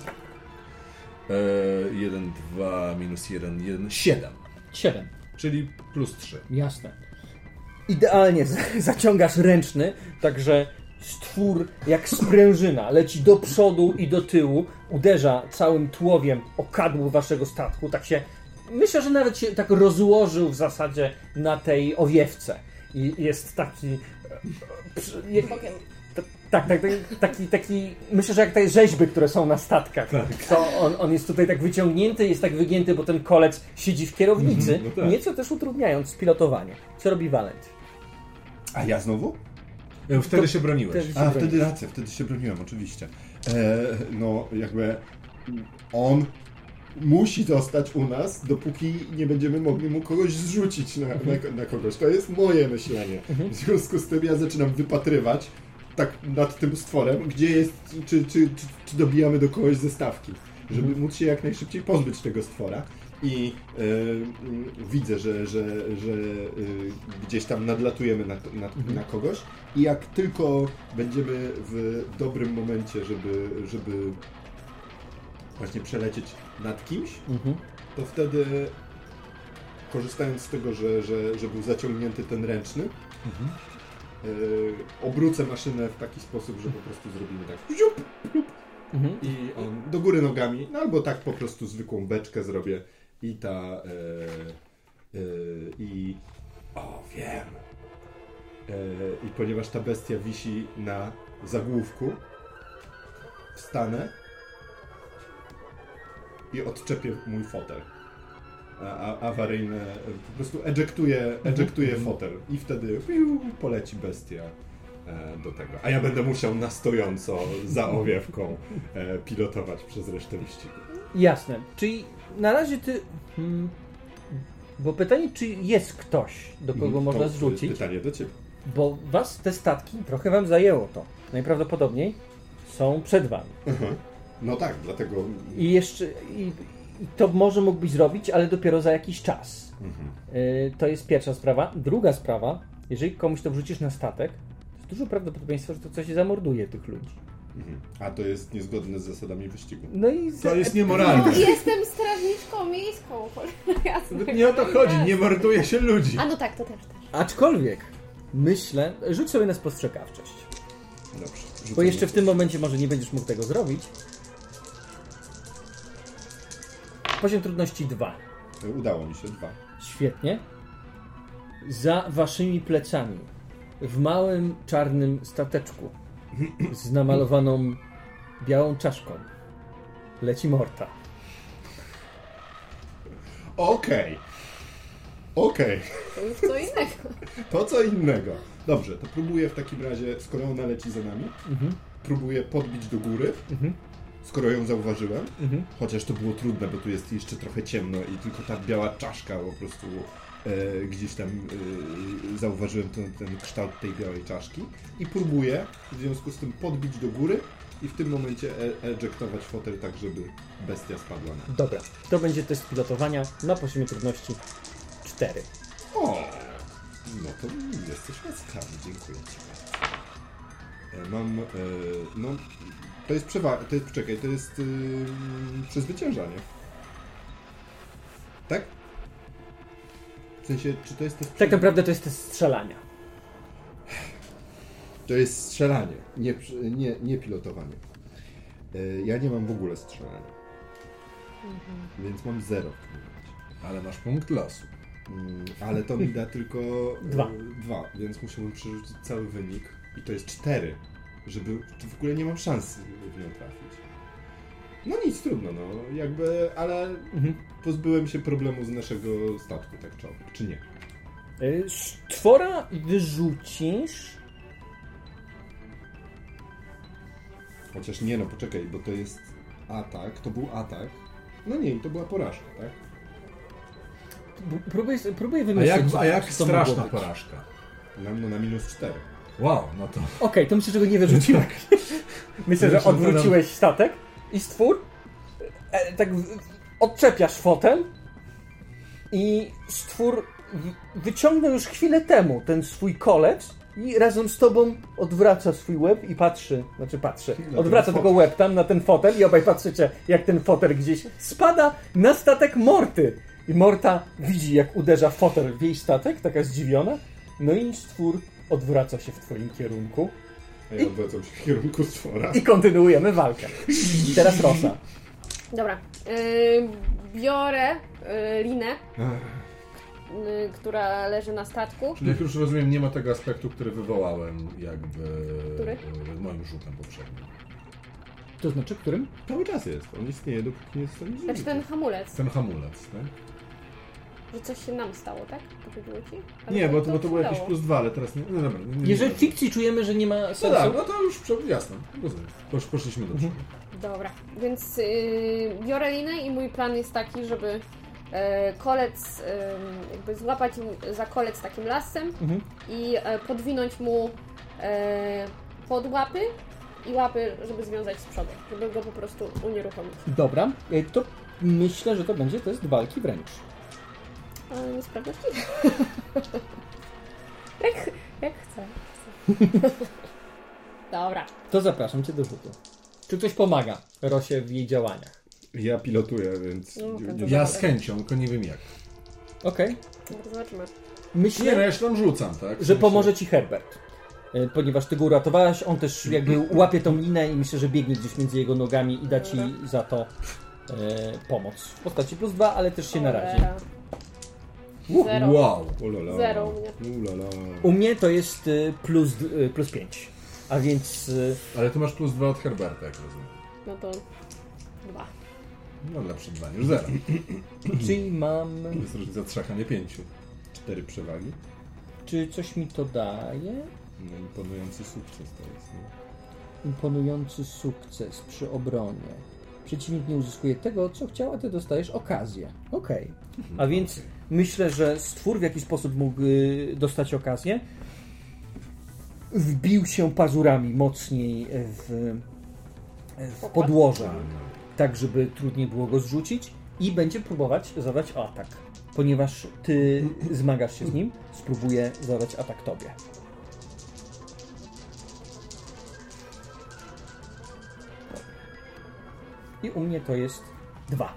jeden, dwa, minus jeden, jeden, siedem. siedem. Czyli plus trzy. Jasne. Idealnie zaciągasz ręczny, także stwór jak sprężyna leci do przodu i do tyłu, uderza całym tułowiem o kadłub waszego statku, tak się, myślę, że nawet się tak rozłożył w zasadzie na tej owiewce i jest taki... Bokiem. Tak, tak, taki, taki, myślę, że jak te rzeźby, które są na statkach, tak. to on, on jest tutaj tak wyciągnięty, jest tak wygięty, bo ten kolec siedzi w kierownicy, mm, no tak. nieco też utrudniając pilotowanie. Co robi Valent? A ja znowu? Wtedy To, się broniłeś. wtedy się A, bronisz. wtedy rację, wtedy się broniłem, oczywiście. E, no, jakby on musi zostać u nas, dopóki nie będziemy mogli mu kogoś zrzucić na, na, na kogoś. To jest moje myślenie. W związku z tym ja zaczynam wypatrywać tak nad tym stworem, gdzie jest, czy, czy, czy, czy dobijamy do kogoś ze stawki, żeby móc się jak najszybciej pozbyć tego stwora. I e, widzę, że, że, że e, gdzieś tam nadlatujemy na, na, na kogoś i jak tylko będziemy w dobrym momencie, żeby, żeby właśnie przelecieć nad kimś, Mhm. to wtedy korzystając z tego, że, że, że był zaciągnięty ten ręczny, Mhm. e, obrócę maszynę w taki sposób, że po prostu zrobimy tak ziup, ziup, Mhm. i on do góry nogami, no albo tak po prostu zwykłą beczkę zrobię i ta e, e, i o wiem e, i ponieważ ta bestia wisi na zagłówku, wstanę i odczepię mój fotel. A, a, awaryjne, po prostu ejektuję, ejektuję fotel i wtedy piu, poleci bestia e, do tego. A ja będę musiał na stojąco za owiewką e, pilotować przez resztę wyścigu. Jasne. Czyli na razie ty... Hmm, bo pytanie, czy jest ktoś, do kogo Mhm, można to zrzucić? Pytanie do Ciebie. Bo was te statki, trochę wam zajęło to. Najprawdopodobniej są przed wami. Mhm. No tak, dlatego... I jeszcze... I, i to może mógłbyś zrobić, ale dopiero za jakiś czas. Mhm. Yy, to jest pierwsza sprawa. Druga sprawa, jeżeli komuś to wrzucisz na statek, to jest dużo prawdopodobieństwo, że to coś zamorduje tych ludzi. Mhm. A to jest niezgodne z zasadami wyścigu. No i To jest niemoralne. Jestem strażniczką miejską. Jasne. Nie o to chodzi, nie morduje się ludzi. A no tak, to też też. Aczkolwiek myślę, rzuć sobie na spostrzegawczość. Dobrze. Bo rzucam jeszcze na w tym momencie może nie będziesz mógł tego zrobić. Poziom trudności dwa. to. Udało mi się, dwa. Świetnie. Za waszymi plecami, w małym czarnym stateczku z namalowaną białą czaszką, leci Morta. Okej. Okej. To już co innego. To co innego. Dobrze, to próbuję w takim razie, skoro ona leci za nami, Mhm. próbuję podbić do góry, Mhm. skoro ją zauważyłem. Mhm. Chociaż to było trudne, bo tu jest jeszcze trochę ciemno i tylko ta biała czaszka po prostu e, gdzieś tam e, zauważyłem ten, ten kształt tej białej czaszki i próbuję w związku z tym podbić do góry i w tym momencie e- ejektować fotel tak, żeby bestia spadła na. Dobra, to będzie test pilotowania na poziomie trudności cztery. O! No to jesteś łaskawy, dziękuję Ci bardzo. E, Mam, e, no, to jest przewaga, to jest, czekaj, to jest yy, przezwyciężanie. Tak? W sensie, czy to jest test Tak naprawdę to jest test strzelania. To jest strzelanie, nie, nie, nie pilotowanie. E, Ja nie mam w ogóle strzelania. Mhm. Więc mam zero w tym momencie. Ale masz punkt losu. Mm, Ale to mi da tylko e, Dwa. dwa, więc musiałbym przerzucić cały wynik. I to jest cztery, żeby... W ogóle nie mam szansy w nią trafić. No nic, trudno, no. Jakby, ale Mhm. pozbyłem się problemu z naszego statku, tak czy owak, czy nie? Y, Stwora wyrzucisz... Chociaż nie, no poczekaj, bo to jest atak, to był atak. No nie, to była porażka, tak? Próbuję, próbuję A wymyślić... jak, a jak co mogło straszna być. porażka? Na, no na minus cztery. Wow, no to... Okej, to myślę, że go nie wyrzuciłeś. Myślę, że Myślę, że odwróciłeś statek i stwór, e, tak w- odczepiasz fotel i stwór w- wyciągnął już chwilę temu ten swój kolec i razem z tobą odwraca swój łeb i patrzy, znaczy patrzy, ten odwraca fotel. tylko łeb tam na ten fotel i obaj patrzycie, jak ten fotel gdzieś spada na statek Morty. I Morta widzi, jak uderza fotel w jej statek, taka zdziwiona, no i stwór odwraca się w twoim kierunku. A ja odwracam się w kierunku stwora. I kontynuujemy walkę. Teraz Rosa. Dobra. Yy, biorę yy, linę, Ech, yy, która leży na statku. Czyli jak już rozumiem, nie ma tego aspektu, który wywołałem jakby Który? e, moim rzutem poprzednim. To znaczy, którym? Cały czas jest, on istnieje, dopóki nie zostanie Znaczy zużyty. ten hamulec, Ten hamulec, tak? że coś się nam stało, tak? To chodziło ci? Ale Nie, bo to, bo to było udało. jakieś plus dwa, ale teraz nie... No dobra. Nie, nie, Jeżeli nie, w fikcji czujemy, że nie ma No sensu... tak, no to już prze- jasne, rozumiem. Posz, poszliśmy do przodu. Dobra, więc yy, biorę linę i mój plan jest taki, żeby e, kolec, yy, jakby złapać mu za kolec takim lasem Mhm. i e, podwinąć mu e, pod łapy i łapy, żeby związać z przodu, żeby go po prostu unieruchomić. Dobra, e, to myślę, że to będzie test walki wręcz. Ale niesprawności? jak, jak chcę. chcę. Dobra. To zapraszam cię do rzutu. Czy ktoś pomaga Rosie w jej działaniach? Ja pilotuję, więc... No, nie- to nie- Ja z chęcią, tylko nie wiem jak. Okej. Dobra, zobaczymy. Nie, no Myślę, ja się tam rzucam, tak? W że sensie- pomoże ci Herbert. E, Ponieważ ty go uratowałaś, on też jakby łapie tą linę i myślę, że biegnie gdzieś między jego nogami i da ci za to e, pomoc. W postaci plus dwa, ale też się narazi. Cholera. Zero. Wow. Ulala. Zero u mnie. Ulala. U mnie to jest y, plus, y, plus pięć. A więc y, Ale ty masz plus dwa od Herberta, jak rozumiem. No to dwa. No lepsze dwa niż zero. czyli mam... Jest różnica trzech, a nie pięciu. Cztery przewagi. Czy coś mi to daje? No imponujący sukces to jest, nie? Imponujący sukces przy obronie. Przeciwnik nie uzyskuje tego, co chciał, a ty dostajesz okazję. Okej. A więc myślę, że stwór w jakiś sposób mógł y, dostać okazję. Wbił się pazurami mocniej w, w podłoże, tak żeby trudniej było go zrzucić i będzie próbować zadać atak. Ponieważ ty zmagasz się z nim, spróbuję zadać atak tobie. I u mnie to jest dwa.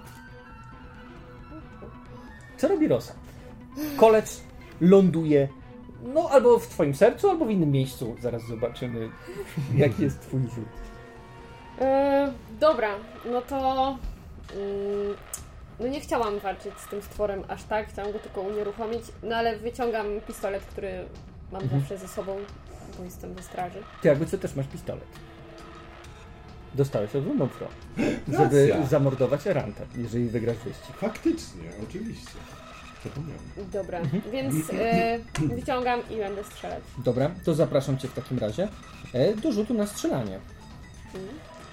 Co robi Rosa? Kolec ląduje no albo w twoim sercu, albo w innym miejscu. Zaraz zobaczymy, jaki jest twój rzut. E, dobra, no to... Mm, no nie chciałam walczyć z tym stworem aż tak, chciałam go tylko unieruchomić, no ale wyciągam pistolet, który mam Mhm. zawsze ze sobą, bo jestem ze straży. Ty jakby co też masz pistolet. Dostałeś od Lumofro, żeby Racja. zamordować Erantę, jeżeli wygrasz wyścig. Faktycznie, oczywiście. Zapomniałem. Dobra, Mhm. więc e, wyciągam i będę strzelać. Dobra, to zapraszam cię w takim razie e, do rzutu na strzelanie. Mm.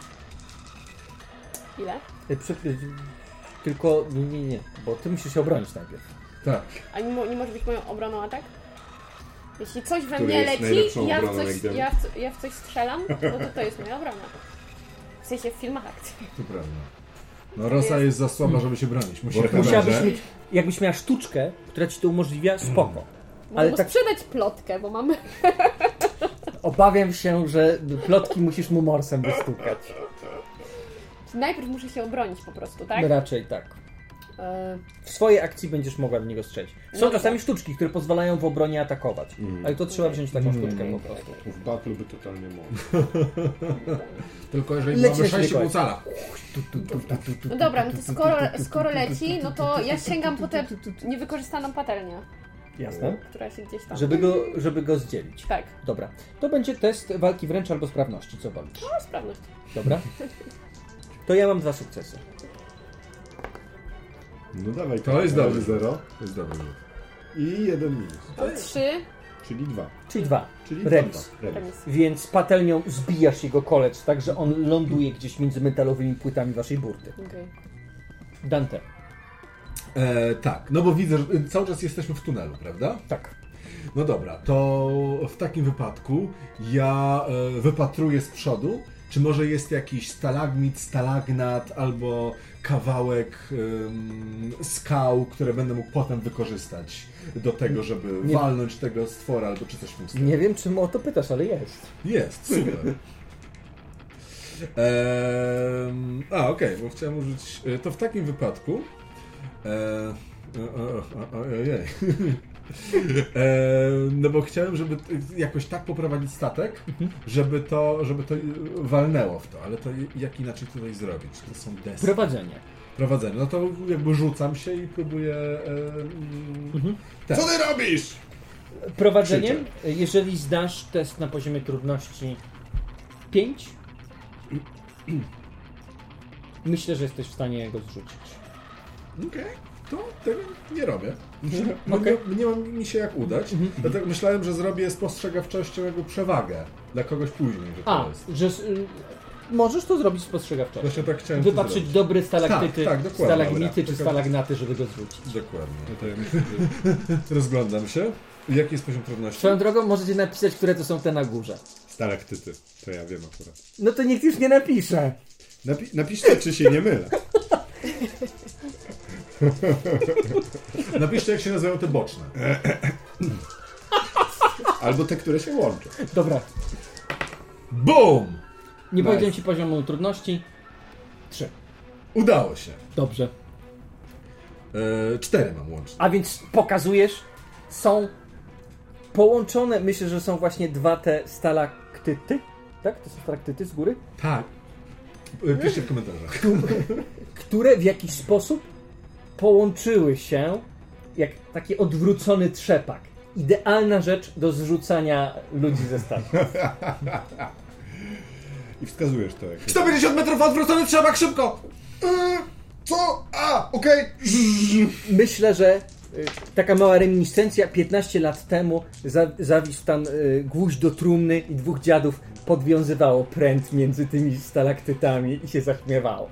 Ile? E, przy, e, tylko nie, nie, nie, bo ty musisz się obronić najpierw. Tak. A nie, mo- nie może być moją obroną atak? Jeśli coś we Który mnie jest leci najlepszą i ja w, obroną, coś, jak wiemy. ja, w, ja w coś strzelam, no to to jest moja obrona. W sensie w filmach akcji. To prawda. No Rosa jest za słaba, żeby się bronić. Musi Warhammerze. Musiałabyś mieć, jakbyś miała sztuczkę, która ci to umożliwia, spoko. Mogę Ale mu tak sprzedać plotkę, bo mamy... obawiam się, że plotki musisz mu morsem wystukać. Najpierw muszę się obronić po prostu, tak? Raczej tak. E, W swojej akcji będziesz mogła w niego strzelić. Są Dobrze. czasami sztuczki, które pozwalają w obronie atakować. Mm. Ale to trzeba wziąć taką sztuczkę po prostu. W battlu by totalnie mogło. Tylko jeżeli Leci mamy na sześć siebie. cala. no dobra, no to skoro, skoro leci, no to ja sięgam po tę niewykorzystaną patelnię, Jasne? która się gdzieś tam... Żeby go, żeby go zdzielić. Tak, Dobra. To będzie test walki wręcz albo sprawności, co wolisz. no sprawność. Dobra? To ja mam dwa sukcesy. No dawaj, To jest dobry zero To jest dobry rzut. i jeden minus. Trzy, Czyli dwa. Czyli dwa. Czyli Remis. dwa. Remis. remis. Więc patelnią zbijasz jego kolec, tak że on ląduje gdzieś między metalowymi płytami waszej burty. Okej. Dante. E, tak, no bo widzę, że cały czas jesteśmy w tunelu, prawda? Tak. No dobra, to w takim wypadku ja e, wypatruję z przodu, czy może jest jakiś stalagmit, stalagnat albo kawałek em, skał, które będę mógł potem wykorzystać do tego, żeby Nie. walnąć tego stwora albo czy coś w tym stylu. Nie wiem, czym o to pytasz, ale jest. Jest, super. Ehm, a, okej, bo chciałem użyć... e, To w takim wypadku... E, o, o, o, o, ojej. E, no bo chciałem, żeby t- jakoś tak poprowadzić statek, żeby to, żeby to walnęło w to, ale to jak inaczej tutaj zrobić? To są deski. Prowadzenie. Prowadzenie. No to jakby rzucam się i próbuję... E, mm, tak. Co ty robisz? Prowadzeniem, jeżeli zdasz test na poziomie trudności pięć, myślę, że jesteś w stanie go zrzucić. Okej, to tego nie robię. Mhm. No, Okej. nie, nie mam mi się jak udać. Dlatego myślałem, że zrobię spostrzegawczością jego przewagę dla kogoś później, że to A, jest. że s- y, możesz to zrobić spostrzegawczością. Właśnie tak chciałem to Wypatrzyć zrobić. dobre stalaktyty, Tak, tak, dokładnie. stalagmity Dobra. czy stalagnaty, żeby go zrzucić. Dokładnie. No to ja myślę, że Rozglądam się. Jaki jest poziom trudności? Swoją drogą możecie napisać, które to są te na górze. stalaktyty. To ja wiem akurat. No to nikt już nie napisze. Napi- napiszcie, czy się nie mylę. Napiszcie, jak się nazywają te boczne. Albo te, które się łączą. Dobra, BOOM! nie Nice. powiedziałem ci poziomu trudności. Trzy. Udało się. Dobrze. E, cztery mam łącznie. A więc pokazujesz, są połączone, myślę, że są właśnie dwa te stalaktyty. Tak? To są stalaktyty z góry? Tak. E, Piszcie w komentarzach. Które w jakiś sposób połączyły się jak taki odwrócony trzepak. Idealna rzecz do zrzucania ludzi ze statku. I wskazujesz to. Jak sto pięćdziesiąt metrów odwrócony trzepak, szybko! Co? A, okej. Myślę, że y, taka mała reminiscencja. piętnaście lat temu za, zawisł tam y, gwóźdź do trumny i dwóch dziadów podwiązywało pręt między tymi stalaktytami i się zaśmiewało.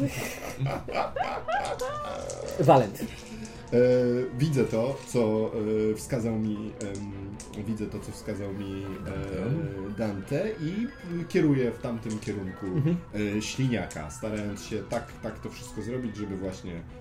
Walent. E, widzę to, co e, wskazał mi em, widzę to, co wskazał mi e, Dante i kieruję w tamtym kierunku e, śliniaka, starając się tak, tak to wszystko zrobić, żeby właśnie e,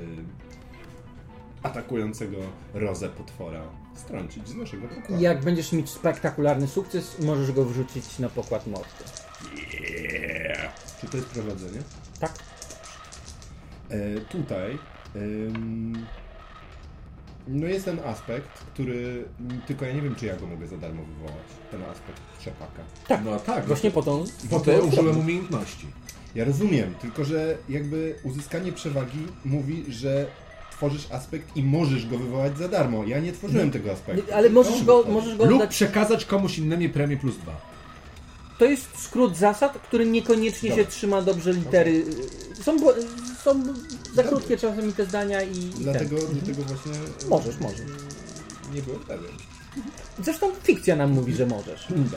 atakującego rozę potwora strącić z naszego pokładu. Jak będziesz mieć spektakularny sukces, możesz go wrzucić na pokład mordy. Czy to jest prowadzenie? Tak? E, tutaj em, no jest ten aspekt, który tylko ja nie wiem, czy ja go mogę za darmo wywołać. Ten aspekt trzepaka. Tak. No tak. Właśnie po to... Po to użyłem umiejętności. Ja rozumiem, tylko że jakby uzyskanie przewagi mówi, że tworzysz aspekt i możesz go wywołać za darmo. Ja nie tworzyłem tego aspektu. Ale możesz go, możesz go Lub dać... przekazać komuś innemu premię plus dwa. To jest skrót zasad, który niekoniecznie Dobra. się trzyma dobrze litery. Są, bo- są za krótkie czasami te zdania i, i Dlatego, ten. dlatego właśnie... Możesz, możesz. Nie byłem pewien. Zresztą fikcja nam mówi, że możesz. Dobrze.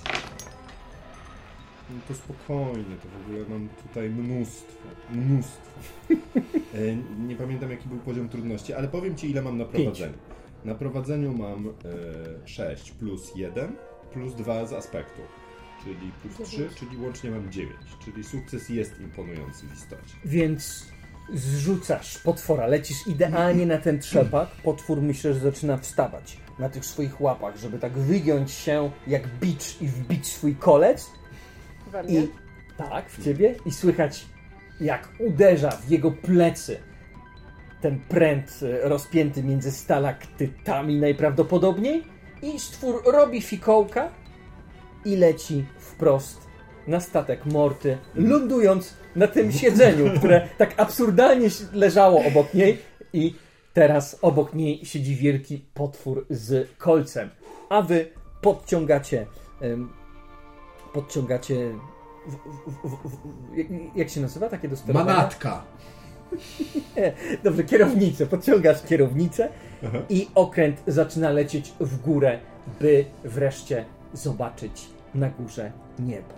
No to spokojnie, to w ogóle mam tutaj mnóstwo, mnóstwo. E, nie pamiętam, jaki był poziom trudności, ale powiem Ci, ile mam na prowadzeniu. Na prowadzeniu mam e, sześć plus jeden plus dwa z aspektu, czyli plus trzy, czyli łącznie mam dziewięć. Czyli sukces jest imponujący w istocie. Więc zrzucasz potwora, lecisz idealnie na ten trzepak. Potwór myślę, że zaczyna wstawać na tych swoich łapach, żeby tak wygiąć się jak bicz i wbić swój kolec. We mnie? I tak, w ciebie. I słychać jak uderza w jego plecy ten pręt e, rozpięty między stalaktytami najprawdopodobniej. I stwór robi fikołka i leci wprost na statek Morty, lądując na tym siedzeniu, które tak absurdalnie leżało obok niej i teraz obok niej siedzi wielki potwór z kolcem. A wy podciągacie um, podciągacie w, w, w, w, jak się nazywa takie do sterowania? Manatka. Nie, dobrze, kierownicę. Podciągasz kierownicę Aha. i okręt zaczyna lecieć w górę, by wreszcie zobaczyć na górze niebo.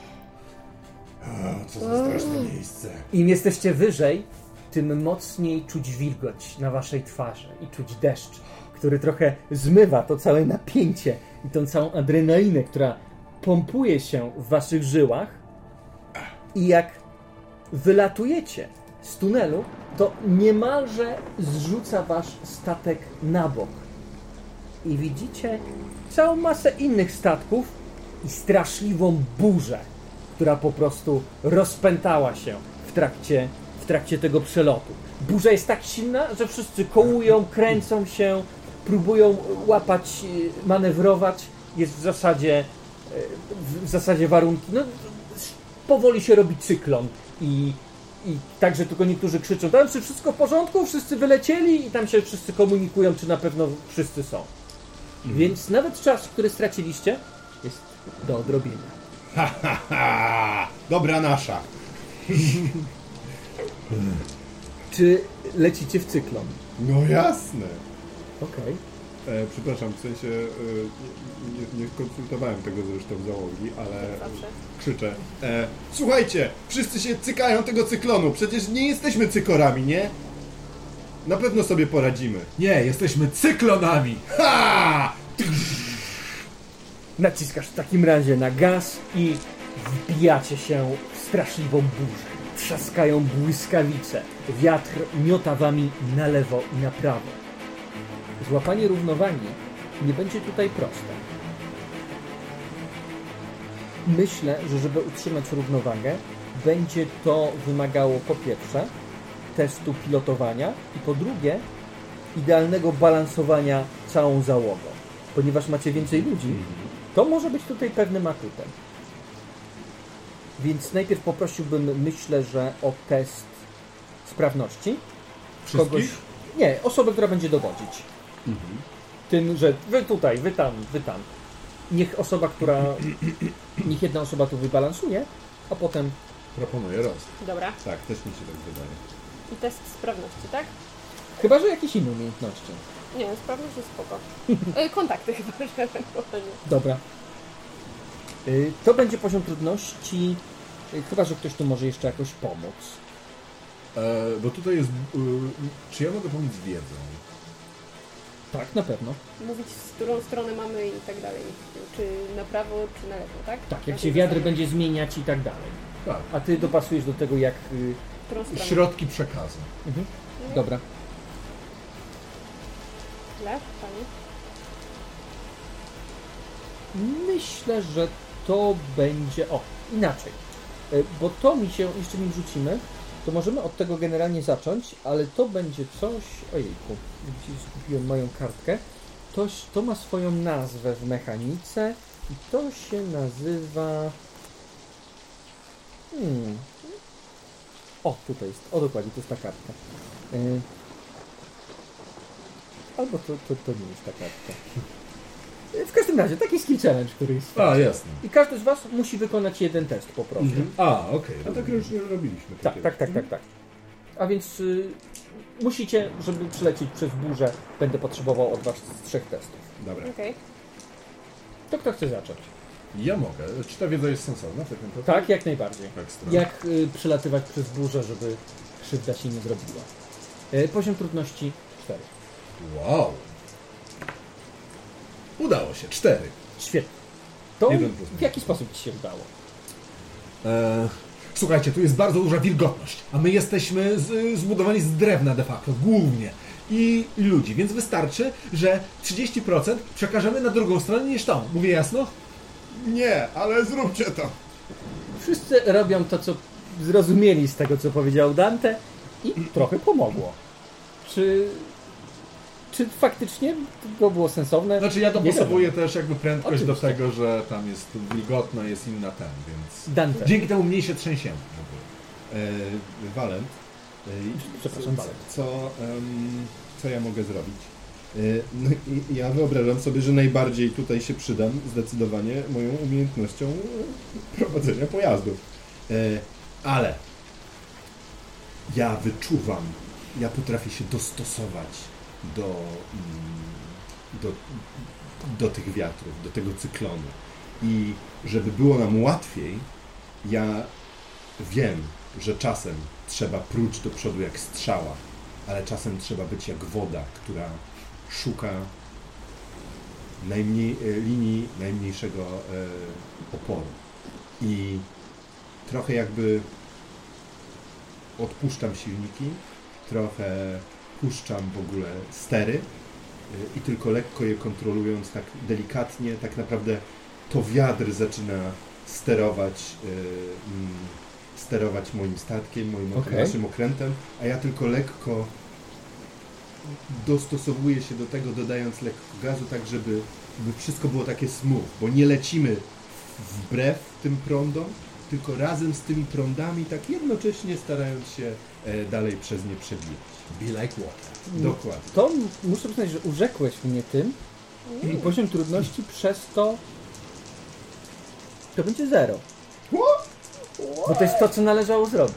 A, co za straszne miejsce. Im jesteście wyżej, tym mocniej czuć wilgoć na waszej twarzy i czuć deszcz, który trochę zmywa to całe napięcie i tą całą adrenalinę, która pompuje się w waszych żyłach. I jak wylatujecie z tunelu, to niemalże zrzuca wasz statek na bok. I widzicie całą masę innych statków i straszliwą burzę, która po prostu rozpętała się w trakcie, w trakcie tego przelotu. Burza jest tak silna, że wszyscy kołują, kręcą się, próbują łapać, manewrować. Jest w zasadzie w zasadzie warunki, no powoli się robi cyklon i, i także tylko niektórzy krzyczą, tam czy wszystko w porządku, wszyscy wylecieli i tam się wszyscy komunikują, czy na pewno wszyscy są. Mhm. Więc nawet czas, który straciliście, jest do odrobienia. Ha, ha, ha. Dobra nasza. Czy lecicie w cyklon? No jasne. Okej. E, przepraszam, w sensie e, nie, nie konsultowałem tego zresztą załogi, ale Zawsze. krzyczę. E, Słuchajcie, wszyscy się cykają tego cyklonu, przecież nie jesteśmy cykorami, nie? Na pewno sobie poradzimy. Nie, jesteśmy cyklonami. Ha! Naciskasz w takim razie na gaz i wbijacie się w straszliwą burzę. Trzaskają błyskawice. Wiatr miota wami na lewo i na prawo. Złapanie równowagi nie będzie tutaj proste. Myślę, że żeby utrzymać równowagę, będzie to wymagało po pierwsze testu pilotowania i po drugie idealnego balansowania całą załogą. Ponieważ macie więcej ludzi, to może być tutaj pewnym atutem. Więc najpierw poprosiłbym, myślę, że o test sprawności. Kogoś, nie, osobę, która będzie dowodzić. Mhm. Tym, że wy tutaj, wy tam, wy tam. Niech osoba, która... Niech jedna osoba tu wybalansuje, a potem... Proponuję roz. Dobra. Tak, też mi się tak wydaje. I test sprawności, tak? Chyba, że jakieś inne umiejętności. Nie, sprawność jest spoko. E, kontakty chyba, że ewentualnie. Dobra. Y, To będzie poziom trudności, y, chyba, że ktoś tu może jeszcze jakoś pomóc. E, bo tutaj jest... Y, czy ja mogę pomóc wiedzą? Tak, na pewno. Mówić, z którą stronę mamy i tak dalej. Czy na prawo, czy na lewo, tak? Tak, jak Na się tej wiatr zasadzie. będzie zmieniać i tak dalej. Tak. A ty dopasujesz do tego, jak... y, Którą stronę? Środki przekazu. Mhm. Dobra. Lew, pani? Myślę, że to będzie... O, inaczej. Y, Bo to mi się... Jeszcze nim rzucimy. To możemy od tego generalnie zacząć, ale to będzie coś... Ojejku, gdzieś zgubiłem moją kartkę. To, to ma swoją nazwę w mechanice i to się nazywa... Hmm. O, tutaj jest. O, dokładnie, to jest ta kartka. Y... Albo to, to, to nie jest ta kartka. Y, W każdym razie, taki skill challenge, który jest... A, jasne. I każdy z was musi wykonać jeden test po prostu. Mhm. A, okej. A tak już nie robiliśmy. Tak, tak, tak, tak, tak. A więc y, musicie, żeby przylecieć przez burzę, będę potrzebował od was trzech testów. Dobra. Okej. To kto chce zacząć? Ja mogę. Czy ta wiedza jest sensowna? Tak, tak, Tak, jak najbardziej. Ekstra. Jak y, przelatywać przez burzę, żeby krzywda się nie zrobiła. Y, poziom trudności cztery. Wow. Udało się, cztery. Świetnie. To Jeden plus. w jaki sposób ci się udało? Eee, słuchajcie, tu jest bardzo duża wilgotność, a my jesteśmy z, zbudowani z drewna de facto, głównie. I ludzi, więc wystarczy, że trzydzieści procent przekażemy na drugą stronę niż tą. Mówię jasno? Nie, ale zróbcie to. Wszyscy robią to, co zrozumieli z tego, co powiedział Dante i trochę pomogło. Czy, czy faktycznie to było sensowne? Znaczy ja Nie dopasowuję wiem. też jakby prędkość Oczywiście. do tego, że tam jest wilgotno, jest inna ten, więc... Dante. Dzięki temu mniej się trzęsiemy. E, Walent. E, Przepraszam, co, Walent. co, em, co ja mogę zrobić? E, no i ja wyobrażam sobie, że najbardziej tutaj się przydam zdecydowanie moją umiejętnością e, prowadzenia pojazdów. E, ale ja wyczuwam, ja potrafię się dostosować do, mm, do, do tych wiatrów, do tego cyklonu. I żeby było nam łatwiej, ja wiem, że czasem trzeba pruć do przodu jak strzała, ale czasem trzeba być jak woda, która szuka najmniej, linii najmniejszego e, oporu. I trochę jakby odpuszczam silniki, trochę puszczam w ogóle stery e, i tylko lekko je kontrolując tak delikatnie, tak naprawdę to wiatr zaczyna sterować e, mm, sterować moim statkiem, moim Okay. naszym okrętem, a ja tylko lekko dostosowuję się do tego, dodając lekko gazu, tak żeby, żeby wszystko było takie smooth, bo nie lecimy wbrew tym prądom, tylko razem z tymi prądami, tak jednocześnie starając się e, dalej przez nie przebijać. Be like water. Dokładnie. To m- muszę przyznać, że urzekłeś mnie tym i poziom trudności przez to to będzie zero. Bo to jest to, co należało zrobić.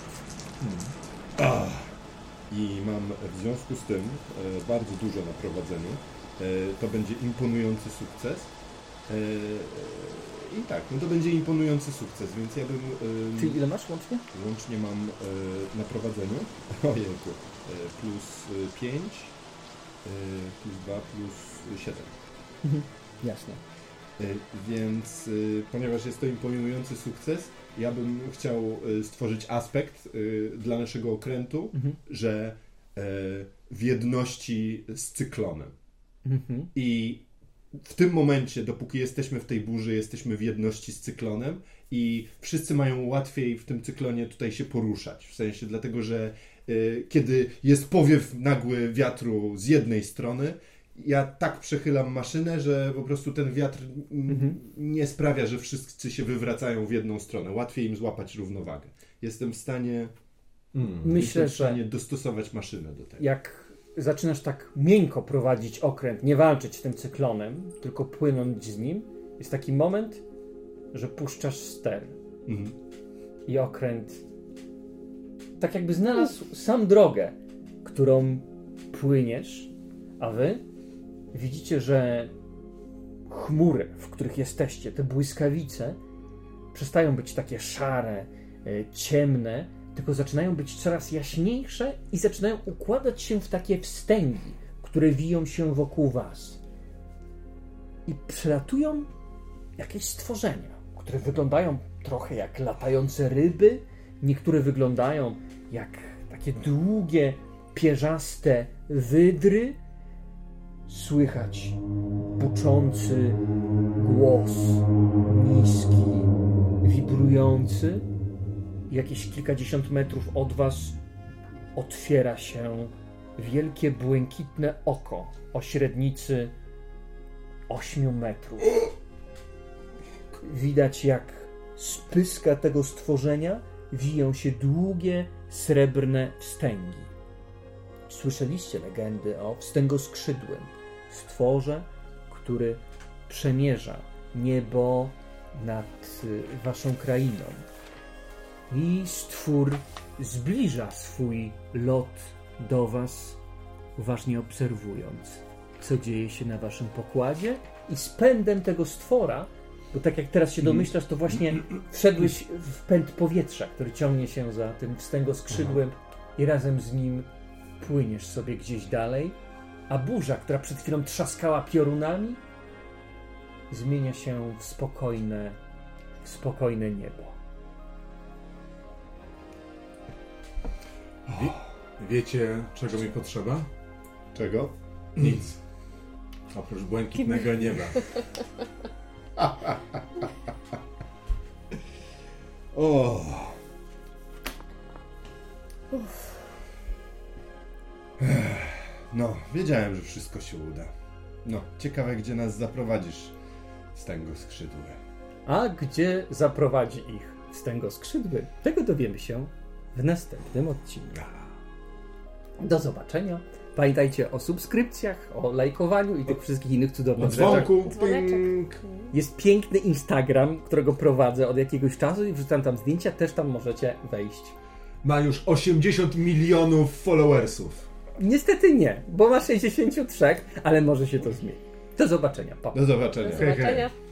I mam w związku z tym e, bardzo dużo na prowadzeniu. E, to będzie imponujący sukces. E, I tak, no to będzie imponujący sukces, więc ja bym... E, Czyli ile masz łącznie? Łącznie mam e, na prowadzeniu, ojejku, e, plus pięć, e, plus dwa, plus siedem. Mhm. Jasne. E, więc e, ponieważ jest to imponujący sukces, ja bym chciał e, stworzyć aspekt e, dla naszego okrętu, Mhm. że e, w jedności z cyklonem. Mhm. I w tym momencie, dopóki jesteśmy w tej burzy, jesteśmy w jedności z cyklonem i wszyscy mają łatwiej w tym cyklonie tutaj się poruszać. W sensie dlatego, że y, kiedy jest powiew nagły wiatru z jednej strony, ja tak przechylam maszynę, że po prostu ten wiatr m, Mhm. nie sprawia, że wszyscy się wywracają w jedną stronę. Łatwiej im złapać równowagę. Jestem w stanie, Mm. Myślę, jestem w stanie że dostosować maszynę do tego. jak zaczynasz tak miękko prowadzić okręt, nie walczyć z tym cyklonem, tylko płynąć z nim, jest taki moment, że puszczasz ster Mhm. i okręt tak jakby znalazł sam drogę, którą płyniesz, a wy widzicie, że chmury, w których jesteście, te błyskawice, przestają być takie szare, y, ciemne, tylko zaczynają być coraz jaśniejsze i zaczynają układać się w takie wstęgi, które wiją się wokół was. I przelatują jakieś stworzenia, które wyglądają trochę jak latające ryby, niektóre wyglądają jak takie długie, pierzaste wydry. Słychać buczący głos, niski, wibrujący. Jakieś kilkadziesiąt metrów od was otwiera się wielkie, błękitne oko o średnicy ośmiu metrów. Widać, jak z pyska tego stworzenia wiją się długie, srebrne wstęgi. Słyszeliście legendy o wstęgoskrzydłym stworze, który przemierza niebo nad y, waszą krainą. I stwór zbliża swój lot do was, uważnie obserwując, co dzieje się na waszym pokładzie i z pędem tego stwora, bo tak jak teraz się domyślasz, to właśnie wszedłeś w pęd powietrza, który ciągnie się za tym wstęgoskrzydłem i razem z nim płyniesz sobie gdzieś dalej, a burza, która przed chwilą trzaskała piorunami, zmienia się w spokojne, w spokojne niebo. Wie, wiecie, czego mi potrzeba? Czego? Nic. Oprócz błękitnego nieba. O. No, wiedziałem, że wszystko się uda. No, ciekawe, gdzie nas zaprowadzisz, Stęgo Skrzydły. A gdzie zaprowadzi ich Stęgo Skrzydły? Tego dowiemy się w następnym odcinku. Do zobaczenia. Pamiętajcie o subskrypcjach, o lajkowaniu i tych wszystkich innych cudownych O rzeczach. dzwonku. Dzwoneczek. Ping. Jest piękny Instagram, którego prowadzę od jakiegoś czasu i wrzucam tam zdjęcia, też tam możecie wejść. Ma już osiemdziesiąt milionów followersów. Niestety nie, bo ma sześćdziesiąt trzy, ale może się to zmieni. Do zobaczenia. Pa. Do zobaczenia. Do zobaczenia.